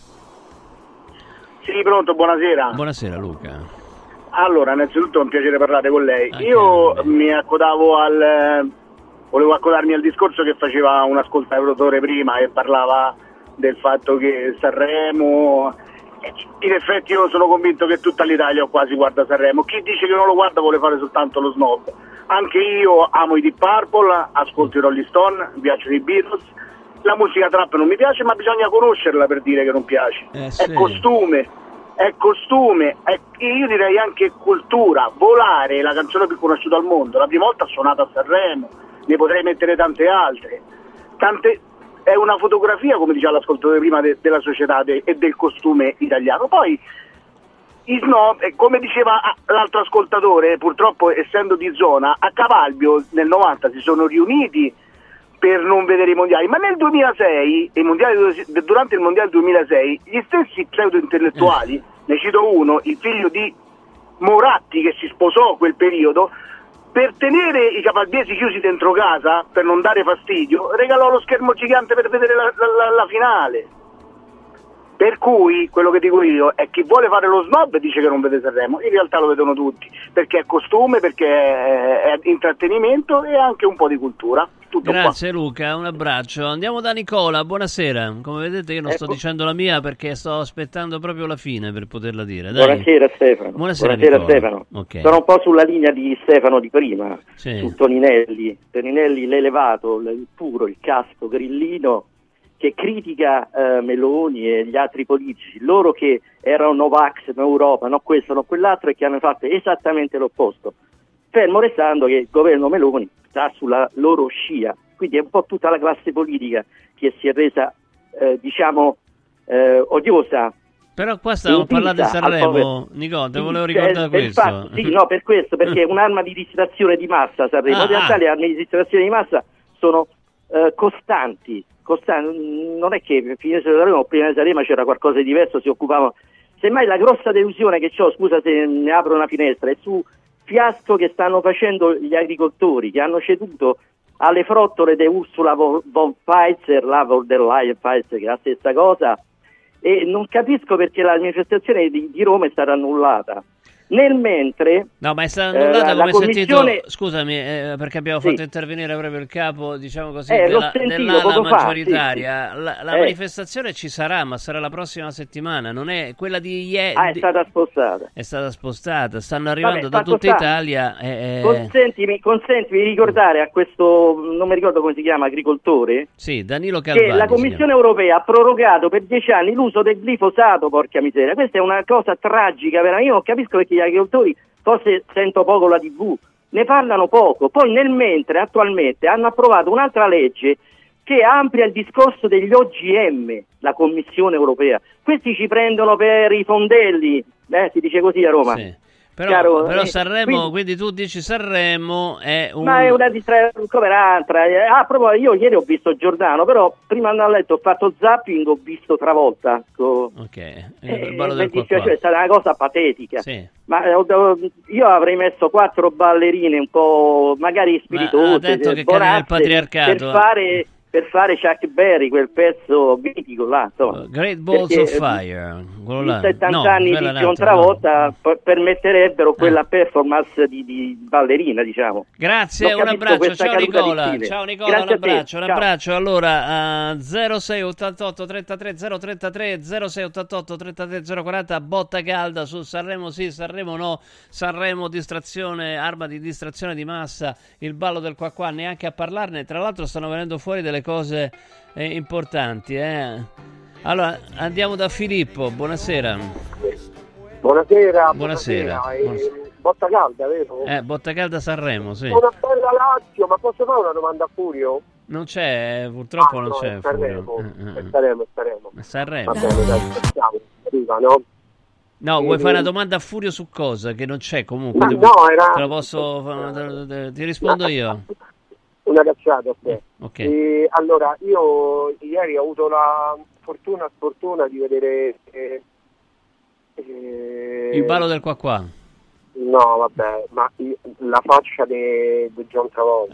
Sì, pronto, buonasera. Buonasera Luca. Allora, innanzitutto è un piacere parlare con lei. Io mi accodavo volevo accodarmi al discorso che faceva un ascoltatore prima e parlava del fatto che Sanremo, in effetti io sono convinto che tutta l'Italia o quasi guarda Sanremo. Chi dice che non lo guarda vuole fare soltanto lo snob. Anche io amo i Deep Purple, ascolto i Rolling Stone, mi piacciono i Beatles. La musica trap non mi piace, ma bisogna conoscerla per dire che non piace. Sì. È costume, io direi anche cultura. Volare è la canzone più conosciuta al mondo, la prima volta ha suonato a Sanremo ne potrei mettere tante altre. È una fotografia, come diceva l'ascoltatore prima, della società e del costume italiano. Poi i snob, come diceva l'altro ascoltatore, purtroppo essendo di zona, a Cavalbio nel 90 si sono riuniti per non vedere i mondiali, ma nel 2006, durante il mondiale 2006, gli stessi pseudo-intellettuali, ne cito uno, il figlio di Moratti che si sposò quel periodo, per tenere i cavalbiesi chiusi dentro casa, per non dare fastidio, regalò lo schermo gigante per vedere la finale. Per cui quello che dico io è chi vuole fare lo snob dice che non vede Sanremo, in realtà lo vedono tutti, perché è costume, perché è intrattenimento e anche un po' di cultura. Tutto Grazie qua. Luca, un abbraccio. Andiamo da Nicola, buonasera. Come vedete io non sto dicendo la mia perché sto aspettando proprio la fine per poterla dire. Dai. Buonasera Stefano. Buonasera Stefano. Okay. Sono un po' sulla linea di Stefano di prima, sì. Su Toninelli, l'elevato, il puro, il casto grillino che critica Meloni e gli altri politici, loro che erano Novax, no Europa, no questo, no quell'altro, e che hanno fatto esattamente l'opposto. Fermo restando che il governo Meloni sta sulla loro scia, quindi è un po' tutta la classe politica che si è resa, odiosa. Però qua stavamo parlando di Sanremo, Nicola, te volevo ricordare questo. Infatti, sì, no, per questo, perché è un'arma di distrazione di massa Sanremo. In realtà le armi di distrazione di massa sono costanti. Non è che fine di Sanremo o prima di Sanremo c'era qualcosa di diverso, si occupavano. Semmai la grossa delusione che ho, scusa se ne apro una finestra, è su fiasco che stanno facendo gli agricoltori, che hanno ceduto alle frottole di Ursula von Pfizer, la von der Leyen Pfizer, che è la stessa cosa, e non capisco perché la manifestazione di Roma è stata annullata. Nel mentre no, ma è stata annullata come commissione... sentito, scusami, perché abbiamo fatto intervenire proprio il capo, diciamo così, dell'ala maggioritaria. Sì. La manifestazione ci sarà, ma sarà la prossima settimana, non è quella di ieri. È stata spostata. È stata spostata, stanno arrivando da tutta Italia. Consentimi di ricordare a questo, non mi ricordo come si chiama, agricoltore. Sì, Danilo Calvani. Che la Commissione Europea ha prorogato per 10 anni l'uso del glifosato, porca miseria. Questa è una cosa tragica, veramente. Io non capisco perché gli agricoltori, forse sento poco la TV, ne parlano poco. Poi nel mentre attualmente hanno approvato un'altra legge che amplia il discorso degli OGM, la Commissione Europea. Questi ci prendono per i fondelli, si dice così a Roma. Sì. Però Sanremo, quindi tu dici Sanremo è un... Ma è una distrazione come l'altra. Proprio io ieri ho visto Giordano, però prima andando a letto ho fatto zapping, ho visto Travolta. Ok, il ballo del cioè, è stata una cosa patetica. Sì. Ma io avrei messo 4 ballerine un po' magari spiritose, ha detto che cade nel patriarcato per fare Chuck Berry, quel pezzo mitico là, Great Balls of Fire, quello là. 70 anni di John Travolta permetterebbero quella performance di ballerina, diciamo. Grazie, un abbraccio, ciao Nicola, un abbraccio. Allora 0688 33 033 0688 33 040, botta calda su Sanremo sì, Sanremo no, Sanremo distrazione, arma di distrazione di massa, il ballo del qua qua, neanche a parlarne. Tra l'altro stanno venendo fuori delle cose importanti. Allora andiamo da Filippo, buonasera. Buonasera. Botta calda, vero? Botta calda Sanremo, sì. Una bella Lazio, ma posso fare una domanda a Furio? Non c'è, purtroppo non c'è. Staremo. Sanremo. Va bene, dai, arriva, no? No, vuoi fare una domanda a Furio su cosa? Che non c'è comunque. Te la posso. Ti rispondo io. Una cacciata, ok. Allora, io ieri ho avuto la sfortuna di vedere il ballo del qua qua. No, vabbè, ma la faccia di John Travolta.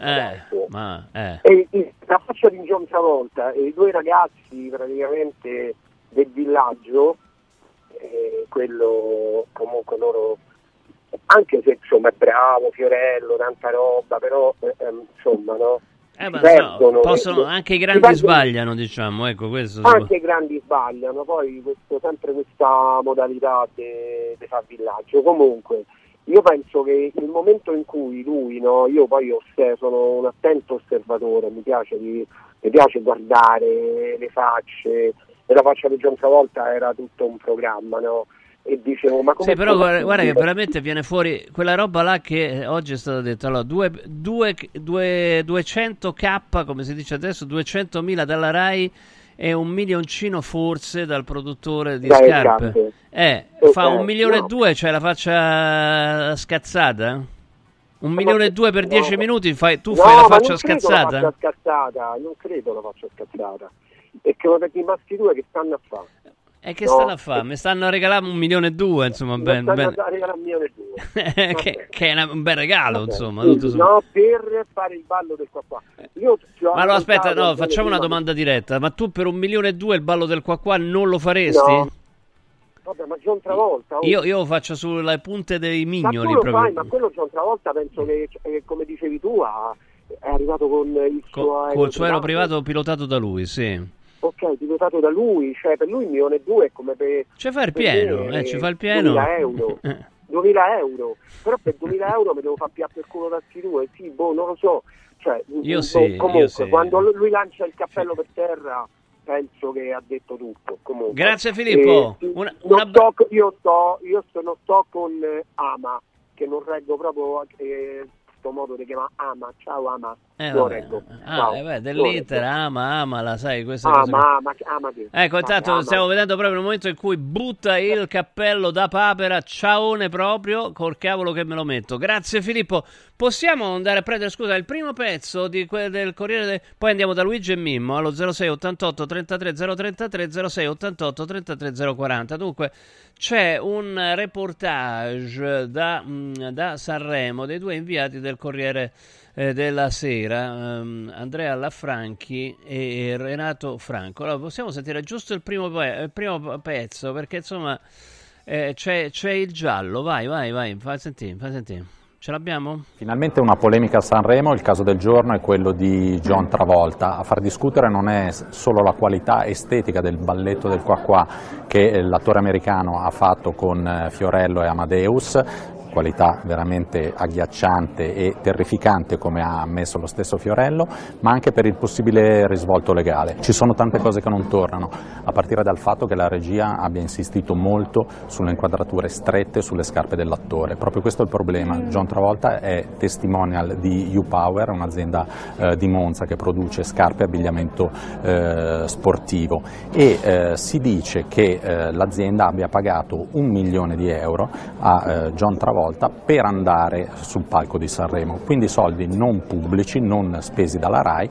La faccia di John Travolta e i 2 ragazzi praticamente del villaggio, quello comunque loro, anche se insomma è bravo, Fiorello, tanta roba, però insomma no. Possono, anche i grandi sbagliano, diciamo, ecco questo. Anche i grandi sbagliano, poi sempre questa modalità di far villaggio. Comunque io penso che il momento in cui lui, no, io poi sono un attento osservatore, mi piace guardare le facce, e la faccia di John Travolta era tutto un programma, no? e dicevo ma come... Sì, però guarda che veramente viene fuori quella roba là che oggi è stata detta. Allora, 200k, come si dice adesso, 200.000 dalla Rai e 1 milioncino forse dal produttore di scarpe. Fa 1,2 milioni, cioè la faccia scazzata? 1,2 milioni per 10 minuti fai la faccia scazzata? Non credo la faccia scazzata. E che i maschi due che stanno a fare? E che stanno a fare? Mi stanno a regalare 1,2 milioni, insomma. Stanno a regalare 1,2 milioni. che è un bel regalo, insomma. No, per fare il ballo del qua. Ma allora aspetta, no, facciamo una domanda diretta. Ma tu per 1,2 milioni il ballo del qua non lo faresti? No. Vabbè, ma John Travolta... Io lo faccio sulle punte dei mignoli. Ma tu lo fai, ma quello John Travolta penso che, come dicevi tu, è arrivato con il suo aereo col suo aereo privato pilotato da lui, sì. Ok, pilotato da lui, cioè per lui 1,2 milioni è come per... Ci fa il pieno, ci fa il pieno. 2.000 euro. 2.000 euro. Però per 2.000 euro mi devo far più per culo da sti due, sì, non lo so. Cioè, comunque, quando lui lancia il cappello per terra... penso che ha detto tutto. Comunque. Grazie Filippo. Io non sto con Ama, che non reggo proprio questo modo di chiamare Ama. Ciao Ama. Lo reggo. Dell'Inter, Ama, la sai questa cosa. Ecco, intanto stiamo vedendo proprio il momento in cui butta il cappello da papera, ciaone proprio, col cavolo che me lo metto. Grazie Filippo. Possiamo andare a prendere, scusa, il primo pezzo del Corriere poi andiamo da Luigi e Mimmo allo 06 88 33 033 06 88 33 040. Dunque c'è un reportage da Sanremo dei due inviati del Corriere della Sera, Andrea Lafranchi e Renato Franco. Allora possiamo sentire giusto il primo pezzo, perché insomma c'è il giallo. Vai, fai sentire. Ce l'abbiamo? Finalmente una polemica a Sanremo, il caso del giorno è quello di John Travolta. A far discutere non è solo la qualità estetica del balletto del qua che l'attore americano ha fatto con Fiorello e Amadeus, qualità veramente agghiacciante e terrificante come ha ammesso lo stesso Fiorello, ma anche per il possibile risvolto legale. Ci sono tante cose che non tornano, a partire dal fatto che la regia abbia insistito molto sulle inquadrature strette sulle scarpe dell'attore. Proprio questo è il problema. John Travolta è testimonial di U-Power, un'azienda di Monza che produce scarpe e abbigliamento sportivo, e si dice che l'azienda abbia pagato 1 milione di euro a John Travolta per andare sul palco di Sanremo, quindi soldi non pubblici, non spesi dalla Rai,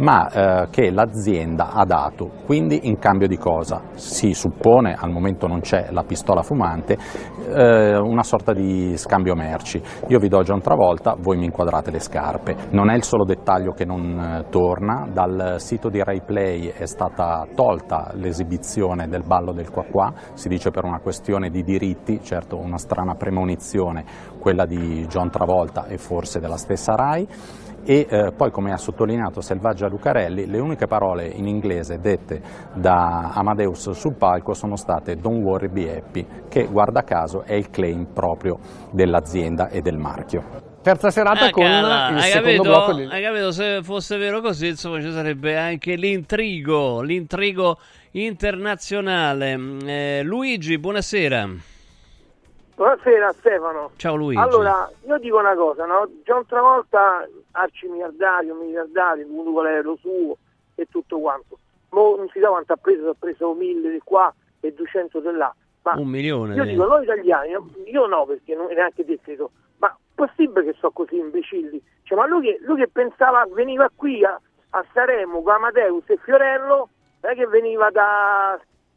ma che l'azienda ha dato. Quindi in cambio di cosa? Si suppone, al momento non c'è la pistola fumante, una sorta di scambio merci. Io vi do John Travolta, voi mi inquadrate le scarpe. Non è il solo dettaglio che non torna, dal sito di Rai Play è stata tolta l'esibizione del ballo del qua, si dice per una questione di diritti, certo una strana premonizione quella di John Travolta e forse della stessa Rai. E poi, come ha sottolineato Selvaggia Lucarelli, le uniche parole in inglese dette da Amadeus sul palco sono state "Don't worry, be happy", che guarda caso è il claim proprio dell'azienda e del marchio. Terza serata con il secondo blocco di... Hai capito? Se fosse vero così, insomma, ci sarebbe anche l'intrigo internazionale. Luigi, buonasera. Buonasera Stefano. Ciao Luigi. Allora, io dico una cosa, no? John Travolta, arcimiliardario, uno l'aereo suo e tutto quanto. Non si sa quanto ha preso 1.000 di qua e 200 di là. Ma 1 milione. Io dico, noi italiani, io no, perché non è neanche detto, ma possibile che sono così imbecilli? Cioè, ma lui che pensava, veniva qui a Sanremo con Amadeus e Fiorello, non è che veniva da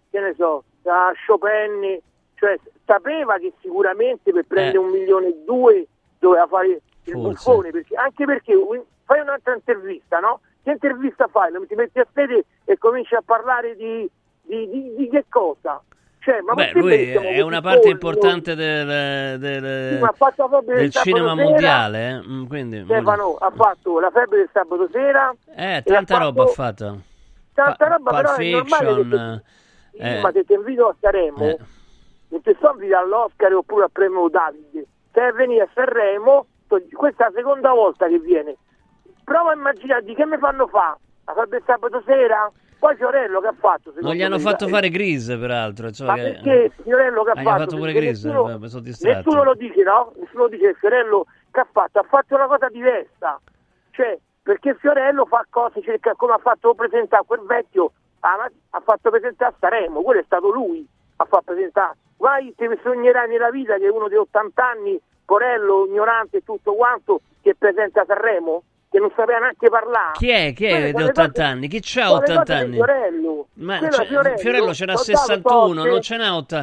Chopin, cioè sapeva che sicuramente per prendere 1,2 milioni doveva fare il buffone, anche perché fai un'altra intervista, no? Che intervista fai? Non ti metti a sedere e cominci a parlare di che cosa? Cioè, ma lui è una parte importante del cinema mondiale, quindi Stefano ha fatto la febbre del sabato sera, tanta roba ha fatto, tanta roba, però è normale che ma se ti invito a Sanremo non ti sto invitando all'Oscar oppure al premio Davide, se venire a Sanremo, questa è la seconda volta che viene, prova a immaginare di che mi fanno fare a fare il sabato sera, Poi Fiorello che ha fatto? Non gli hanno fatto fare Grise, peraltro. Ma perché Fiorello che ha fatto pure Grise? Nessuno lo dice, no? Nessuno dice Fiorello che ha fatto? Ha fatto una cosa diversa. Cioè, perché Fiorello fa cose, come ha fatto presentare quel vecchio, ha fatto presentare a Sanremo, quello è stato lui, a far presentare. Mai te sognerai nella vita che uno di 80 anni, Porello, ignorante e tutto quanto, che presenta a Sanremo? Che non sapeva neanche parlare. Chi è di 80 anni? Chi c'ha 80 anni? Fiorello. Ma Fiorello ce n'ha 61, non ce n'ha 80.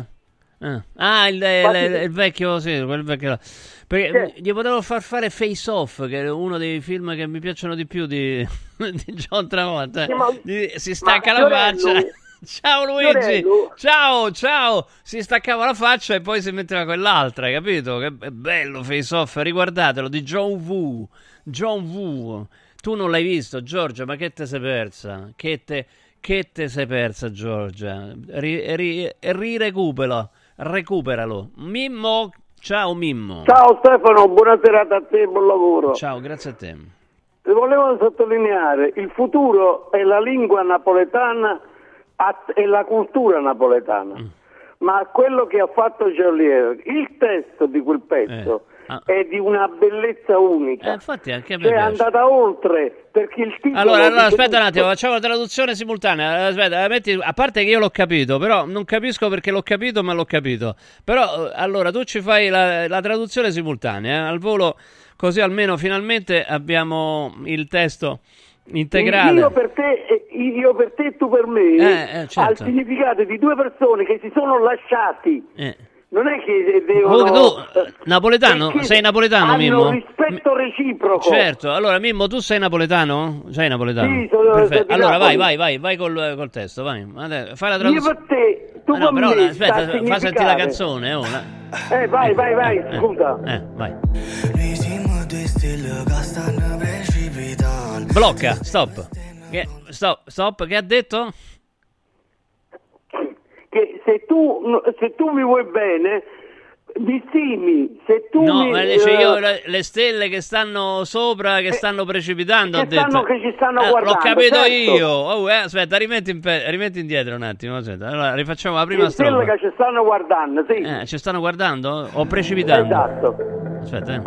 Il vecchio, sì, quel vecchio là. Perché gli potevo far fare Face Off, che è uno dei film che mi piacciono di più di John Travolta. Si stacca la faccia. Ciao Luigi, ciao, si staccava la faccia e poi si metteva quell'altra, capito? Che bello Face Off, riguardatelo, di John Woo. Tu non l'hai visto, Giorgia, ma che te sei persa? Che te sei persa, Giorgia? Recuperalo. Mimmo, ciao Mimmo. Ciao Stefano, buona serata a te, buon lavoro. Ciao, grazie a te. Ti volevo sottolineare, il futuro è la lingua napoletana e la cultura napoletana, ma quello che ha fatto Geolier, il testo di quel pezzo è di una bellezza unica, infatti anche a me è andata oltre, perché il titolo... Allora aspetta un attimo, facciamo la traduzione simultanea. Aspetta, a parte che io l'ho capito, però non capisco perché l'ho capito, ma l'ho capito. Però allora tu ci fai la traduzione simultanea al volo, così almeno finalmente abbiamo il testo integrale. Io per te, tu per me, certo. Ha il significato di due persone che si sono lasciati. Non è che devono... Tu, napoletano? Sei napoletano, hanno Mimmo? Rispetto reciproco. Certo, allora Mimmo, tu sei napoletano? Sei napoletano? Sì, sono allora vai col testo, vai. Fai la traduzione. Io per te, tu per però, me, aspetta, fa sentire la canzone. Vai, scusa. Vai. Blocca, stop, che ha detto? Che se tu mi vuoi bene, mi stimi, se tu io le stelle che stanno sopra, che stanno precipitando, ho detto. Che ci stanno guardando. L'ho capito, certo. io. Aspetta, rimetti indietro un attimo. Aspetta. Allora, rifacciamo la prima strofa. Le stelle che ci stanno guardando, sì. Ci stanno guardando? O precipitando? Esatto. Aspetta,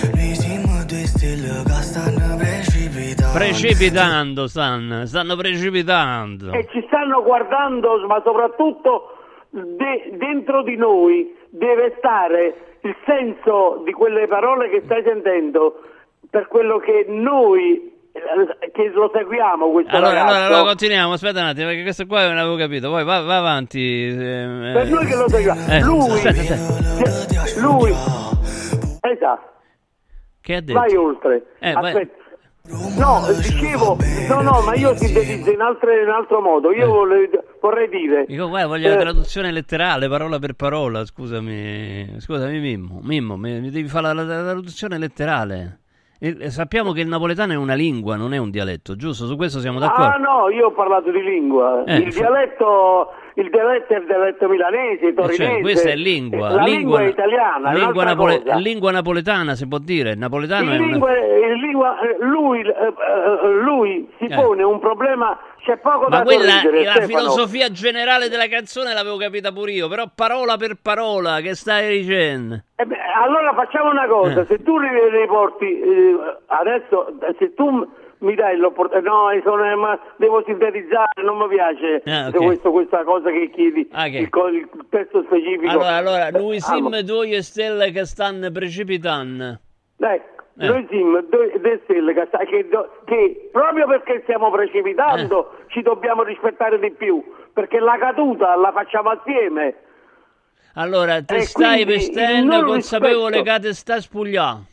Precipitando, stanno precipitando. E ci stanno guardando, ma soprattutto dentro di noi deve stare il senso di quelle parole che stai sentendo, per quello che noi che lo seguiamo questo ragazzo. Allora continuiamo, aspetta un attimo, perché questo qua non l'avevo capito. Poi va avanti. Per noi che lo seguiamo. Lui. Esatto. Che ha detto? Vai oltre. Aspetta. No, dicevo, ma io sintetizzo in altro modo. Io vorrei dire. Dico, voglio la traduzione letterale, parola per parola. Scusami, Mimmo, mi devi fare la traduzione letterale. Sappiamo che il napoletano è una lingua, non è un dialetto, giusto? Su questo siamo d'accordo? No, io ho parlato di lingua. Il dialetto è il dialetto milanese, torinese. Questa è lingua. La lingua è italiana. Lingua napoletana, si può dire. Il napoletano lui si pone un problema. C'è poco da correggere. Ma la filosofia generale della canzone l'avevo capita pure io, però parola per parola, che stai dicendo? Allora facciamo una cosa, se tu riporti adesso, se tu mi dai l'opportunità, ma devo sintetizzare, non mi piace questa cosa che chiedi, il testo specifico. Allora, noi siamo due stelle che stanno precipitando. Noi siamo due stelle che proprio perché stiamo precipitando ci dobbiamo rispettare di più, perché la caduta la facciamo assieme. Allora, ti stai vestendo consapevole che ti sta spugliando.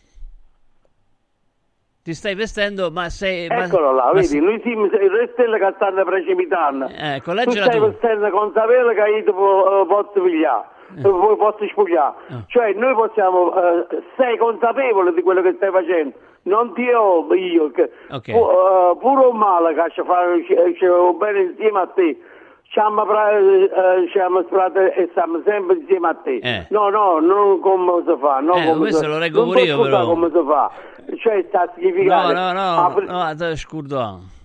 Ti stai vestendo, ma sei... Eccolo là, vedi, noi siamo le stelle che stanno precipitando. Tu stai vestendo consapevole che io ti posso pigliare. Posso spugliare, cioè noi possiamo, sei consapevole di quello che stai facendo, non ti io che pure un male che ci bene insieme a te, siamo stati e stiamo sempre insieme a te. No, non come si fa, questo lo reggo pure io, però come si fa, cioè sta a significare no, scurdo.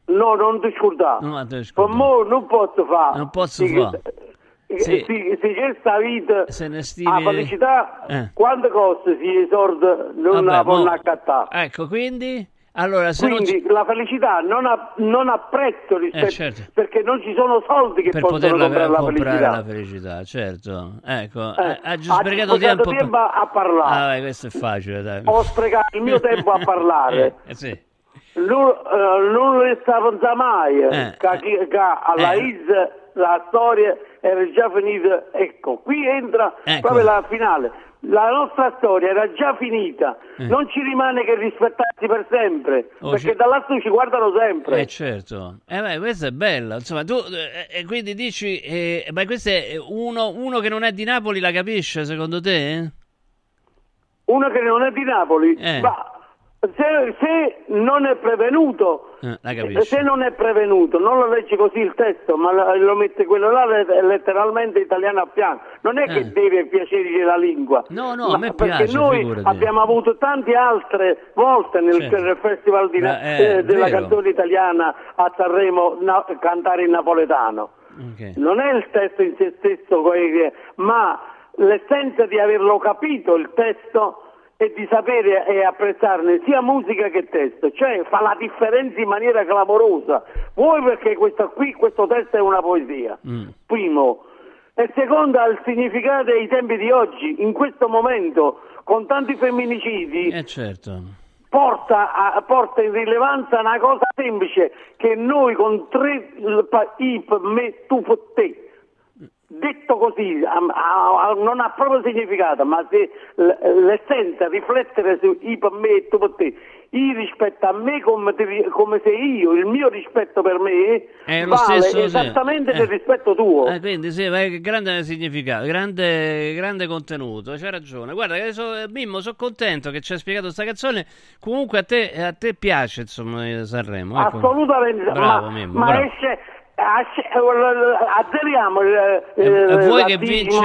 No, non ti scordare. Per me non posso fare. Non posso fare. Se c'è sta vita, la felicità, quante cose si esorda non la possono accattare. Ecco, quindi... Allora, quindi la felicità non ha prezzo rispetto, perché non ci sono soldi che per possono comprare la felicità, certo. Ecco, ha già sprecato tempo a parlare. Questo è facile, dai. Ho sprecato il mio tempo a parlare. Sì. Non le sta pensando mai che alla IS la storia era già finita. Ecco, qui entra proprio la finale. La nostra storia era già finita, non ci rimane che rispettarsi per sempre, perché dall'alto ci guardano sempre. Certo, questa è bella, insomma, tu quindi dici, ma questo è uno che non è di Napoli, la capisce secondo te? Uno che non è di Napoli? Ma se non è prevenuto, se non è prevenuto, non lo leggi così il testo, ma lo mette quello là letteralmente italiano a fianco. Non è che deve piacergli la lingua. No, a me piace. Perché noi abbiamo avuto tante altre volte nel festival della canzone italiana a Sanremo cantare in napoletano. Non è il testo in se stesso, ma l'essenza di averlo capito il testo e di sapere e apprezzarne sia musica che testo, cioè fa la differenza in maniera clamorosa. Vuoi perché questo testo è una poesia, primo, e secondo ha il significato ai tempi di oggi, in questo momento, con tanti femminicidi, porta in rilevanza una cosa semplice, che noi con 3 ip, me, tu, te, detto così non ha proprio significato, ma se l'essenza riflettere su i per me e tu per te, io rispetto a me come se il mio rispetto per me vale stesso, esattamente del rispetto tuo. Quindi grande significato, grande contenuto, c'hai ragione. Guarda, Mimmo, sono contento che ci hai spiegato questa canzone. Comunque a te piace, insomma, Sanremo. Ecco. Assolutamente. Bravo, Mimmo, ma bravo. Esce azzeriamo vuoi che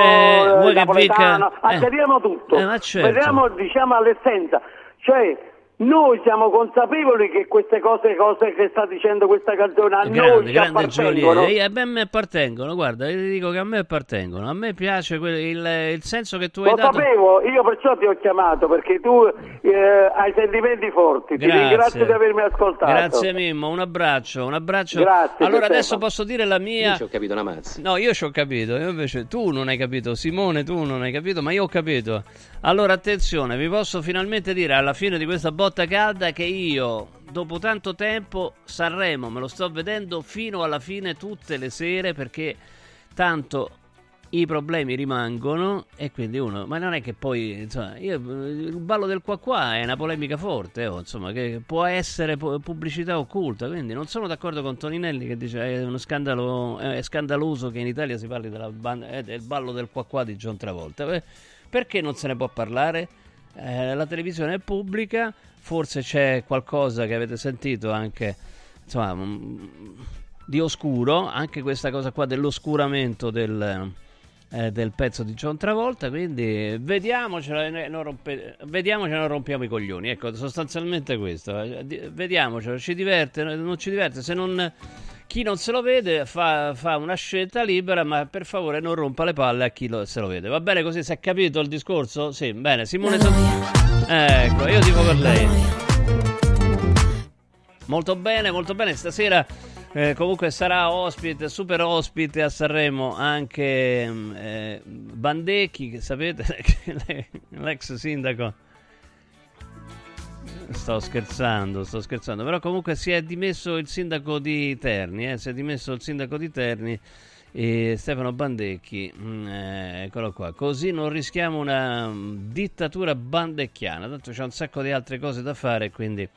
vinca azzeriamo tutto, certo. Vediamo, diciamo, all'essenza, cioè noi siamo consapevoli che queste cose che sta dicendo questa canzone a noi ci appartengono. A me appartengono, guarda, io ti dico che a me appartengono, a me piace il senso che tu hai dato. Lo sapevo, io perciò ti ho chiamato, perché tu hai sentimenti forti. Ti ringrazio di avermi ascoltato. Grazie Mimmo, un abbraccio. Grazie. Allora adesso posso dire la mia. Io ci ho capito una mazza. No, io ci ho capito, invece tu non hai capito, Simone, tu non hai capito, ma io ho capito. Allora attenzione, vi posso finalmente dire alla fine di questa botta calda che io, dopo tanto tempo, Sanremo me lo sto vedendo fino alla fine tutte le sere, perché tanto i problemi rimangono e quindi ma non è che poi, insomma, il ballo del qua è una polemica forte, insomma, che può essere pubblicità occulta, quindi non sono d'accordo con Toninelli che dice è uno scandalo, è scandaloso che in Italia si parli del ballo del qua di John Travolta. Perché non se ne può parlare? La televisione è pubblica, forse c'è qualcosa che avete sentito anche, insomma, di oscuro, anche questa cosa qua dell'oscuramento del pezzo di John Travolta, quindi vediamocelo, non rompiamo i coglioni, ecco, sostanzialmente questo, vediamocelo, ci diverte, non ci diverte, se non... Chi non se lo vede fa una scelta libera, ma per favore non rompa le palle a chi se lo vede. Va bene così? Si è capito il discorso? Sì, bene. Simone ecco, io dico per lei. Molto bene. Stasera comunque sarà super ospite a Sanremo anche Bandecchi, che sapete, l'ex sindaco. Sto scherzando, però comunque si è dimesso il sindaco di Terni, Stefano Bandecchi, eccolo qua, così non rischiamo una dittatura bandecchiana, tanto c'è un sacco di altre cose da fare, quindi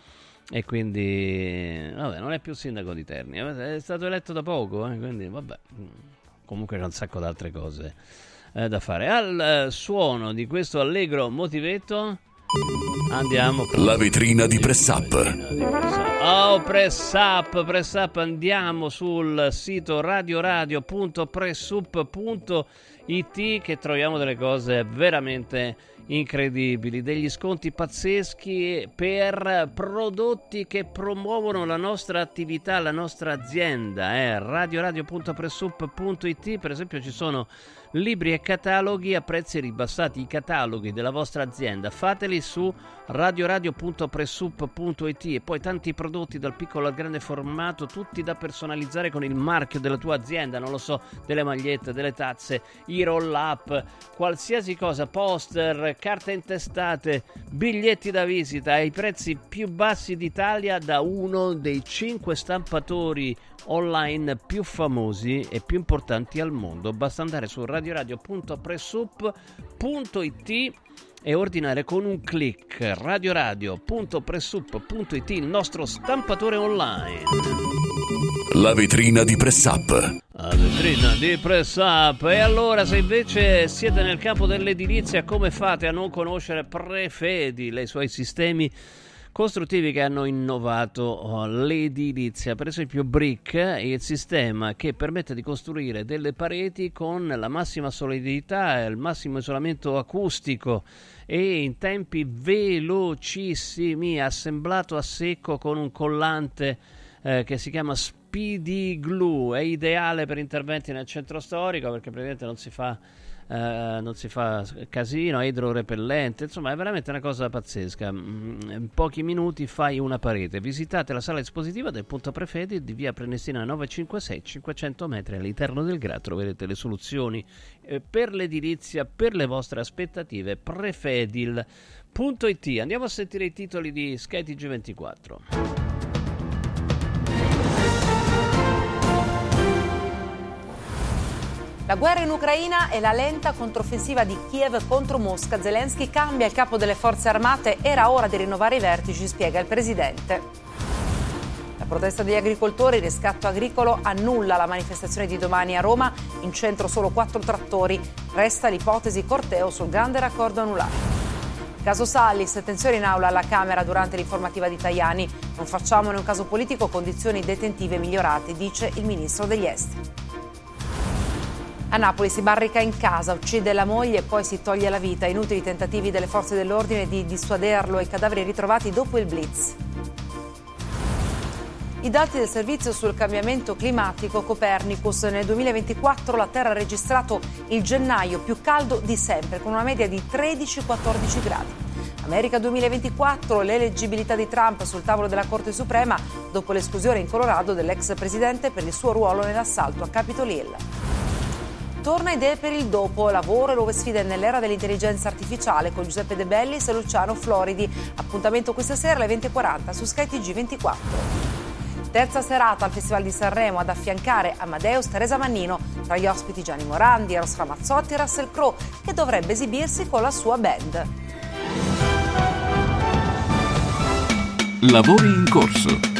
vabbè, non è più sindaco di Terni, è stato eletto da poco, quindi vabbè, comunque c'è un sacco di altre cose da fare. Al suono di questo allegro motivetto andiamo con la vetrina di Press Up. Oh, Press Up, andiamo sul sito radioradio.pressup.it IT, che troviamo delle cose veramente incredibili, degli sconti pazzeschi per prodotti che promuovono la nostra attività, la nostra azienda. radioradio.pressup.it, per esempio ci sono libri e cataloghi a prezzi ribassati, i cataloghi della vostra azienda, fateli su radioradio.pressup.it, e poi tanti prodotti dal piccolo al grande formato, tutti da personalizzare con il marchio della tua azienda, non lo so, delle magliette, delle tazze, i roll up, qualsiasi cosa, poster, carte intestate, biglietti da visita ai prezzi più bassi d'Italia da uno dei 5 stampatori online più famosi e più importanti al mondo. Basta andare su radioradio.pressup.it e ordinare con un click. radioradio.pressup.it, il nostro stampatore online. La vetrina di Pressup. La vetrina di Pressup. E allora, se invece siete nel campo dell'edilizia, come fate a non conoscere Prefedil e i suoi sistemi costruttivi che hanno innovato l'edilizia? Per esempio Brick, il sistema che permette di costruire delle pareti con la massima solidità e il massimo isolamento acustico e in tempi velocissimi, assemblato a secco con un collante che si chiama Speedy Glue. È ideale per interventi nel centro storico, perché praticamente non si fa casino, è idrorepellente, insomma è veramente una cosa pazzesca. In pochi minuti fai una parete. Visitate la sala espositiva del punto Prefedil di via Prenestina 956, 500 metri all'interno del GRA. Troverete le soluzioni per l'edilizia, per le vostre aspettative. Prefedil.it. Andiamo a sentire i titoli di SkyTG24. La guerra in Ucraina e la lenta controffensiva di Kiev contro Mosca. Zelensky cambia il capo delle forze armate, era ora di rinnovare i vertici, spiega il presidente. La protesta degli agricoltori, il riscatto agricolo, annulla la manifestazione di domani a Roma, in centro solo 4 trattori, resta l'ipotesi corteo sul grande raccordo anulare. Caso Sallis, tensione in aula alla Camera durante l'informativa di Tajani, non facciamone un caso politico, condizioni detentive migliorate, dice il ministro degli esteri. A Napoli si barrica in casa, uccide la moglie e poi si toglie la vita. Inutili tentativi delle forze dell'ordine di dissuaderlo, i cadaveri ritrovati dopo il blitz. I dati del servizio sul cambiamento climatico Copernicus. Nel 2024 la Terra ha registrato il gennaio più caldo di sempre, con una media di 13-14 gradi. America 2024, l'eleggibilità di Trump sul tavolo della Corte Suprema dopo l'esclusione in Colorado dell'ex presidente per il suo ruolo nell'assalto a Capitol Hill. Torna idee per il dopo, lavoro e nuove sfide nell'era dell'intelligenza artificiale con Giuseppe De Bellis e Luciano Floridi. Appuntamento questa sera alle 20:40 su SkyTG24. Terza serata al Festival di Sanremo, ad affiancare Amadeus Teresa Mannino, tra gli ospiti Gianni Morandi, Eros Ramazzotti e Russell Crowe, che dovrebbe esibirsi con la sua band. Lavori in corso.